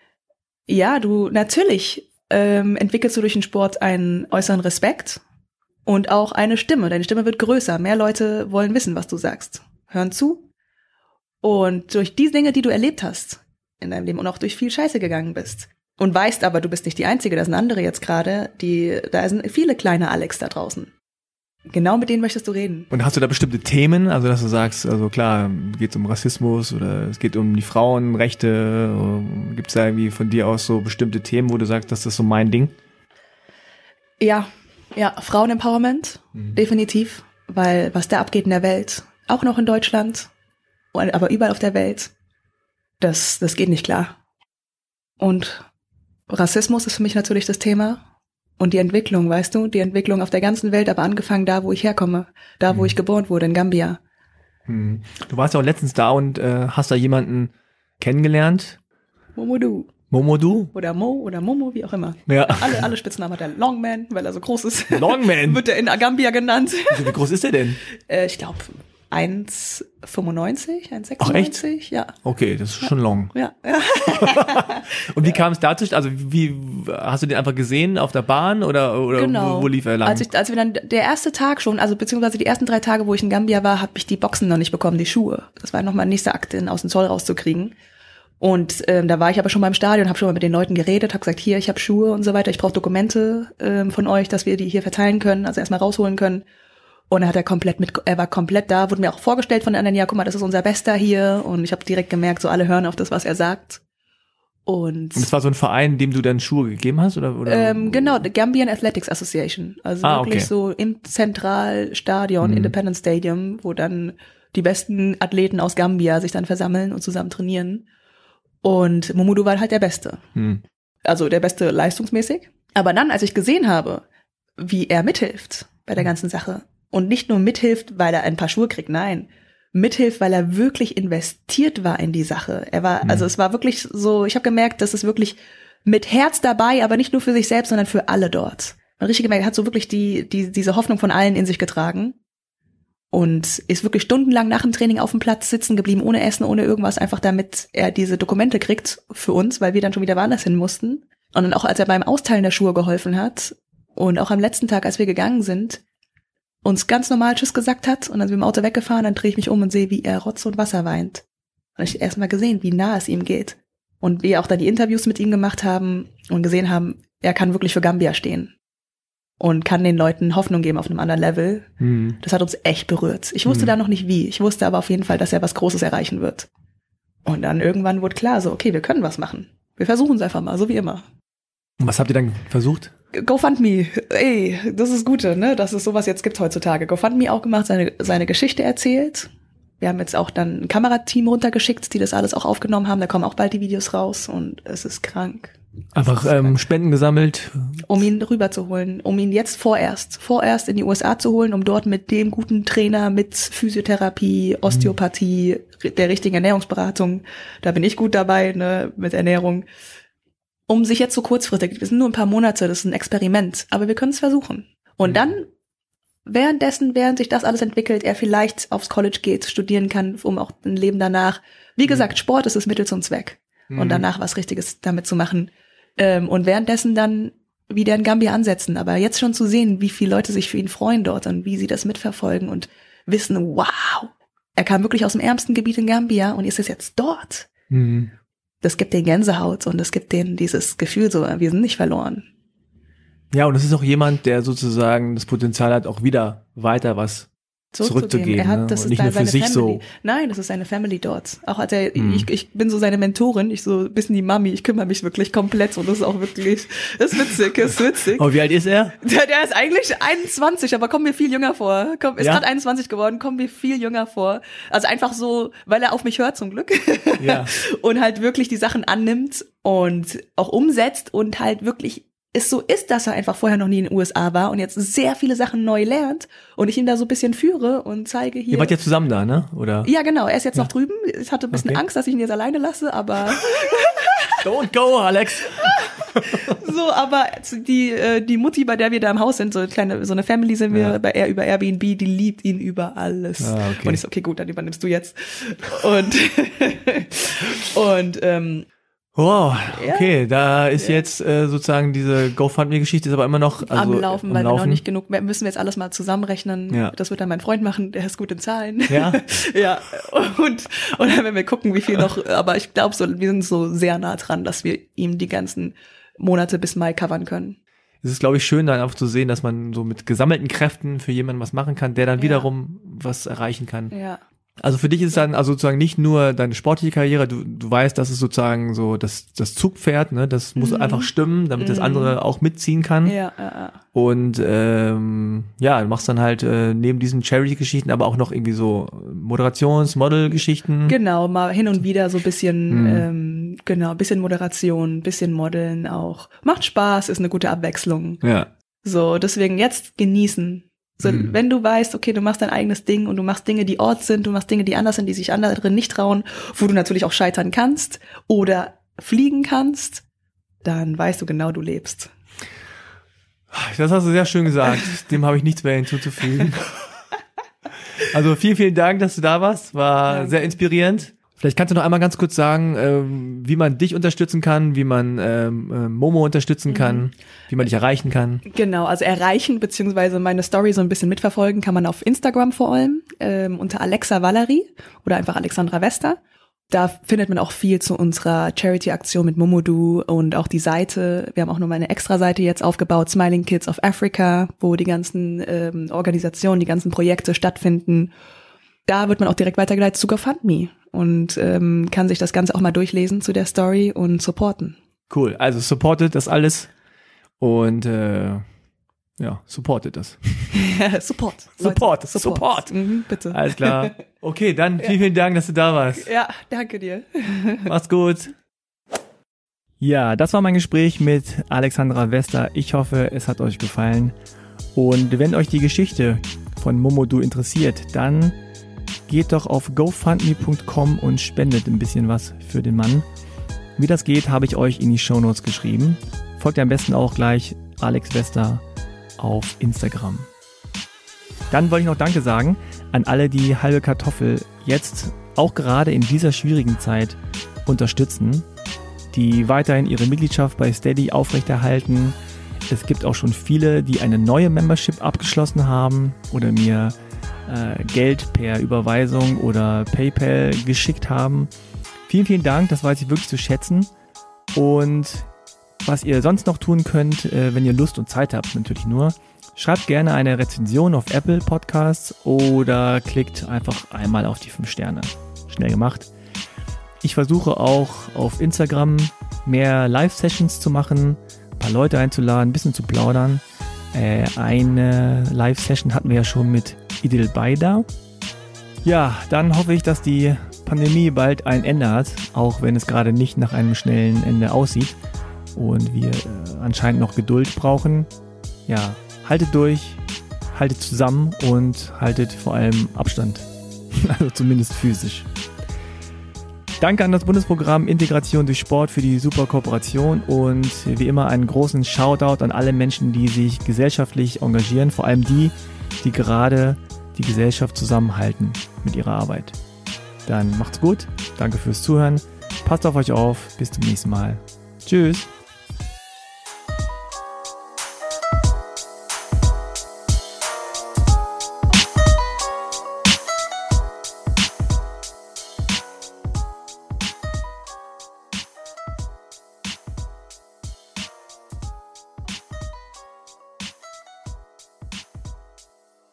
[SPEAKER 1] ja, du, natürlich ähm, entwickelst du durch den Sport einen äußeren Respekt und auch eine Stimme. Deine Stimme wird größer. Mehr Leute wollen wissen, was du sagst. Hören zu. Und durch die Dinge, die du erlebt hast in deinem Leben und auch durch viel Scheiße gegangen bist und weißt aber, du bist nicht die Einzige, da sind andere jetzt gerade, die, da sind viele kleine Alex da draußen. Genau mit denen möchtest du reden.
[SPEAKER 2] Und hast du da bestimmte Themen, also dass du sagst, also klar, geht es um Rassismus oder es geht um die Frauenrechte, gibt es da irgendwie von dir aus so bestimmte Themen, wo du sagst, das ist so mein Ding?
[SPEAKER 1] Ja, ja, Frauenempowerment, mhm. definitiv, weil was da abgeht in der Welt, auch noch in Deutschland, aber überall auf der Welt, das, das geht nicht klar. Und Rassismus ist für mich natürlich das Thema und die Entwicklung, weißt du, die Entwicklung auf der ganzen Welt, aber angefangen da, wo ich herkomme, da, wo mhm. ich geboren wurde, in Gambia.
[SPEAKER 2] Mhm. Du warst ja auch letztens da und äh, hast da jemanden kennengelernt.
[SPEAKER 1] Momodu.
[SPEAKER 2] Momodu?
[SPEAKER 1] Oder Mo oder Momo, wie auch immer.
[SPEAKER 2] Ja.
[SPEAKER 1] Alle, alle Spitznamen hat er. Longman, weil er so groß ist.
[SPEAKER 2] Longman?
[SPEAKER 1] Wird er in Gambia genannt.
[SPEAKER 2] Wie groß ist er denn?
[SPEAKER 1] äh, ich glaube eins Komma fünfundneunzig, eins Komma sechsundneunzig. Ach, echt? Ja.
[SPEAKER 2] Okay, das ist schon long.
[SPEAKER 1] Ja.
[SPEAKER 2] Und wie kam es dazu? Also wie hast du den einfach gesehen auf der Bahn oder oder
[SPEAKER 1] genau.
[SPEAKER 2] wo, wo lief er lang?
[SPEAKER 1] Als ich, als wir dann der erste Tag schon, also beziehungsweise die ersten drei Tage, wo ich in Gambia war, habe ich die Boxen noch nicht bekommen, die Schuhe. Das war nochmal nächster Akt, den aus dem Zoll rauszukriegen. Und ähm, da war ich aber schon mal im Stadion, habe schon mal mit den Leuten geredet, habe gesagt, hier, ich habe Schuhe und so weiter, ich brauche Dokumente ähm, von euch, dass wir die hier verteilen können, also erstmal rausholen können. Und er hat er komplett mit, er war komplett da, wurde mir auch vorgestellt von den anderen, ja, guck mal, das ist unser Bester hier. Und ich habe direkt gemerkt, so alle hören auf das, was er sagt. Und,
[SPEAKER 2] und das war so ein Verein, dem du dann Schuhe gegeben hast, oder? oder?
[SPEAKER 1] Ähm, genau, the Gambian Athletics Association. Also
[SPEAKER 2] ah,
[SPEAKER 1] wirklich
[SPEAKER 2] okay.
[SPEAKER 1] so im Zentralstadion, mhm. Independence Stadium, wo dann die besten Athleten aus Gambia sich dann versammeln und zusammen trainieren. Und Momodu war halt der Beste. Mhm. Also der Beste leistungsmäßig. Aber dann, als ich gesehen habe, wie er mithilft bei der ganzen Sache, und nicht nur mithilft, weil er ein paar Schuhe kriegt, nein, mithilft, weil er wirklich investiert war in die Sache. Er war, mhm. also es war wirklich so, ich habe gemerkt, dass es wirklich mit Herz dabei, aber nicht nur für sich selbst, sondern für alle dort. Man hat richtig gemerkt, er hat so wirklich die, die, diese Hoffnung von allen in sich getragen und ist wirklich stundenlang nach dem Training auf dem Platz sitzen geblieben, ohne Essen, ohne irgendwas, einfach damit er diese Dokumente kriegt für uns, weil wir dann schon wieder woanders hin mussten. Und dann auch, als er beim Austeilen der Schuhe geholfen hat und auch am letzten Tag, als wir gegangen sind, uns ganz normal Tschüss gesagt hat und dann sind wir im Auto weggefahren, dann drehe ich mich um und sehe, wie er Rotz und Wasser weint. Und ich erst mal gesehen, wie nah es ihm geht. Und wir auch dann die Interviews mit ihm gemacht haben und gesehen haben, er kann wirklich für Gambia stehen. Und kann den Leuten Hoffnung geben auf einem anderen Level. Mhm. Das hat uns echt berührt. Ich wusste mhm. da noch nicht wie. Ich wusste aber auf jeden Fall, dass er was Großes erreichen wird. Und dann irgendwann wurde klar, so, okay, wir können was machen. Wir versuchen es einfach mal, so wie immer.
[SPEAKER 2] Und was habt ihr dann versucht?
[SPEAKER 1] GoFundMe, ey, das ist Gute, ne, dass es sowas jetzt gibt heutzutage. GoFundMe auch gemacht, seine seine Geschichte erzählt. Wir haben jetzt auch dann ein Kamerateam runtergeschickt, die das alles auch aufgenommen haben. Da kommen auch bald die Videos raus und es ist krank.
[SPEAKER 2] Einfach ähm, krank. Spenden gesammelt?
[SPEAKER 1] Um ihn rüberzuholen, um ihn jetzt vorerst, vorerst in die U S A zu holen, um dort mit dem guten Trainer, mit Physiotherapie, Osteopathie, mhm. der richtigen Ernährungsberatung, da bin ich gut dabei, ne, mit Ernährung, um sich jetzt so kurzfristig, wir sind nur ein paar Monate, das ist ein Experiment, aber wir können es versuchen. Und mhm. dann, währenddessen, während sich das alles entwickelt, er vielleicht aufs College geht, studieren kann, um auch ein Leben danach. Wie gesagt, mhm. Sport ist das Mittel zum Zweck. Mhm. Und danach was Richtiges damit zu machen. Ähm, und währenddessen dann wieder in Gambia ansetzen. Aber jetzt schon zu sehen, wie viele Leute sich für ihn freuen dort und wie sie das mitverfolgen und wissen, wow, er kam wirklich aus dem ärmsten Gebiet in Gambia und ist es jetzt dort. Mhm. Das gibt den Gänsehaut und es gibt denen dieses Gefühl so, wir sind nicht verloren.
[SPEAKER 2] Ja, und es ist auch jemand, der sozusagen das Potenzial hat, auch wieder weiter was zurückzugeben.
[SPEAKER 1] Er hat, das
[SPEAKER 2] ne?
[SPEAKER 1] ist
[SPEAKER 2] nicht nur für
[SPEAKER 1] seine
[SPEAKER 2] sich
[SPEAKER 1] Family.
[SPEAKER 2] so.
[SPEAKER 1] Nein, das ist seine Family dort. Auch als er,
[SPEAKER 2] hm.
[SPEAKER 1] ich, ich bin so seine Mentorin, ich so ein bisschen die Mami, ich kümmere mich wirklich komplett und das ist auch wirklich, das ist witzig, das ist witzig.
[SPEAKER 2] Oh, wie alt ist er?
[SPEAKER 1] Der, der ist eigentlich einundzwanzig, aber kommt mir viel jünger vor. Komm, ist ja? gerade einundzwanzig geworden, kommt mir viel jünger vor. Also einfach so, weil er auf mich hört zum Glück.
[SPEAKER 2] Ja.
[SPEAKER 1] Und halt wirklich die Sachen annimmt und auch umsetzt und halt wirklich es so ist, dass er einfach vorher noch nie in den U S A war und jetzt sehr viele Sachen neu lernt und ich ihn da so ein bisschen führe und zeige hier.
[SPEAKER 2] Ihr wart ja zusammen da, ne? Oder?
[SPEAKER 1] Ja, genau. Er ist jetzt
[SPEAKER 2] ja.
[SPEAKER 1] noch drüben. Ich hatte ein bisschen
[SPEAKER 2] okay.
[SPEAKER 1] Angst, dass ich ihn jetzt alleine lasse, aber
[SPEAKER 2] Don't go, Alex.
[SPEAKER 1] So, aber die die Mutti, bei der wir da im Haus sind, so eine kleine, so eine Family sind wir ja. bei er über Airbnb, die liebt ihn über alles.
[SPEAKER 2] Ah, okay.
[SPEAKER 1] Und ich so, okay, gut, dann übernimmst du jetzt. Und und ähm,
[SPEAKER 2] Wow, okay, ja. Da ist ja. jetzt äh, sozusagen diese GoFundMe-Geschichte ist aber immer noch also,
[SPEAKER 1] am Laufen,
[SPEAKER 2] am
[SPEAKER 1] weil
[SPEAKER 2] Laufen.
[SPEAKER 1] wir noch nicht genug, müssen wir jetzt alles mal zusammenrechnen.
[SPEAKER 2] Ja.
[SPEAKER 1] Das wird dann mein Freund machen, der ist gut in Zahlen.
[SPEAKER 2] Ja.
[SPEAKER 1] ja. Und, und dann werden wir gucken, wie viel noch, aber ich glaube, so, wir sind so sehr nah dran, dass wir ihm die ganzen Monate bis Mai covern können.
[SPEAKER 2] Es ist, glaube ich, schön, dann einfach zu sehen, dass man so mit gesammelten Kräften für jemanden was machen kann, der dann ja. wiederum was erreichen kann.
[SPEAKER 1] Ja.
[SPEAKER 2] Also für dich ist es dann also sozusagen nicht nur deine sportliche Karriere, du, du weißt, das ist sozusagen so das, das Zugpferd, ne? Das muss mhm. einfach stimmen, damit mhm. das andere auch mitziehen kann.
[SPEAKER 1] Ja, ja, ja.
[SPEAKER 2] Und ähm, ja, du machst dann halt äh, neben diesen Charity-Geschichten aber auch noch irgendwie so Moderations-, Model-Geschichten.
[SPEAKER 1] Genau, mal hin und wieder so ein bisschen,
[SPEAKER 2] mhm.
[SPEAKER 1] ähm, genau, bisschen Moderation, bisschen Modeln auch. Macht Spaß, ist eine gute Abwechslung.
[SPEAKER 2] Ja.
[SPEAKER 1] So, deswegen jetzt genießen. So, mhm. wenn du weißt, okay, du machst dein eigenes Ding und du machst Dinge, die Ort sind, du machst Dinge, die anders sind, die sich andere nicht trauen, wo du natürlich auch scheitern kannst oder fliegen kannst, dann weißt du genau, du lebst.
[SPEAKER 2] Das hast du sehr schön gesagt. Dem habe ich nichts mehr hinzuzufügen. Also vielen, vielen Dank, dass du da warst. War Danke. Sehr inspirierend. Vielleicht kannst du noch einmal ganz kurz sagen, ähm, wie man dich unterstützen kann, wie man ähm, äh, Momo unterstützen kann, mhm. wie man dich erreichen kann.
[SPEAKER 1] Genau, also erreichen beziehungsweise meine Story so ein bisschen mitverfolgen kann man auf Instagram vor allem ähm, unter Alexa Valerie oder einfach Alexandra Wester. Da findet man auch viel zu unserer Charity-Aktion mit Momodu und auch die Seite. Wir haben auch noch mal eine Extra-Seite jetzt aufgebaut, Smiling Kids of Africa, wo die ganzen ähm, Organisationen, die ganzen Projekte stattfinden. Da wird man auch direkt weitergeleitet zu GoFundMe und ähm, kann sich das Ganze auch mal durchlesen zu der Story und supporten.
[SPEAKER 2] Cool, also supportet das alles und äh, ja, supportet das.
[SPEAKER 1] Support.
[SPEAKER 2] Support,
[SPEAKER 1] Leute,
[SPEAKER 2] Support. Support.
[SPEAKER 1] Mhm, bitte.
[SPEAKER 2] Alles klar. Okay, dann vielen, vielen Dank, dass du da warst.
[SPEAKER 1] Ja, danke dir.
[SPEAKER 2] Mach's gut. Ja, das war mein Gespräch mit Alexandra Wester. Ich hoffe, es hat euch gefallen. Und wenn euch die Geschichte von Momodu interessiert, dann geht doch auf GoFundMe Punkt com und spendet ein bisschen was für den Mann. Wie das geht, habe ich euch in die Shownotes geschrieben. Folgt am besten auch gleich Alex Wester auf Instagram. Dann wollte ich noch Danke sagen an alle, die Halbe Kartoffel jetzt auch gerade in dieser schwierigen Zeit unterstützen, die weiterhin ihre Mitgliedschaft bei Steady aufrechterhalten. Es gibt auch schon viele, die eine neue Membership abgeschlossen haben oder mir äh, Geld per Überweisung oder PayPal geschickt haben. Vielen, vielen Dank, das weiß ich wirklich zu schätzen. Und was ihr sonst noch tun könnt, äh, wenn ihr Lust und Zeit habt, natürlich nur, schreibt gerne eine Rezension auf Apple Podcasts oder klickt einfach einmal auf die fünf Sterne. Schnell gemacht. Ich versuche auch auf Instagram mehr Live-Sessions zu machen, ein paar Leute einzuladen, ein bisschen zu plaudern. Äh, eine Live-Session hatten wir ja schon mit Idil Baida. Ja, dann hoffe ich, dass die Pandemie bald ein Ende hat, auch wenn es gerade nicht nach einem schnellen Ende aussieht und wir äh, anscheinend noch Geduld brauchen. Ja, haltet durch, haltet zusammen und haltet vor allem Abstand, also zumindest physisch. Danke an das Bundesprogramm Integration durch Sport für die super Kooperation und wie immer einen großen Shoutout an alle Menschen, die sich gesellschaftlich engagieren, vor allem die, die gerade die Gesellschaft zusammenhalten mit ihrer Arbeit. Dann macht's gut, danke fürs Zuhören, passt auf euch auf, bis zum nächsten Mal. Tschüss!